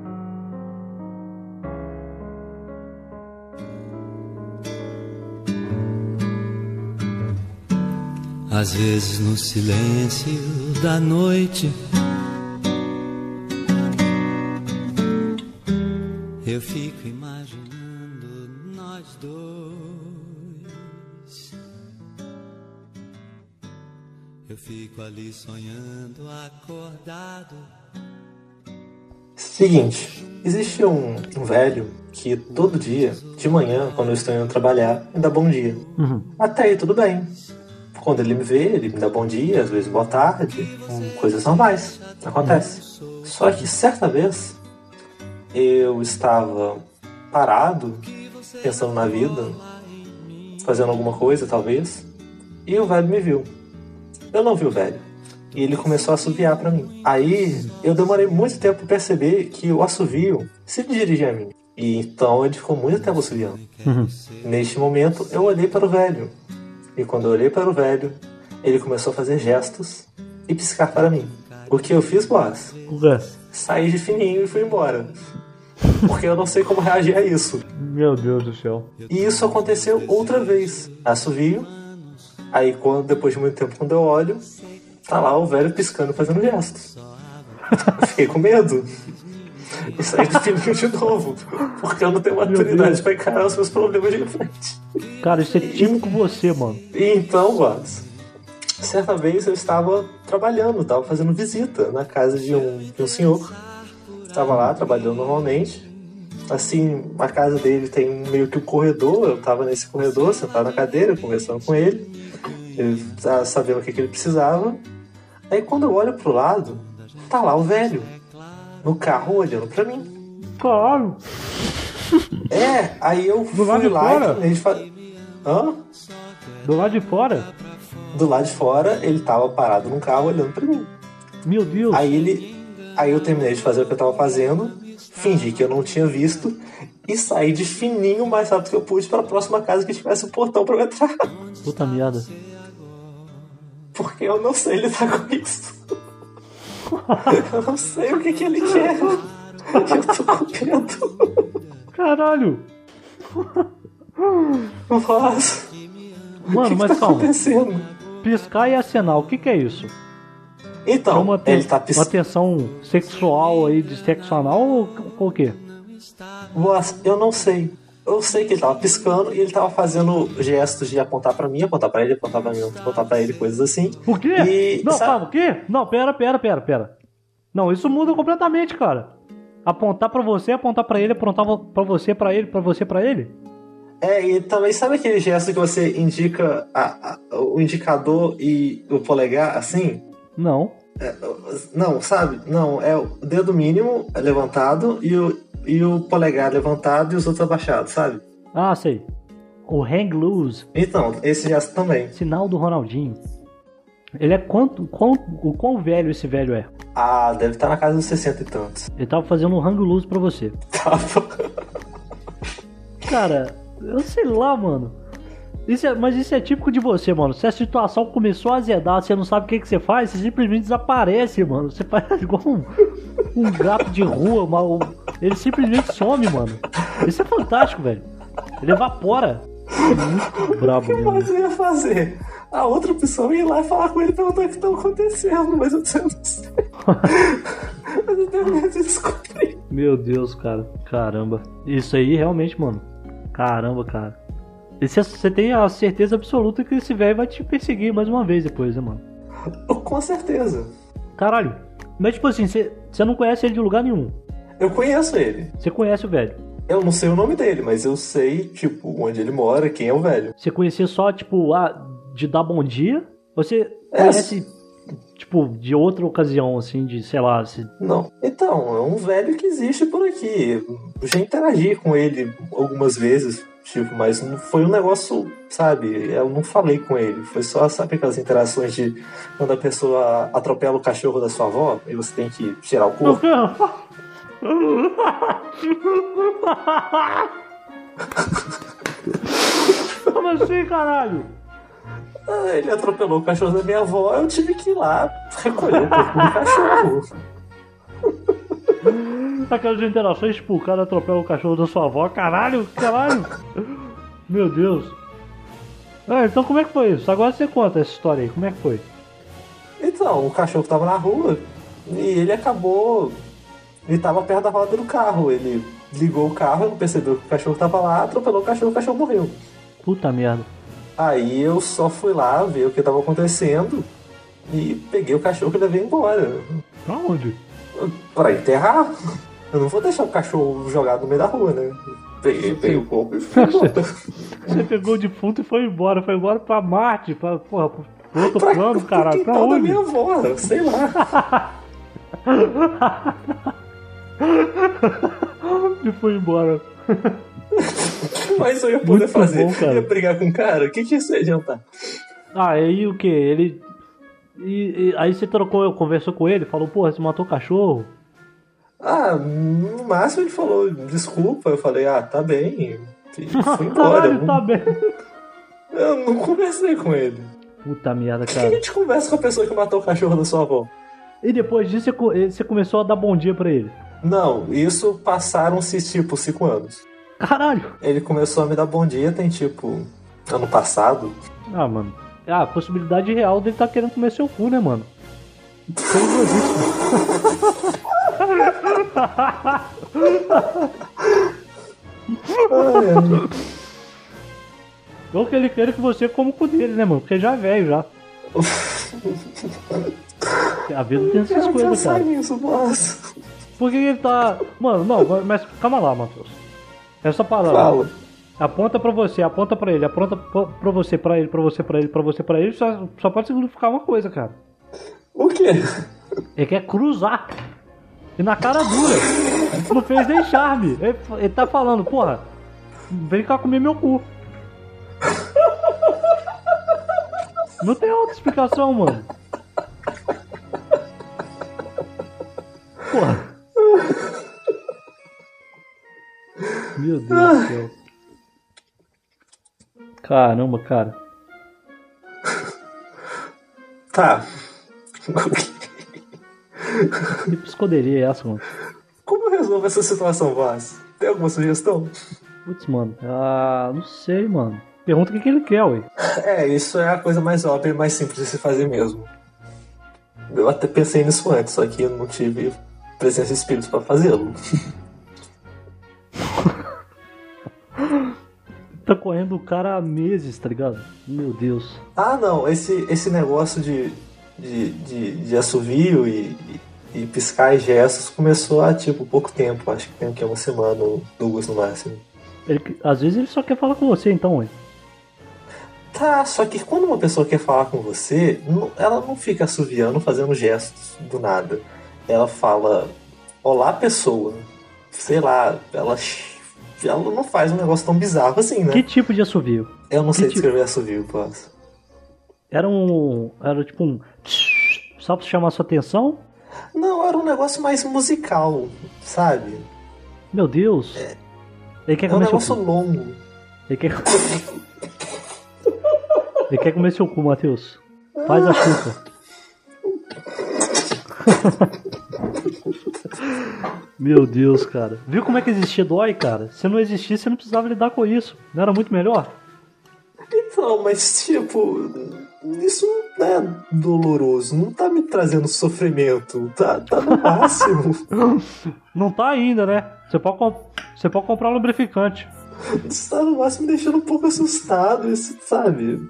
Às vezes no silêncio da noite eu fico imaginando nós dois. Eu fico ali sonhando acordado. Seguinte, existe um velho que todo dia, de manhã, quando eu estou indo trabalhar, me dá bom dia. Uhum. Até aí tudo bem. Quando ele me vê, ele me dá bom dia, às vezes boa tarde, coisas normais, acontece. Só que certa vez, eu estava parado, pensando na vida, fazendo alguma coisa talvez, e o velho me viu. Eu não vi o velho, e ele começou a assoviar pra mim. Aí, eu demorei muito tempo pra perceber que o assovio se dirigia a mim. E então ele ficou muito tempo assoviando. Uhum. Neste momento, eu olhei para o velho. E quando eu olhei para o velho, ele começou a fazer gestos e piscar para mim. O que eu fiz, Boaz? Saí de fininho e fui embora. Porque eu não sei como reagir a isso. Meu Deus do céu. E isso aconteceu outra vez. Assovio. Aí, depois de muito tempo, quando eu olho, tá lá o velho piscando, fazendo gestos. Eu fiquei com medo. E saí do fininho de novo. Porque eu não tenho maturidade pra encarar os meus problemas de frente. Cara, isso é típico você, mano. E então, Boaz, certa vez eu estava trabalhando, estava fazendo visita na casa de um senhor. Estava lá trabalhando normalmente. Assim, a casa dele tem meio que um corredor. Eu estava nesse corredor, sentado na cadeira, conversando com ele, sabendo o que ele precisava. Aí quando eu olho pro lado, tá lá o velho no carro olhando pra mim. Caralho. Aí eu fui lá e Hã? Do lado de fora? Do lado de fora, ele tava parado num carro olhando pra mim. Meu Deus. Aí eu terminei de fazer o que eu tava fazendo, fingi que eu não tinha visto e saí de fininho o mais rápido que eu pude pra próxima casa que tivesse um portão pra eu entrar. Puta merda. Porque eu não sei lidar com isso. Eu não sei o que ele quer. Eu tô com medo. Caralho. Mas... Mano, mas tá calma. Acontecendo? Piscar e acenar, o que é isso? Então, ele tá uma tensão sexual aí, de sexo anal ou o quê? Mas eu não sei. Eu sei que ele tava piscando e ele tava fazendo gestos de apontar pra mim, apontar pra ele, apontar pra mim, apontar pra ele, coisas assim. O quê? Não, calma, o quê? Não, pera. Não, isso muda completamente, cara. Apontar pra você, apontar pra ele, apontar pra você, pra ele, pra você, pra ele? E também sabe aquele gesto que você indica o indicador e o polegar assim? Não. Não, sabe? Não, é o dedo mínimo levantado e o polegar levantado e os outros abaixados, sabe? Ah, sei. O Hang Loose. Então, esse gesto também. Sinal do Ronaldinho. Ele é o quão velho esse velho é? Ah, deve estar na casa dos 60 e tantos. Ele tava fazendo um Hang Loose pra você. Tava. Cara, eu sei lá, mano. Mas isso é típico de você, mano. Se a situação começou a azedar, você não sabe o que você faz, você simplesmente desaparece, mano. Você faz igual um gato de rua, ele simplesmente some, mano. Isso é fantástico, velho. Ele evapora. É muito brabo, O que mais eu ia fazer? A outra pessoa ia ir lá e falar com ele e perguntar o que tá acontecendo, mas eu não sei. Mas eu tenho medo de descobrir. Meu Deus, cara. Caramba. Isso aí, realmente, mano. Caramba, cara. E você tem a certeza absoluta que esse velho vai te perseguir mais uma vez depois, né, mano? Com certeza. Caralho. Mas, tipo assim, você não conhece ele de lugar nenhum. Eu conheço ele. Você conhece o velho. Eu não sei o nome dele, mas eu sei, tipo, onde ele mora, quem é o velho. Você conhecia só, tipo, de dar bom dia? Você conhece, tipo, de outra ocasião, assim, de, sei lá... Não. Então, é um velho que existe por aqui. Eu já interagi com ele algumas vezes, tipo, mas não foi um negócio, sabe? Eu não falei com ele. Foi só, sabe, aquelas interações de quando a pessoa atropela o cachorro da sua avó e você tem que tirar o corpo. Como assim, caralho? Ele atropelou o cachorro da minha avó, eu tive que ir lá recolher o corpo do cachorro. Aquelas interações, tipo, o cara atropela o cachorro da sua avó. Caralho. Meu Deus. Então como é que foi isso? Agora você conta essa história aí, como é que foi? Então, o cachorro tava na rua e ele acabou... Ele tava perto da roda do carro, ele ligou o carro, não percebeu que o cachorro tava lá, atropelou o cachorro morreu. Puta merda. Aí eu só fui lá ver o que tava acontecendo e peguei o cachorro e levei embora. Pra onde? Pra enterrar. Eu não vou deixar o cachorro jogado no meio da rua, né? Peguei o corpo e fui embora. Você pegou o defunto e foi embora pra Marte, pro outro plano, caralho. Pra onde? Da minha avó, sei lá. E foi embora. Mas eu ia poder Muito fazer. bom, cara. Ia brigar com o cara? O que isso ia adiantar? Aí o que? Ele. Aí você conversou com ele, falou, porra, você matou o cachorro? No máximo ele falou desculpa. Eu falei, tá bem. E fui embora. Caralho, tá bem. Eu não conversei com ele. Puta merda, Por cara. que a gente conversa com a pessoa que matou o cachorro da sua avó? E depois disso você começou a dar bom dia pra ele? Não, isso passaram-se, 5 anos. Caralho! Ele começou a me dar bom dia, tem, ano passado. Mano. A possibilidade real dele tá querendo comer seu cu, né, mano? Ou que ele queira que você coma o cu dele, né, mano? Porque já é velho, já. A vida tem essas coisas, cara. Nisso, mas... Por que ele tá... Mano, não, mas calma lá, Matheus. Essa palavra. Fala. Aponta pra você, aponta pra ele, aponta pra você, pra ele, pra você, pra ele, pra você, pra ele. Só pode significar uma coisa, cara. O quê? Ele quer cruzar. E na cara dura. Não fez nem charme. Ele tá falando, porra, vem cá comer meu cu. Não tem outra explicação, mano. Porra. Meu Deus do céu. Caramba, cara. Tá. Que psicodelia é essa, mano? Como eu resolvo essa situação, Vaz? Tem alguma sugestão? Putz, mano. Não sei, mano. Pergunta o que ele quer, ué. Isso é a coisa mais óbvia e mais simples de se fazer mesmo. Eu até pensei nisso antes, só que eu não tive presença de espírito pra fazê-lo. Tá correndo o cara há meses, tá ligado? Meu Deus. Não, esse negócio de assovio e piscar e gestos começou há, pouco tempo. Acho que tem aqui uma semana, 2 no máximo. Às vezes ele só quer falar com você, então, ué. Tá, só que quando uma pessoa quer falar com você, ela não fica assoviando, fazendo gestos do nada. Ela fala, olá, pessoa. Sei lá, ela ela não faz um negócio tão bizarro assim, né? Que tipo de assovio? Eu não sei tipo? descrever assovio, posso. Era tipo um... Só pra chamar sua atenção? Não, era um negócio mais musical, sabe? Meu Deus. Ele quer É um comer seu negócio cu. longo. Ele quer... Ele quer comer seu cu, Matheus. Faz a chupa. Meu Deus, cara. Viu como é que existia dói, cara? Se não existisse, você não precisava lidar com isso. Não era muito melhor? Então, mas tipo, isso não é doloroso, não tá me trazendo sofrimento, tá no máximo. Não tá ainda, né? Você pode comprar um lubrificante. Isso tá no máximo me deixando um pouco assustado, isso, sabe?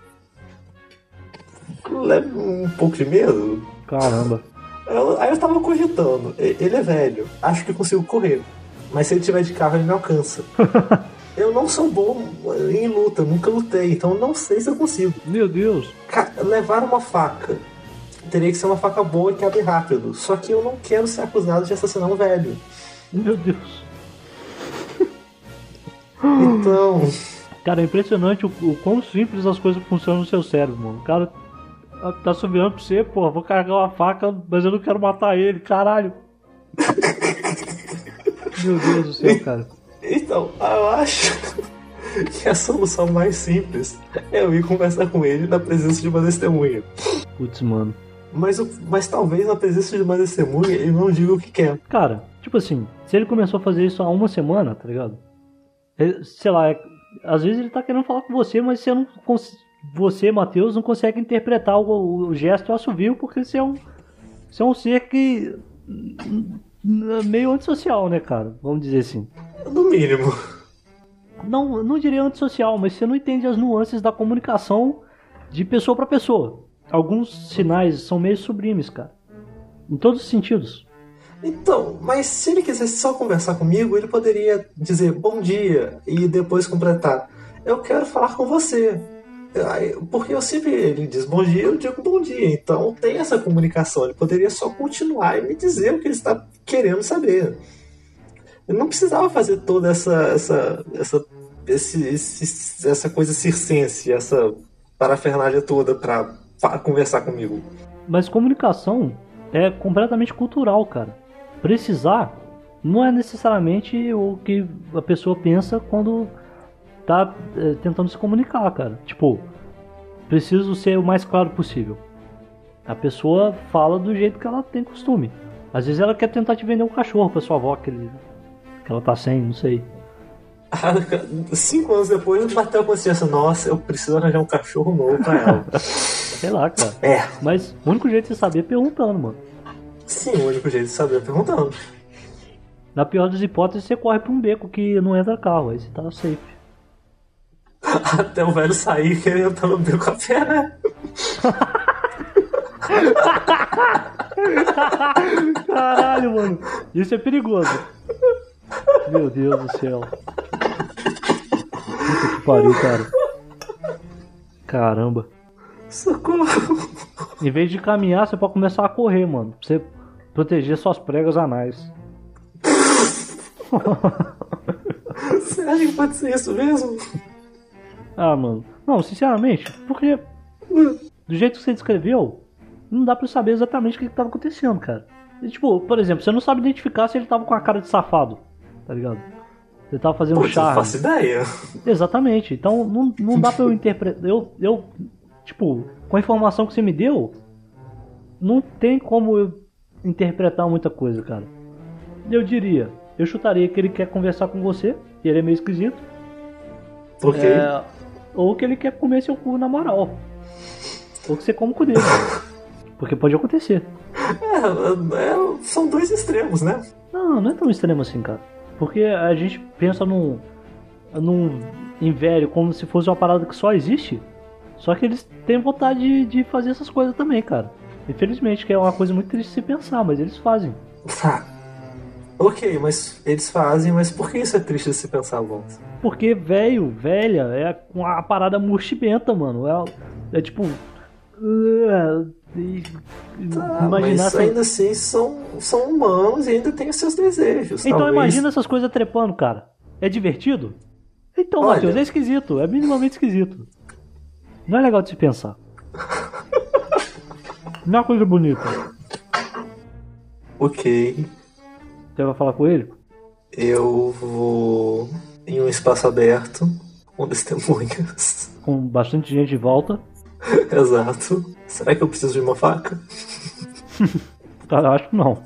Leva um pouco de medo. Caramba. Aí eu tava cogitando, ele é velho, acho que eu consigo correr, mas se ele tiver de carro ele me alcança. Eu não sou bom em luta, nunca lutei, então não sei se eu consigo. Meu Deus. Levar uma faca teria que ser uma faca boa e que abre rápido. Só que eu não quero ser acusado de assassinar um velho. Meu Deus. Então... Cara, é impressionante o quão simples as coisas funcionam no seu cérebro, mano. O cara tá subindo pra você, pô, vou carregar uma faca, mas eu não quero matar ele, caralho. Meu Deus do céu, cara. Então, eu acho que a solução mais simples é eu ir conversar com ele na presença de uma testemunha. Putz, mano. Mas talvez na presença de uma testemunha ele não diga o que quer. Cara, tipo assim, se ele começou a fazer isso há uma semana, tá ligado? Sei lá, às vezes ele tá querendo falar com você, mas você, Matheus, não consegue interpretar o gesto e o assovio porque você é um ser que... meio antissocial, né, cara? Vamos dizer assim. No mínimo. Não diria antissocial, mas você não entende as nuances da comunicação de pessoa pra pessoa. Alguns sinais são meio sublimes, cara. Em todos os sentidos. Então, mas se ele quisesse só conversar comigo, ele poderia dizer bom dia e depois completar: eu quero falar com você. Porque ele diz bom dia, eu digo bom dia. Então tem essa comunicação. Ele poderia só continuar e me dizer o que ele está querendo saber. Ele não precisava fazer toda essa coisa circense, essa parafernália toda para conversar comigo. Mas comunicação é completamente cultural, cara. Precisar não é necessariamente o que a pessoa pensa quando tá tentando se comunicar, cara. Tipo, preciso ser o mais claro possível. A pessoa fala do jeito que ela tem costume. Às vezes ela quer tentar te vender um cachorro pra sua avó que ela tá sem, não sei. 5 anos depois bateu a consciência: nossa, eu preciso arranjar um cachorro novo pra ela. Sei lá, cara. É. Mas o único jeito de você saber é perguntando, mano. Sim, o único jeito de saber é perguntando. Na pior das hipóteses, você corre pra um beco que não entra carro, aí você tá safe. Até o velho sair querendo entrar no meu café, né? Caralho, mano. Isso é perigoso. Meu Deus do céu. Puta que pariu, cara. Caramba. Socorro. Em vez de caminhar, você pode começar a correr, mano. Pra você proteger suas pregas anais. Você acha que pode ser isso mesmo? Ah, mano. Não, sinceramente, porque do jeito que você descreveu, não dá pra saber exatamente o que tava acontecendo, cara. E, tipo, por exemplo, você não sabe identificar se ele tava com a cara de safado, tá ligado? Ele tava fazendo Pô, charme. eu não faço ideia. Exatamente. Então não dá pra eu interpretar. Eu, tipo, com a informação que você me deu, não tem como eu interpretar muita coisa, cara. Eu chutaria que ele quer conversar com você, e ele é meio esquisito. Por quê? Ou que ele quer comer seu cu na moral. Ou que você come o cu dele. Porque pode acontecer. São dois extremos, né? Não é tão extremo assim, cara. Porque a gente pensa em velho como se fosse uma parada que só existe. Só que eles têm vontade de fazer essas coisas também, cara. Infelizmente, que é uma coisa muito triste de se pensar, mas eles fazem. Tá. Ok, mas eles fazem, mas por que isso é triste de se pensar, Gonçalo? Porque velha, é uma parada murchibenta, mano. É tipo... imaginar mas ainda assim são humanos e ainda têm os seus desejos. Então talvez. Imagina essas coisas trepando, cara. É divertido? Então, Olha. Matheus, é esquisito. É minimamente esquisito. Não é legal de se pensar. Não é uma coisa bonita. Ok. Você vai falar com ele? Eu vou em um espaço aberto, com testemunhas. Com bastante gente em volta. Exato. Será que eu preciso de uma faca? Cara, acho que não.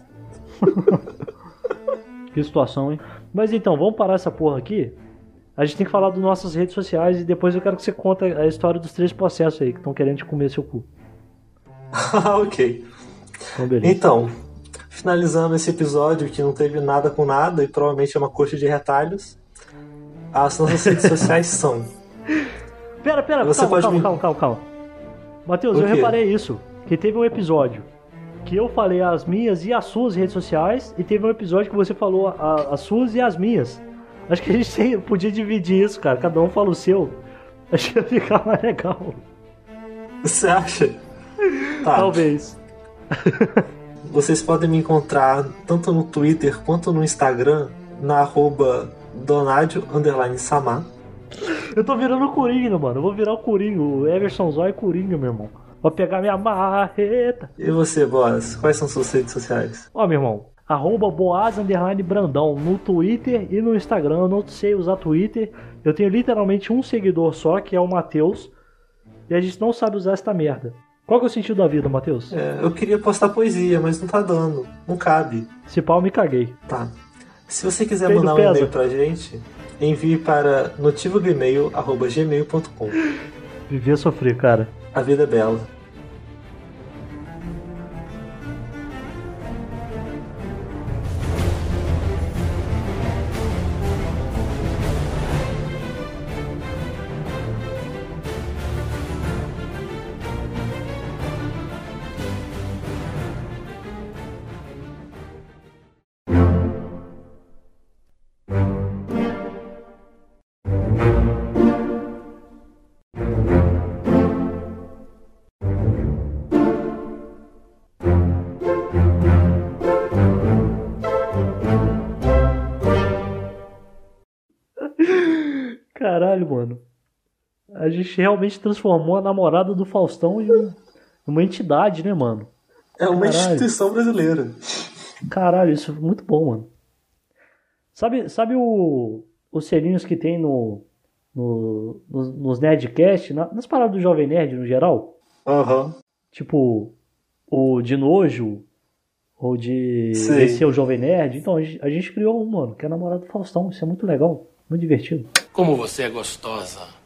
Que situação, hein? Mas então, vamos parar essa porra aqui. A gente tem que falar das nossas redes sociais e depois eu quero que você conte a história dos 3 processos aí que estão querendo te comer seu cu. Ok. Então, beleza. Então, finalizando esse episódio que não teve nada com nada e provavelmente é uma coxa de retalhos, as nossas redes sociais são... Pera, Você calma. Matheus, O eu quê? reparei isso. Que teve um episódio que eu falei as minhas e as suas redes sociais e teve um episódio que você falou as suas e as minhas. Acho que a gente podia dividir isso, cara. Cada um fala o seu. Acho que ia ficar mais legal. Você acha? Tá. Talvez. Vocês podem me encontrar tanto no Twitter quanto no Instagram na @donadio_samar. Eu tô virando o Coringa, mano. Eu vou virar o Coringa. O Everson Zói Coringa, meu irmão. Vou pegar minha marreta. E você, Boas? Quais são suas redes sociais? Ó, meu irmão. @Boaz_Brandão no Twitter e no Instagram. Eu não sei usar Twitter. Eu tenho literalmente um seguidor só, que é o Matheus. E a gente não sabe usar essa merda. Qual que é o sentido da vida, Matheus? Eu queria postar poesia, mas não tá dando. Não cabe. Se pau, me caguei. Tá. Se você quiser Peido mandar um pesa. e-mail pra gente, envie para notivogmail@gmail.com. Viver a sofrer, cara. A vida é bela. Caralho, mano. A gente realmente transformou a namorada do Faustão em uma entidade, né, mano? É uma Caralho. instituição brasileira. Caralho, isso é muito bom, mano. Sabe os selinhos que tem nos Nerdcast, nas paradas do Jovem Nerd no geral? Aham. Tipo, o de nojo, ou de Sei. esse é o Jovem Nerd. Então, a gente criou um, mano, que é a namorada do Faustão. Isso é muito legal, muito divertido. Como você é gostosa.